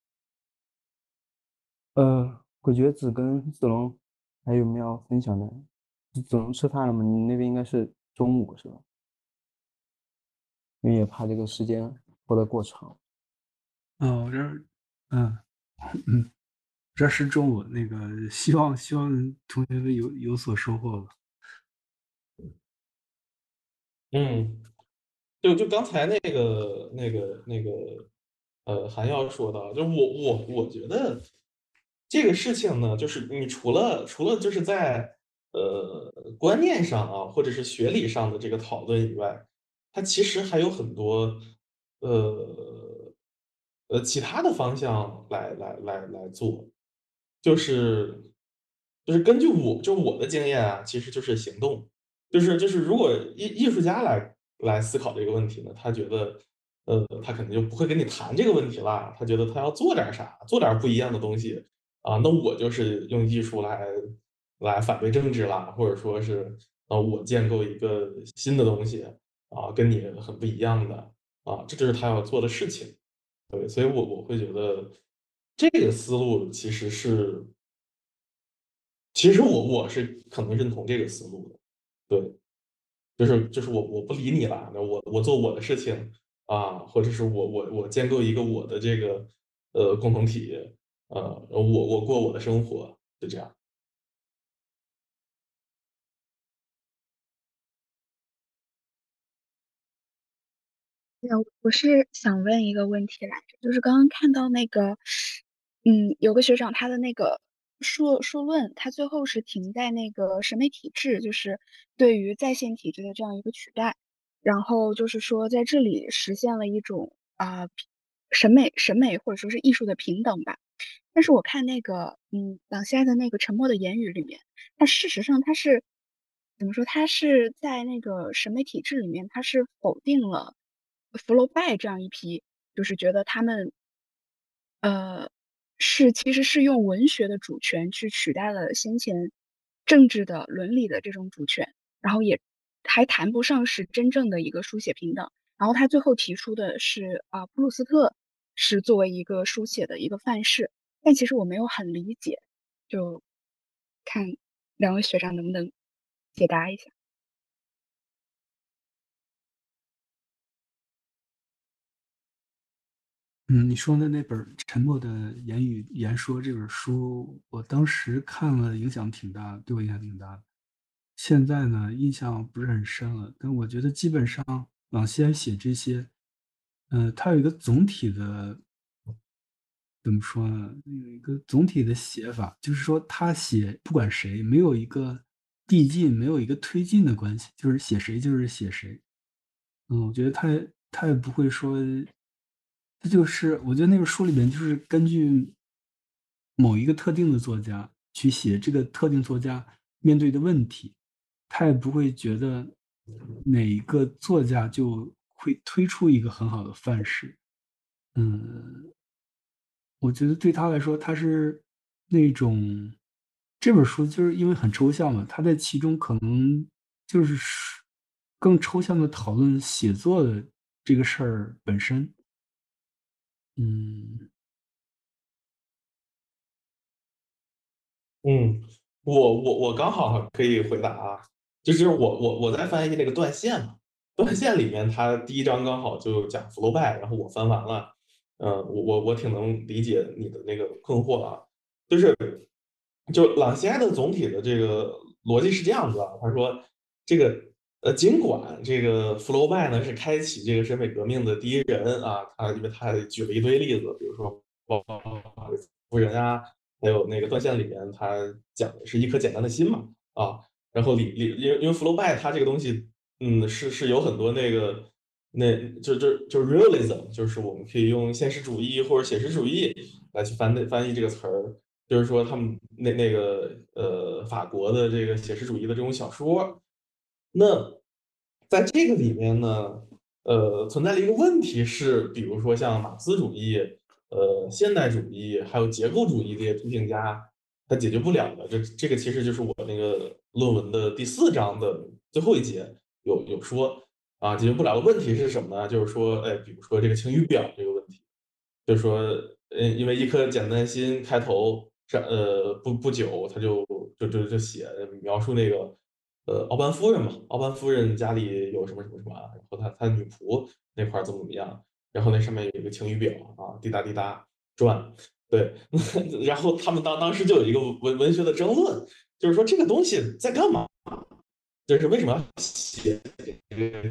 鬼觉子跟子龙还有没有要分享的？子龙吃饭了吗？你那边应该是中午是吧？因为也怕这个时间拖得过长。
我这儿，嗯嗯，这是中午那个，希望同学们有所收获吧。
嗯，就刚才韩耀说的，就我觉得这个事情呢，就是你除了就是在观念上啊，或者是学理上的这个讨论以外，它其实还有很多呃其他的方向来做，就是根据我的经验啊，其实就是行动。就是如果艺术家来思考这个问题呢，他觉得，他可能就不会跟你谈这个问题了，他觉得他要做点啥，做点不一样的东西啊，那我就是用艺术来反对政治啦，或者说是我建构一个新的东西啊，跟你很不一样的啊，这就是他要做的事情。对，所以我会觉得这个思路其实我是可能认同这个思路的。对。就是我不理你了，那我做我的事情啊，或者是我建构一个我的这个共同体，我过我的生活，就这样。
对啊，我是想问一个问题来着，就是刚刚看到那个，有个学长他的那个硕论，他最后是停在那个审美体制，就是对于在线体制的这样一个取代，然后就是说在这里实现了一种审美或者说是艺术的平等吧。但是我看那个朗西埃的那个《沉默的言语》里面，它事实上它是怎么说？它是在那个审美体制里面，它是否定了福楼拜这样一批，就是觉得他们呃其实是用文学的主权去取代了先前政治的伦理的这种主权。 然后也还谈不上是真正的一个书写平等。然后他最后提出的是普鲁斯特是作为一个书写的一个范式，但其实我没有很理解，就看两位学长能不能解答一下。
你说的那本《沉默的言语言说》这本书，我当时看了，影响挺大的，对我影响挺大的。现在呢，印象不是很深了，但我觉得基本上朗西埃写这些，他有一个总体的，怎么说呢？有一个总体的写法，就是说他写不管谁，没有一个递进，没有一个推进的关系，就是写谁就是写谁。我觉得他也不会说，这就是我觉得那个书里面就是根据某一个特定的作家去写这个特定作家面对的问题，他也不会觉得哪一个作家就会推出一个很好的范式。嗯，我觉得对他来说，他是那种这本书就是因为很抽象嘛，他在其中可能就是更抽象的讨论写作的这个事儿本身。嗯
嗯，我刚好可以回答啊，就是我在翻译那个断线嘛，断线里面它第一章刚好就讲 flow by，然后我翻完了，我挺能理解你的那个困惑啊，就是就朗西埃的总体的这个逻辑是这样子啊，他说这个尽管这个 flow by 呢是开启这个审美革命的第一人啊，因为他举了一堆例子，比如说包括夫人啊。还有那个断线里面，它讲的是一颗简单的心嘛，啊，然后因为 flow by 它这个东西，是有很多那个就 realism，就是我们可以用现实主义或者写实主义来去翻译这个词儿，就是说他们那个法国的这个写实主义的这种小说，那在这个里面呢，存在了一个问题是，比如说像马克思主义。现代主义还有结构主义这些批评家，他解决不了的。这个其实就是我那个论文的第4章的最后一节有说啊，解决不了的问题是什么呢？就是说，哎，比如说这个晴雨表这个问题，就是说，因为一颗简单心开头是不久他就写描述那个奥班夫人嘛，奥班夫人家里有什么什么什么啊，然后他女仆那块怎么样。然后那上面有一个晴雨表啊，滴答滴答转，对，然后他们当时就有一个文学的争论，就是说这个东西在干嘛？就是为什么要写这个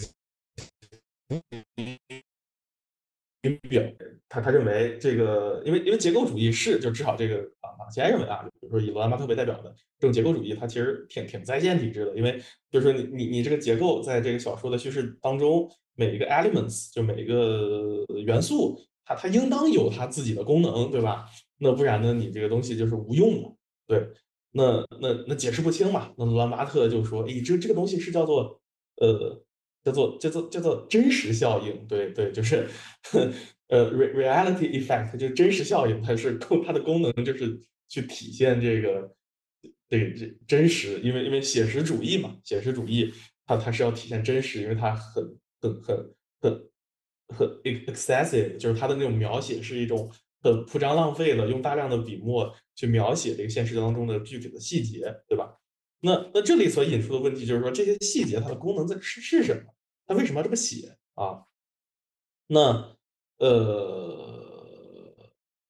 表？他认为这个，因为结构主义是就至少这个马西埃认为啊，比如说以罗兰巴特为代表的这种结构主义，它其实挺在线体制的，因为就是说你这个结构在这个小说的叙事当中，每一个 elements 就每一个元素，它应当有它自己的功能，对吧？那不然呢，你这个东西就是无用的，对。那解释不清嘛？那罗兰巴特就说，诶，这个东西是呃叫做真实效应，对对，就是reality effect，就是真实效应，它的功能就是去体现这真实，因为写实主义嘛，写实主义它是要体现真实，因为它很 excessive，就是它的那种描写是一种很铺张浪费的，用大量的笔墨去描写这个现实当中的具体的细节，对吧？那这里所引出的问题就是说，这些细节它的功能是什么？它为什么要这么写啊？那呃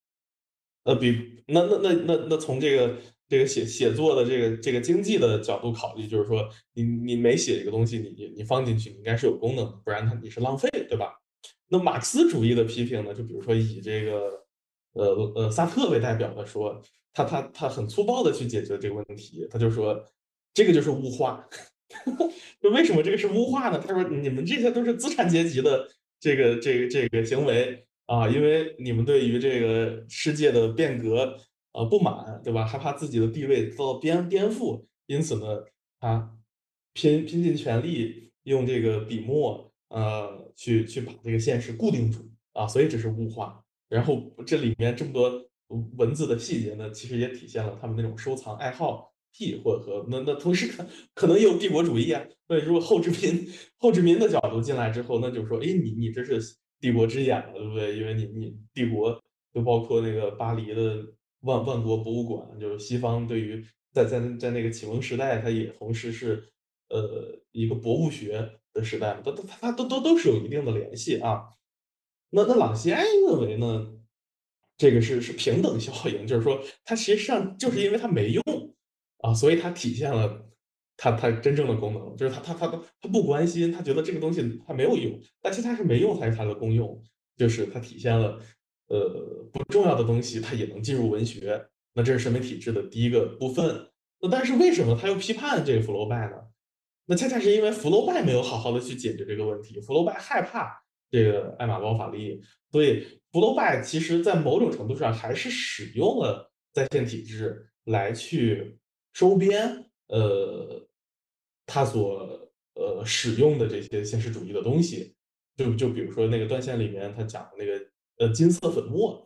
那从这个写作的这个经济的角度考虑，就是说你每写一个东西，你放进去，你应该是有功能的，不然你是浪费，对吧？那马克思主义的批评呢，就比如说以这个萨特为代表的说，他很粗暴的去解决这个问题，他就说这个就是物化。就为什么这个是物化呢？他说你们这些都是资产阶级的这个行为啊，因为你们对于这个世界的变革不满，对吧？害怕自己的地位遭到颠覆，因此呢，他拼尽全力用这个笔墨去把这个现实固定住啊，所以这是物化。然后这里面这么多文字的细节呢，其实也体现了他们那种收藏爱好屁，或者和那同时可能也有帝国主义啊。对，如果后殖民的角度进来之后，那就是说，哎，你这是帝国之眼了，对不对？因为你帝国就包括那个巴黎的万国博物馆，就是西方对于在那个启蒙时代，它也同时是一个博物学的时代嘛，它都是有一定的联系啊。那朗西埃认为呢，这个是平等效应，就是说它实际上就是因为它没用啊，所以它体现了它真正的功能，就是它不关心，它觉得这个东西它没有用，但其实它是没用才是它的功用，就是它体现了不重要的东西它也能进入文学，那这是审美体制的第一个部分。那但是为什么他又批判这个福楼拜呢？那恰恰是因为福楼拜没有好好的去解决这个问题，福楼拜害怕这个艾玛包法利，所以福楼拜其实在某种程度上还是使用了在线体制来去收编他所使用的这些现实主义的东西，就比如说那个断线里面他讲的那个金色粉末，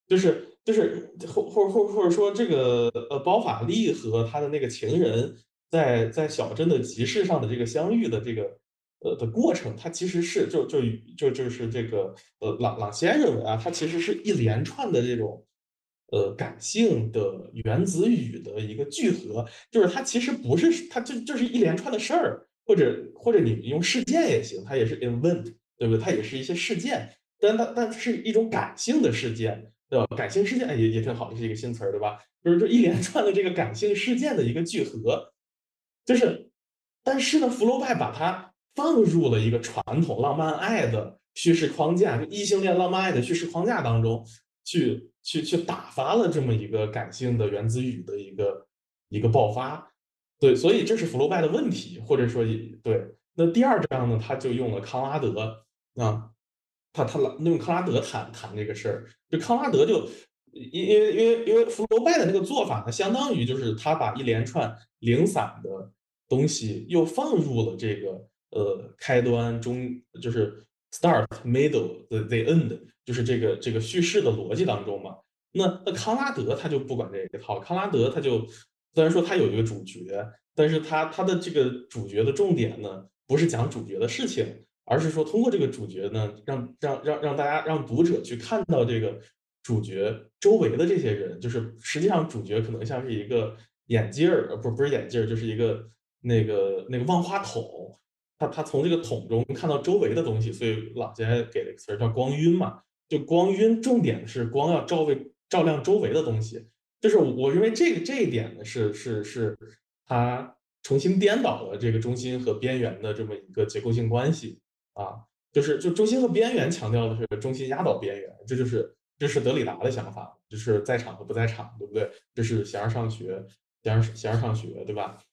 或者说这个包法利和他的那个情人在小镇的集市上的这个相遇的这个的过程，它其实是就是这个朗西埃认为啊，它其实是一连串的这种感性的原子语的一个聚合，就是它其实不是它就是一连串的事儿，或者你用事件也行，它也是 event，对不对？它也是一些事件，但是一种感性的事件。对吧？感性事件也挺好，这是一个新词儿，对吧？就是这一连串的这个感性事件的一个聚合，就是，但是呢，福楼拜把它放入了一个传统浪漫爱的叙事框架，就异性恋浪漫爱的叙事框架当中，去打发了这么一个感性的原子语的一个爆发。对，所以这是福楼拜的问题，或者说对。那第二章呢，他就用了康拉德啊，他用康拉德谈这个事儿，就康拉德就因为福楼拜的那个做法呢，相当于就是他把一连串零散的东西又放入了这个开端中，就是 start middle the end，就是这个叙事的逻辑当中嘛。那康拉德他就不管这一套，康拉德他就虽然说他有一个主角，但是他的这个主角的重点呢，不是讲主角的事情，而是说通过这个主角呢，让大家让读者去看到这个主角周围的这些人，就是实际上主角可能像是一个眼镜儿，不是眼镜儿，就是一个那个万花筒，他从这个桶中看到周围的东西，所以朗杰给了个词儿叫光晕嘛，就光晕，重点是光要照亮周围的东西，就是我认为这一点呢是他重新颠倒了这个中心和边缘的这么一个结构性关系啊，就中心和边缘强调的是中心压倒边缘，这是德里达的想法，就是在场和不在场，对不对？这是形而上学，形而上学，对吧？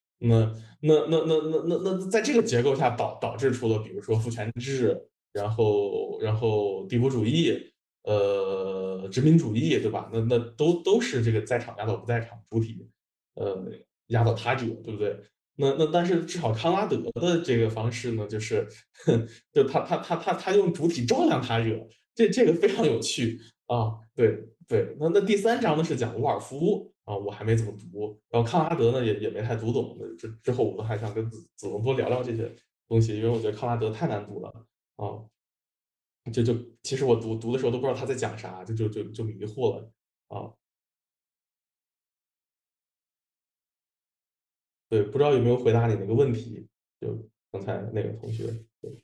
那在这个结构下导致出了，比如说父权制，然后帝国主义，殖民主义，对吧？那都是这个在场压倒不在场主体，呃，压倒他者，对不对？那但是至少康拉德的这个方式呢，就是就他用主体照亮他者，这个非常有趣啊，对对。那第三章呢是讲伍尔夫啊，我还没怎么读，然后康拉德呢也没太读懂，之后我都还想跟子龙多聊聊这些东西，因为我觉得康拉德太难读了啊。就其实我读的时候都不知道他在讲啥，就迷糊了啊。对，不知道有没有回答你那个问题，就刚才那个同学。对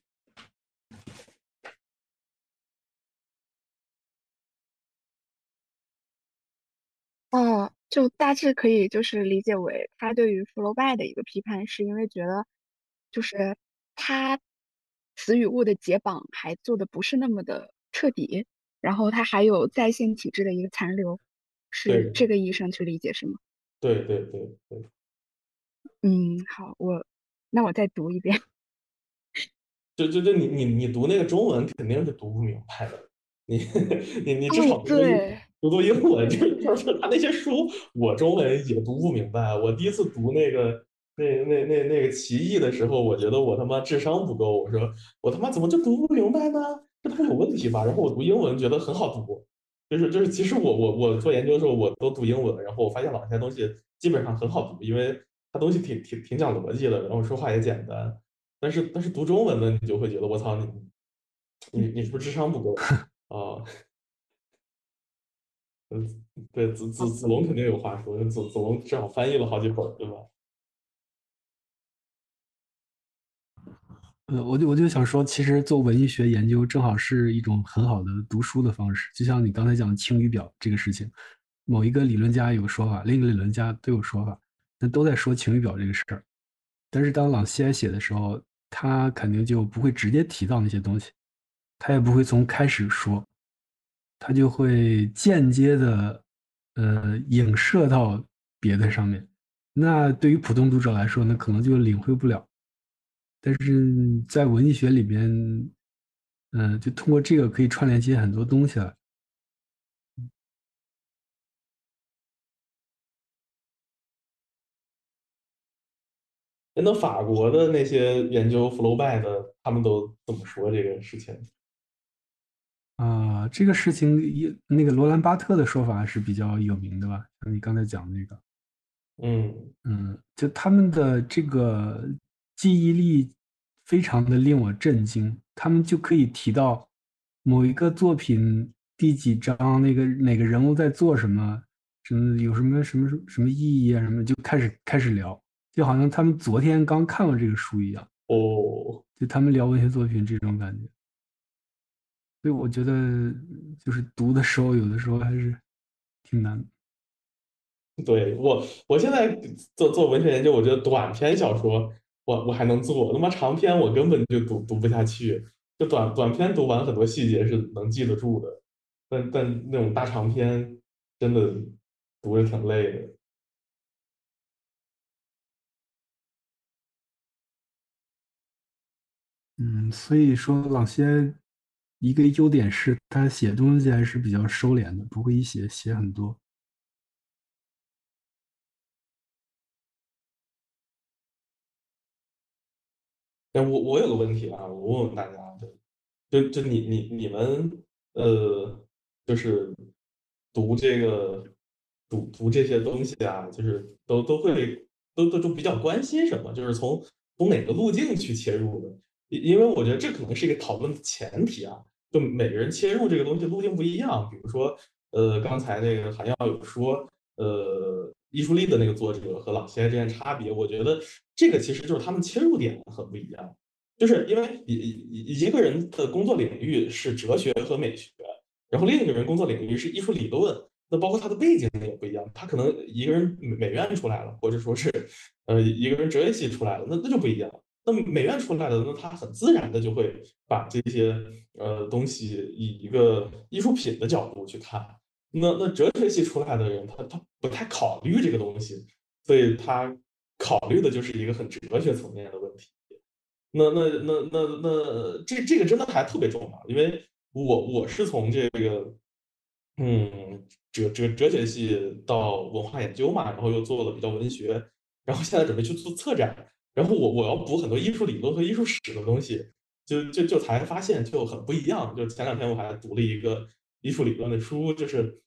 哦，就大致可以就是理解为他对于福楼拜的一个批判，是因为觉得就是他词语物的解绑还做的不是那么的彻底，然后他还有在线体制的一个残留，是
对
这个意义上去理解是吗？
对对对对，
嗯，好，那我再读一遍。
就你读那个中文肯定是读不明白的，你你至
哦，
少
对，
读英文，就是他那些书我中文也读不明白。我第一次读那个奇异的时候，我觉得我他妈智商不够，我说我他妈怎么就读不明白呢？这他妈有问题吧？然后我读英文觉得很好读， 就是，其实我做研究的时候，我都读英文，然后我发现老些东西基本上很好读，因为它东西挺讲逻辑的，然后说话也简单。但是读中文的，你就会觉得我操你是不是智商不够啊？嗯，对，子龙肯定有话说，子龙至少翻译了好几本儿，对吧？
我就想说，其实做文艺学研究正好是一种很好的读书的方式。就像你刚才讲的晴雨表这个事情，某一个理论家有个说法，另一个理论家都有说法，那都在说晴雨表这个事儿。但是当朗西埃写的时候，他肯定就不会直接提到那些东西，他也不会从开始说，他就会间接的影射到别的上面。那对于普通读者来说呢，可能就领会不了。但是在文艺学里边，就通过这个可以串联起很多东西来。
那法国的那些研究 flow by 的，他们都怎么说这个事情？
这个事情那个罗兰巴特的说法是比较有名的吧？像你刚才讲的那个。
嗯，
就他们的这个记忆力非常的令我震惊，他们就可以提到某一个作品第几章，那个哪个人物在做什么，什么有什么意义啊，什么就开始聊，就好像他们昨天刚看了这个书一样，
哦，
就他们聊文学作品这种感觉。所以我觉得就是读的时候，有的时候还是挺难的。
对，我现在做文学研究，我觉得短篇小说我还能做，他妈长篇我根本就读不下去。就短篇读完很多细节是能记得住的，但那种大长篇真的读着挺累的。
所以说朗西埃一个优点是他写东西还是比较收敛的，不会一写很多。
但我有个问题啊，我问问大家，就你们就是读这个读这些东西啊，就是都会都比较关心什么？就是从哪个路径去切入的？因为我觉得这可能是一个讨论的前提啊，就每个人切入这个东西路径不一样。比如说，刚才那个韩耀有说，艺术力的那个作者和朗西埃之间差别，我觉得这个其实就是他们切入点很不一样。就是因为一个人的工作领域是哲学和美学，然后另一个人工作领域是艺术理论，那包括他的背景也不一样，他可能一个人美院出来了，或者说是一个人哲学系出来了，那就不一样。那美院出来的，那他很自然的就会把这些东西以一个艺术品的角度去看。那哲学系出来的人，他不太考虑这个东西，所以他考虑的就是一个很哲学层面的问题。那这个真的还特别重要，因为我是从这个哲学系到文化研究嘛，然后又做了比较文学，然后现在准备去做策展，然后我要补很多艺术理论和艺术史的东西，就才发现就很不一样。就前两天我还读了一个艺术理论的书，就是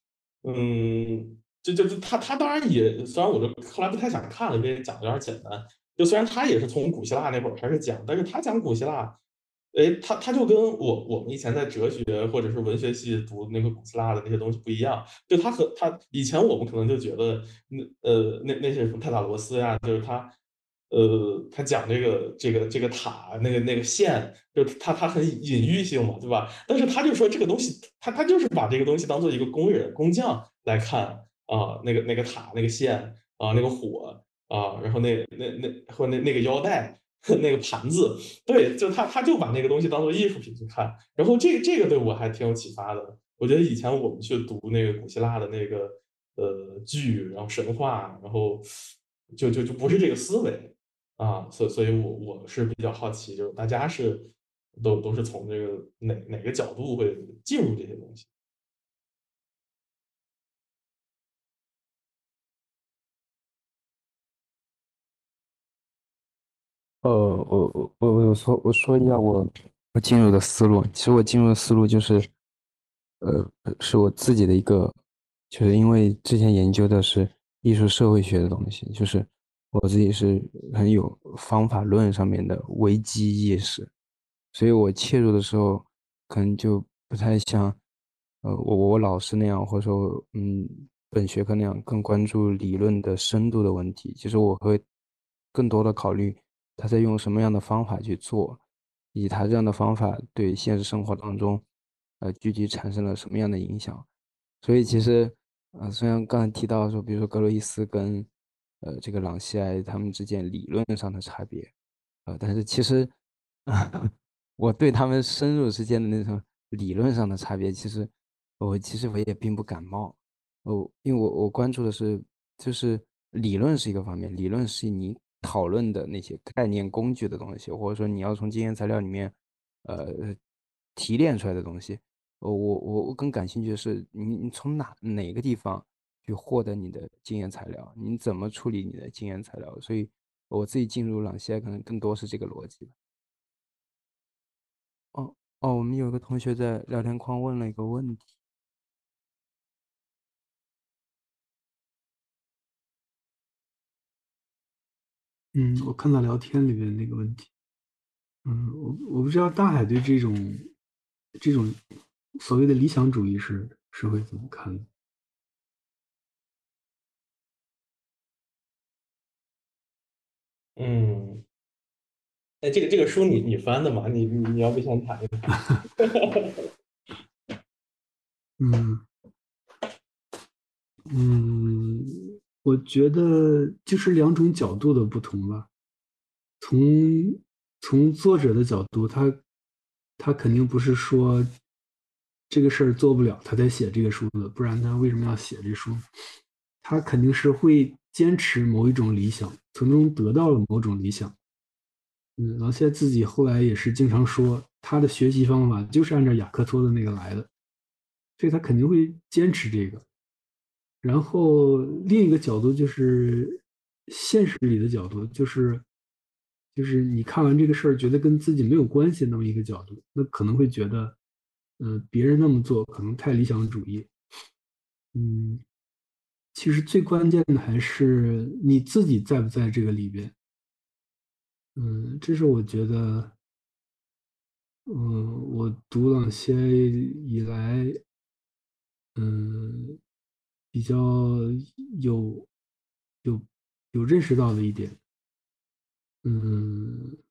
他当然也虽然我就后来不太想看了，因为讲的有点简单。就虽然他也是从古希腊那会儿开始讲，但是他讲古希腊，哎，他就跟我们以前在哲学或者是文学系读那个古希腊的那些东西不一样。就他以前我们可能就觉得那些什么泰塔罗斯呀，就是他讲这个塔那个线，就是他很隐喻性嘛，对吧？但是他就说这个东西，他就是把这个东西当做一个工匠来看啊，那个塔那个线啊，那个火。啊，然后或那个腰带，那个盘子，对，就他就把那个东西当做艺术品去看，然后这个对我还挺有启发的。我觉得以前我们去读那个古希腊的那个剧，然后神话，然后就不是这个思维啊，所以我是比较好奇，就是大家都是从这个哪个角度会进入这些东西。
我说一下我进入的思路。其实我进入的思路就是， 是我自己的一个，就是因为之前研究的是艺术社会学的东西，就是我自己是很有方法论上面的危机意识，所以我切入的时候可能就不太像，我老师那样，或者说本学科那样更关注理论的深度的问题。其实我会更多的考虑他在用什么样的方法去做，以及他这样的方法对现实生活当中，具体产生了什么样的影响。所以其实，虽然刚才提到说，比如说格罗伊斯跟这个朗西埃他们之间理论上的差别，但是其实，我对他们深入之间的那种理论上的差别，其实我也并不感冒。因为我关注的是，就是理论是一个方面，理论是你讨论的那些概念工具的东西，或者说你要从经验材料里面，提炼出来的东西。我更感兴趣的是你从哪个地方去获得你的经验材料，你怎么处理你的经验材料，所以我自己进入朗西埃可能更多是这个逻辑吧。哦哦，我们有个同学在聊天框问了一个问题。
我看到聊天里面那个问题。我不知道大海对这种所谓的理想主义是会怎么看的？
嗯，哎，这个书你翻的吗？你要不先谈一谈？
嗯嗯，我觉得就是两种角度的不同吧。从从作者的角度，他肯定不是说这个事儿做不了，他才写这个书的，不然他为什么要写这书？他肯定是会坚持某一种理想，从中得到了某种理想。老谢自己后来也是经常说，他的学习方法就是按照雅克托的那个来的，所以他肯定会坚持这个。然后另一个角度就是现实里的角度，就是你看完这个事儿，觉得跟自己没有关系那么一个角度，那可能会觉得，别人那么做可能太理想主义。嗯，其实最关键的还是你自己在不在这个里边。这是我觉得，我读朗些以来，嗯，比较有有有认识到的一点。嗯，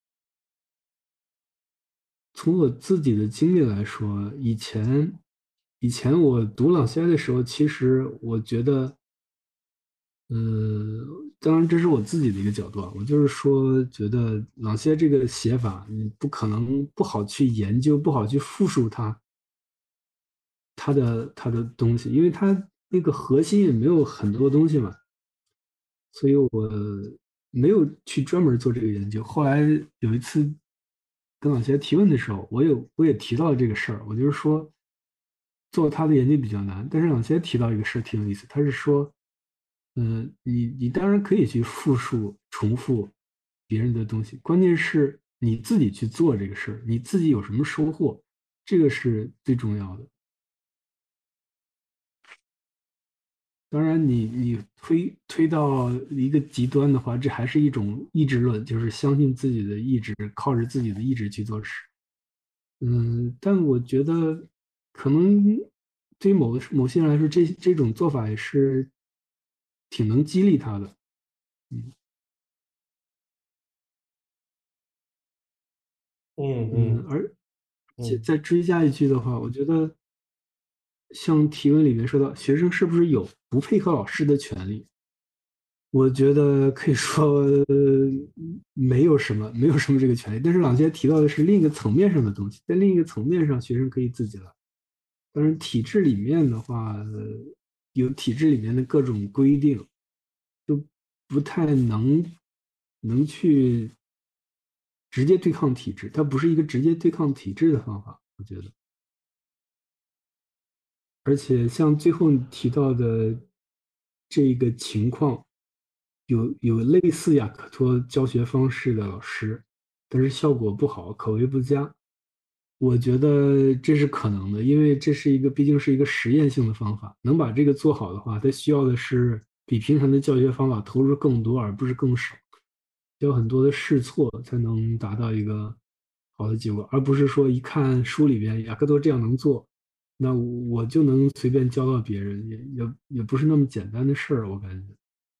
从我自己的经历来说，以前我读朗西埃的时候，其实我觉得，当然这是我自己的一个角度啊，我就是说，觉得朗西埃这个写法，你不可能不好去研究，不好去复述它的东西，因为它那个核心也没有很多东西嘛，所以我没有去专门做这个研究。后来有一次跟老师提问的时候，我也提到了这个事儿，我就是说做他的研究比较难，但是老师提到一个事儿挺有意思，他是说，你当然可以去复述、重复别人的东西，关键是你自己去做这个事儿，你自己有什么收获，这个是最重要的。当然你推到一个极端的话，这还是一种意志论，就是相信自己的意志，靠着自己的意志去做事。但我觉得可能对于某些人来说，这种做法也是挺能激励他的。嗯
嗯
而且
嗯
再追加一句的话，我觉得像提问里面说到，学生是不是有不配合老师的权利？我觉得可以说没有什么这个权利，但是朗杰提到的是另一个层面上的东西，在另一个层面上，学生可以自己来。当然，体制里面的话，有体制里面的各种规定，就不太能去直接对抗体制，它不是一个直接对抗体制的方法，我觉得。而且像最后提到的这个情况，有类似雅克托教学方式的老师，但是效果不好，口碑不佳。 我觉得这是可能的，因为这是一个毕竟是一个实验性的方法，能把这个做好的话，它需要的是比平常的教学方法投入更多，而不是更少，需要很多的试错才能达到一个好的结果，而不是说一看书里边雅克都这样能做，那我就能随便教到别人，也不是那么简单的事儿，我感觉。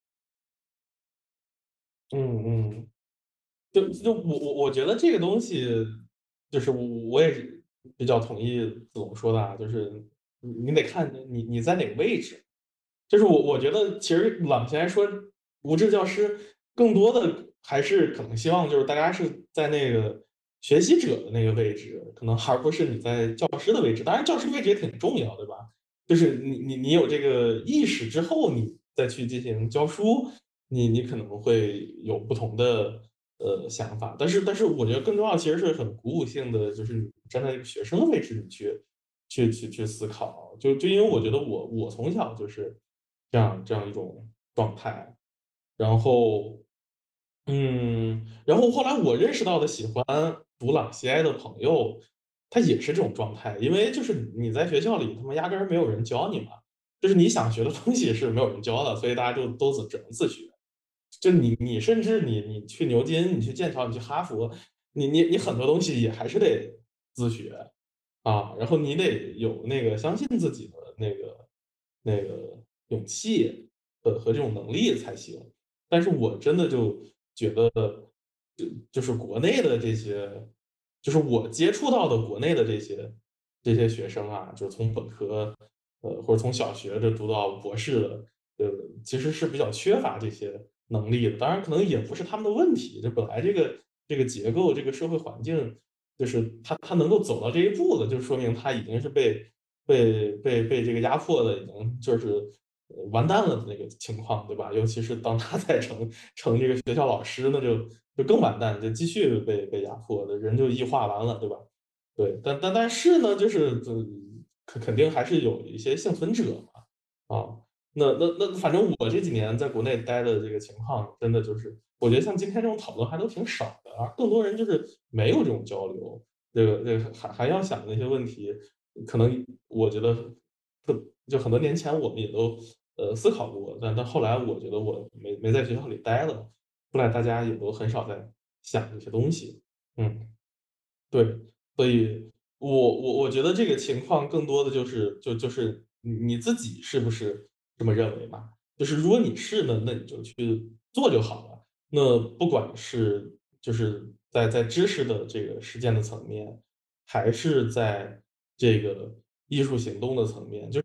嗯嗯。就我觉得这个东西，就是我也是比较同意子龙说的啊，就是你得看你在哪个位置。就是我觉得其实朗起来说，无证教师更多的还是可能希望就是大家是在那个学习者的那个位置，可能而不是你在教师的位置。当然，教师位置也挺重要，对吧？就是你有这个意识之后，你再去进行教书，你可能会有不同的想法。但是我觉得更重要其实是很鼓舞性的，就是你站在一个学生的位置，你去思考。就因为我觉得我从小就是这样一种状态，然后然后后来我认识到的喜欢读朗西埃的朋友，他也是这种状态，因为就是你在学校里他妈压根儿没有人教你嘛，就是你想学的东西是没有人教的，所以大家就都只能自学。就你甚至你去牛津，你去剑桥，你去哈佛，你很多东西也还是得自学啊，然后你得有那个相信自己的那个勇气和这种能力才行。但是我真的就觉得，就是国内的这些，就是我接触到的国内的这些学生啊，就是从本科，或者从小学这读到博士的，呃，其实是比较缺乏这些能力的。当然，可能也不是他们的问题，这本来这个结构、这个社会环境，就是他能够走到这一步的，就说明他已经是被这个压迫的，已经就是完蛋了的那个情况，对吧？尤其是当他再成这个学校老师，那就更完蛋，就继续被压迫的人就异化完了，对吧？对，但是呢，就是肯定还是有一些幸存者嘛，啊，那反正我这几年在国内待的这个情况，真的就是我觉得像今天这种讨论还都挺少的，而更多人就是没有这种交流，这个还要想的那些问题，可能我觉得就很多年前我们也都思考过，但后来我觉得我没在学校里待了，出来大家也都很少在想这些东西，嗯。对，所以我觉得这个情况更多的就是你自己是不是这么认为嘛？就是如果你是呢，那你就去做就好了。那不管是就是在知识的这个实践的层面，还是在这个艺术行动的层面，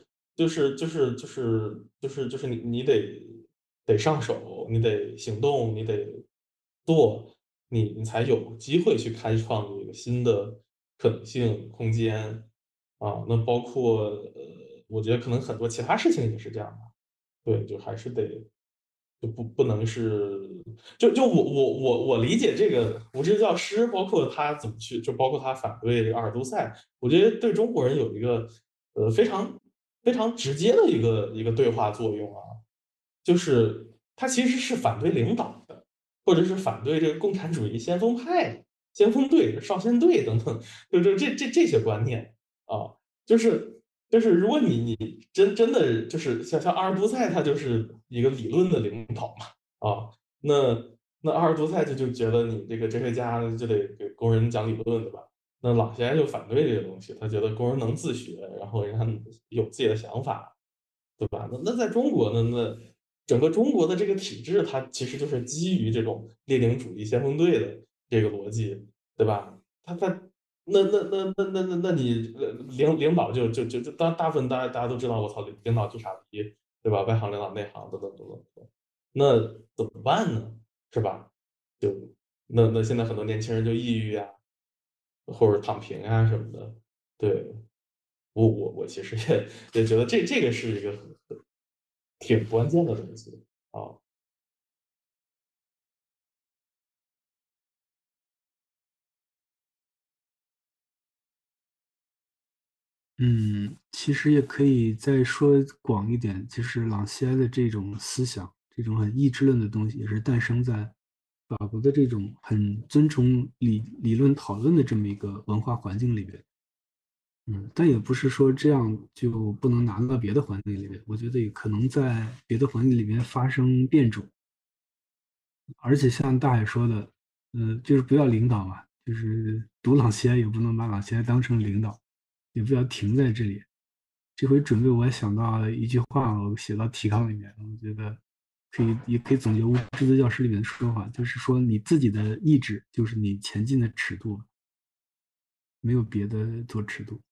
就是你得上手，你得行动，你得做。你才有机会去开创这个新的可能性空间啊。那包括我觉得可能很多其他事情也是这样的。对，就还是得就不能是就我理解这个无知教师，包括他怎么去，就包括他反对这个阿尔都塞，我觉得对中国人有一个非常非常直接的一个对话作用啊，就是他其实是反对领导的。或者是反对这个共产主义先锋派、先锋队、少先队等等，就这些观念啊，就是如果你真的就是像阿尔都塞，他就是一个理论的领导嘛啊，那阿尔都塞就觉得你这个哲学家就得给工人讲理论对吧？那朗西埃就反对这个东西，他觉得工人能自学，然后让他们有自己的想法，对吧？那在中国呢，那整个中国的这个体制，它其实就是基于这种列宁主义先锋队的这个逻辑，对吧？他那你领导就大部分大家都知道，我操，领导就傻逼，对吧？外行领导内行等等等等，那怎么办呢？是吧？就那现在很多年轻人就抑郁啊，或者躺平啊什么的，对。我其实也觉得这个是一个挺关键的东西啊。
其实也可以再说广一点，就是朗西埃的这种思想，这种很意志论的东西，也是诞生在法国的这种很尊重理论讨论的这么一个文化环境里边。但也不是说这样就不能拿到别的环境里面，我觉得也可能在别的环境里面发生变种。而且像大海说的，就是不要领导嘛，就是读朗西埃也不能把朗西埃当成领导，也不要停在这里。这回准备我还想到一句话，我写到提纲里面，我觉得也可以总结无知的教师里面的说法，就是说你自己的意志就是你前进的尺度，没有别的做尺度。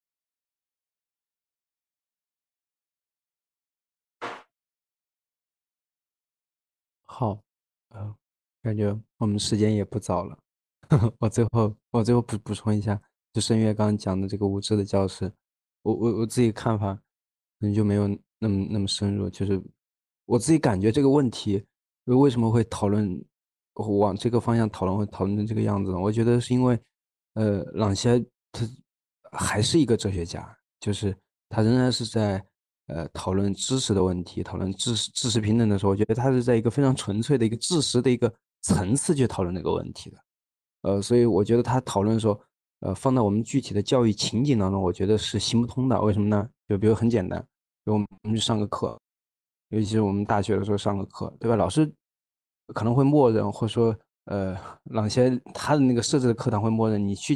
好，感觉我们时间也不早了。我最后补充一下，就声乐刚刚讲的这个无知的教师，我自己看法可能就没有那么深入，就是我自己感觉这个问题为什么会讨论往这个方向讨论，会讨论成这个样子呢？我觉得是因为朗西埃他还是一个哲学家，就是他仍然是在讨论知识的问题，讨论知识平等的时候，我觉得他是在一个非常纯粹的一个知识的一个层次去讨论这个问题的。所以我觉得他讨论说，放到我们具体的教育情景当中，我觉得是行不通的。为什么呢？就比如很简单，比如我们去上个课，尤其是我们大学的时候上个课，对吧？老师可能会默认，或者说，朗些他的那个设置的课堂会默认你去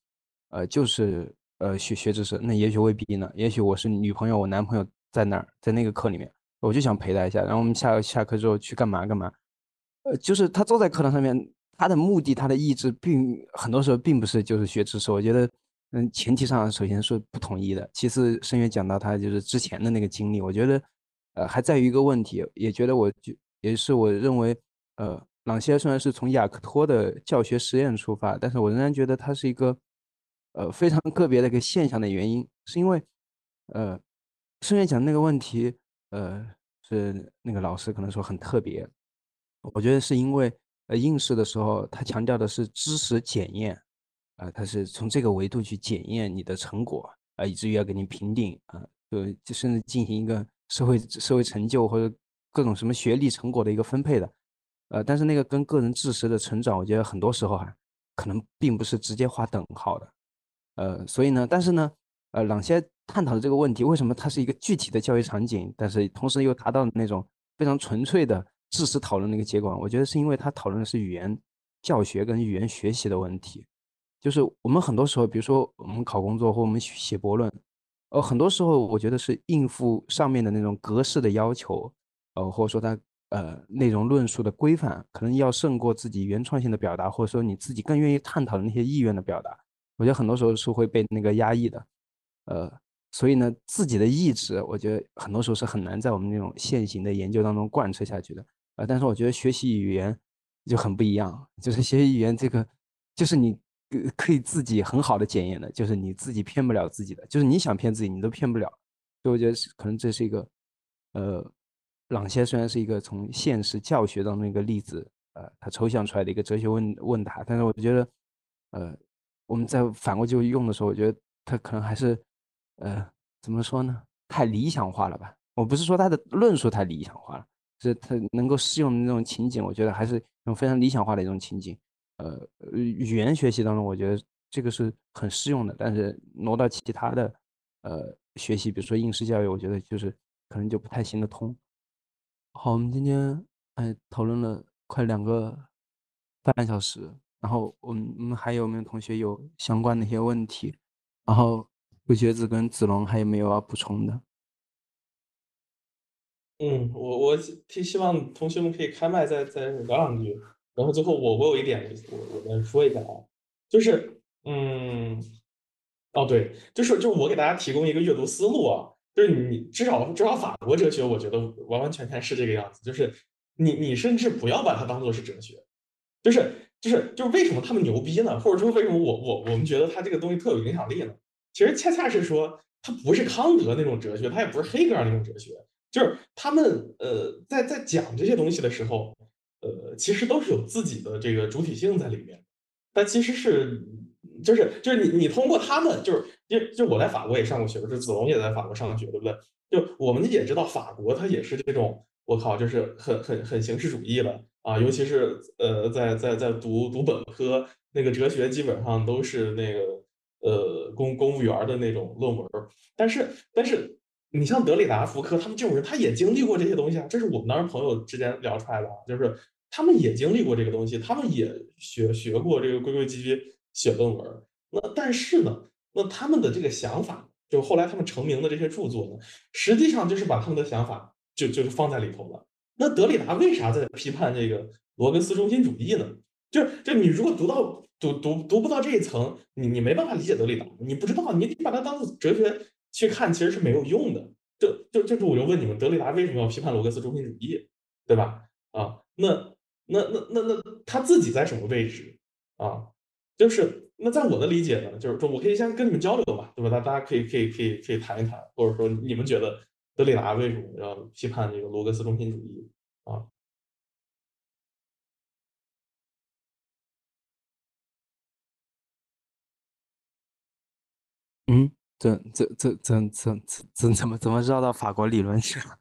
学知识，那也许未必呢。也许我是女朋友，我男朋友在那儿，在那个课里面，我就想陪他一下，然后我们下课之后去干嘛干嘛。就是他坐在课堂上面，他的目的，他的意志，很多时候并不是就是学知识。我觉得，前提上首先是不统一的，其次声乐讲到他就是之前的那个经历，我觉得，还在于一个问题，也是我认为，朗西埃虽然是从雅克托的教学实验出发，但是我仍然觉得它是一个，非常个别的一个现象的原因，是因为，呃，声乐讲那个问题，是那个老师可能说很特别。我觉得是因为应试的时候，他强调的是知识检验，他是从这个维度去检验你的成果，以至于要给你评定，就甚至进行一个社会成就或者各种什么学历成果的一个分配的，但是那个跟个人知识的成长，我觉得很多时候可能并不是直接划等号的。所以呢，但是呢，朗先探讨的这个问题，为什么它是一个具体的教育场景，但是同时又达到那种非常纯粹的知识讨论的一个结果？我觉得是因为他讨论的是语言教学跟语言学习的问题。就是我们很多时候，比如说我们考工作或我们写博论，很多时候我觉得是应付上面的那种格式的要求，或者说它内容论述的规范，可能要胜过自己原创性的表达，或者说你自己更愿意探讨的那些意愿的表达。我觉得很多时候是会被那个压抑的，呃，所以呢，自己的意志，我觉得很多时候是很难在我们那种现行的研究当中贯彻下去的，但是我觉得学习语言就很不一样，就是学习语言这个，就是你可以自己很好的检验的，就是你自己骗不了自己的，就是你想骗自己，你都骗不了。所以我觉得可能这是一个，朗先虽然是一个从现实教学当中一个例子，他抽象出来的一个哲学问答，但是我觉得，呃，我们在反过去用的时候，我觉得他可能还是，怎么说呢？太理想化了吧？我不是说他的论述太理想化了，是他能够适用的那种情景，我觉得还是用非常理想化的一种情景。语言学习当中，我觉得这个是很适用的，但是挪到其他的学习，比如说应试教育，我觉得就是可能就不太行得通。好，我们今天讨论了快2个半小时，然后我们还有没有同学有相关的一些问题？然后鬼学子跟子龙还有没有要补充的？
我希望同学们可以开麦再聊两句，然后最后我有一点我再说一下啊，就是哦对，就是我给大家提供一个阅读思路啊，就是你至少法国哲学，我觉得完完全全是这个样子，就是你甚至不要把它当做是哲学，就是为什么他们牛逼呢？或者说为什么我们觉得他这个东西特有影响力呢？其实恰恰是说，他不是康德那种哲学，他也不是黑格尔那种哲学，就是他们在讲这些东西的时候，其实都是有自己的这个主体性在里面。但其实是就是你通过他们，就我在法国也上过学，就是子龙也在法国上学，对不对？就我们也知道法国它也是这种我靠，就是很形式主义了啊，尤其是在读本科，那个哲学基本上都是那个公务员的那种论文。但是你像德里达、福柯他们这种人，他也经历过这些东西啊，这是我们当时朋友之间聊出来的啊，就是他们也经历过这个东西，他们也学过这个规规矩矩写论文。那但是呢，那他们的这个想法，就后来他们成名的这些著作呢，实际上就是把他们的想法就是放在里头了。那德里达为啥在批判这个罗格斯中心主义呢？就你如果读不到这一层，你没办法理解德里达，你不知道，你把它当做哲学去看，其实是没有用的。就是我就问你们，德里达为什么要批判罗格斯中心主义，对吧？啊，那他自己在什么位置啊？就是那在我的理解呢，就是说我可以先跟你们交流嘛，对吧？大家可以谈一谈，或者说你们觉得德里达为什么要批判这个罗格斯中心主义啊？
嗯，怎么绕到法国理论去了？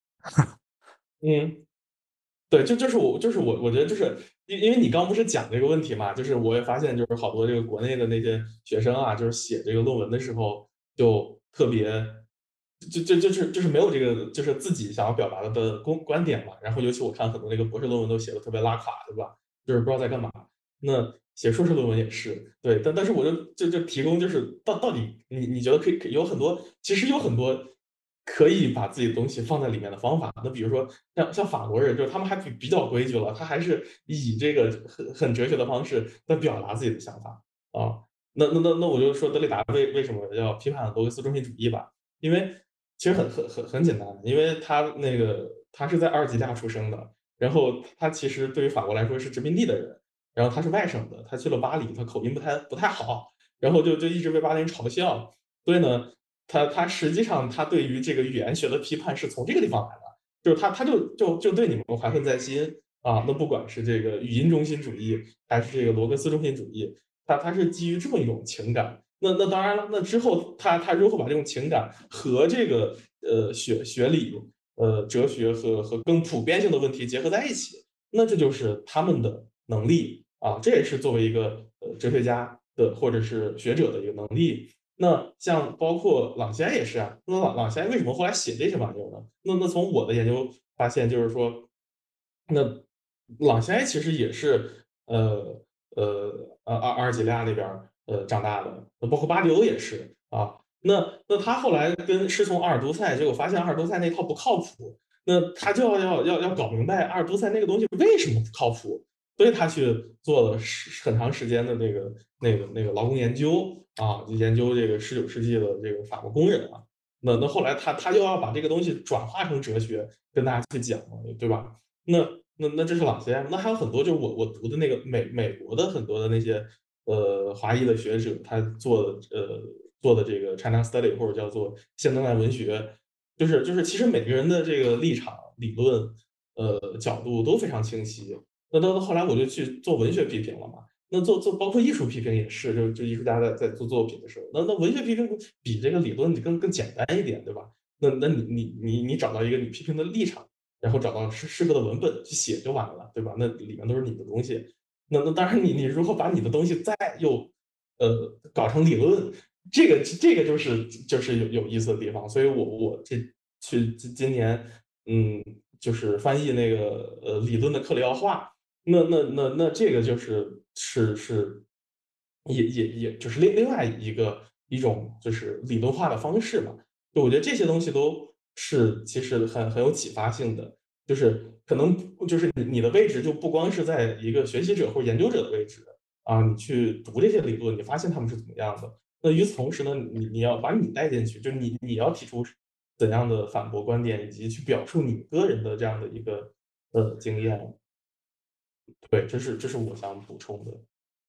嗯，对，我觉得就是因为你刚不是讲这个问题嘛，就是我也发现就是好多这个国内的那些学生啊，就是写这个论文的时候就特别就是没有这个就是自己想要表达的观点嘛，然后尤其我看很多那个博士论文都写的特别拉垮，对吧？就是不知道在干嘛。那写硕士论文也是对，但是我就提供就是到底你觉得可以有很多，其实有很多可以把自己的东西放在里面的方法。那比如说像法国人，就是他们还比较规矩了，他还是以这个很哲学的方式在表达自己的想法啊。那我就说德里达为什么要批判罗格斯中心主义吧？因为其实很简单，因为他是在阿尔及利亚出生的，然后他其实对于法国来说是殖民地的人，然后他是外省的，他去了巴黎，他口音不太好，然后就一直被巴黎人嘲笑，所以呢，他实际上他对于这个语言学的批判是从这个地方来的，就是他就对你们怀恨在心啊。那不管是这个语音中心主义，还是这个罗格斯中心主义，他是基于这么一种情感。那当然了，那之后他如何把这种情感和这个学理、哲学和更普遍性的问题结合在一起，那这就是他们的能力啊，这也是作为一个哲学家的或者是学者的一个能力。那像包括朗西埃也是啊，那朗西埃为什么后来写这些玩意儿呢？那从我的研究发现，就是说，那朗西埃其实也是阿尔及利亚那边长大的，包括巴迪欧也是啊。那他后来师从阿尔都塞，结果发现阿尔都塞那套不靠谱，那他就要搞明白阿尔都塞那个东西为什么不靠谱，所以他去做了很长时间的那个劳工研究啊，就研究这个19世纪的这个法国工人啊。那后来他就要把这个东西转化成哲学跟大家去讲嘛，对吧？那那这是朗西埃，那还有很多就是我读的那个美国的很多的那些华裔的学者，他做的这个 China Study 或者叫做现当代文学，就是其实每个人的这个立场、理论角度都非常清晰。那到后来我就去做文学批评了嘛。那做包括艺术批评也是，就艺术家在做作品的时候，那文学批评比这个理论更简单一点，对吧？那你找到一个你批评的立场，然后找到适合的文本去写就完了，对吧？那里面都是你的东西。那当然你如果把你的东西再又搞成理论，这个就是有意思的地方。所以我今年就是翻译那个理论的克里奥化。那这个是也就是另外一种就是理论化的方式嘛。就我觉得这些东西都是其实很有启发性的，就是可能就是你的位置就不光是在一个学习者或者研究者的位置啊，你去读这些理论，你发现他们是怎么样的。那与此同时呢，你要把你带进去，就是你要提出怎样的反驳观点，以及去表述你个人的这样的一个经验。对，这是我想补充的。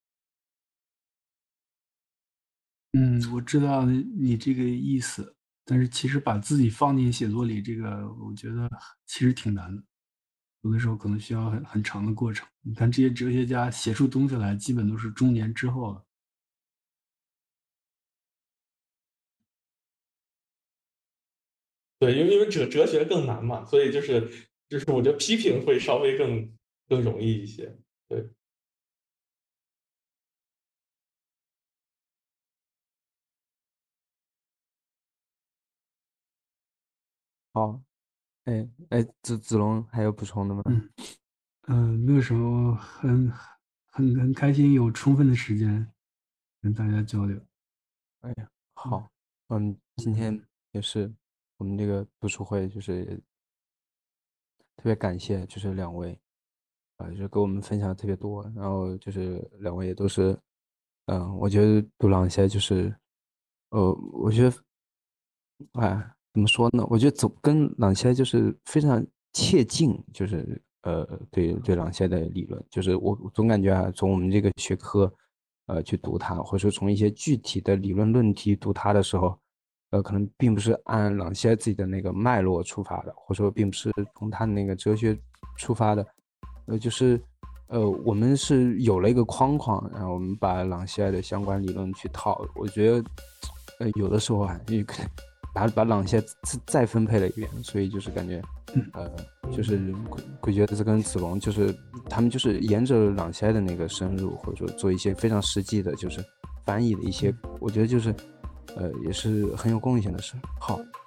嗯，我知道你这个意思，但是其实把自己放进写作里，这个我觉得其实挺难的，有的时候可能需要很长的过程。你看这些哲学家写出东西来，基本都是中年之后了。
对，因为哲学更难嘛，所以就是就是我觉得批评会稍微更容易一些。对。
好，哎，子龙还有补充的吗？
没有什么，很开心有充分的时间跟大家交流。
哎呀，
嗯
好，今天也是我们这个读书会，就是特别感谢，就是两位，就是给我们分享的特别多，然后就是两位也都是，我觉得读朗些就是，我觉得，哎，怎么说呢？我觉得跟朗些就是非常切近，就是对朗些的理论，就是我总感觉啊，从我们这个学科，去读它，或者说从一些具体的理论论题读它的时候，可能并不是按朗些自己的那个脉络出发的，或者说并不是从他的那个哲学出发的，就是我们是有了一个框框，然后我们把朗些的相关理论去套，我觉得有的时候啊，你可把朗些再分配了一遍，所以就是感觉就是鬼觉子跟子龙，就是他们就是沿着朗些的那个深入，或者说做一些非常实际的，就是翻译的一些，我觉得就是也是很有贡献的事。好，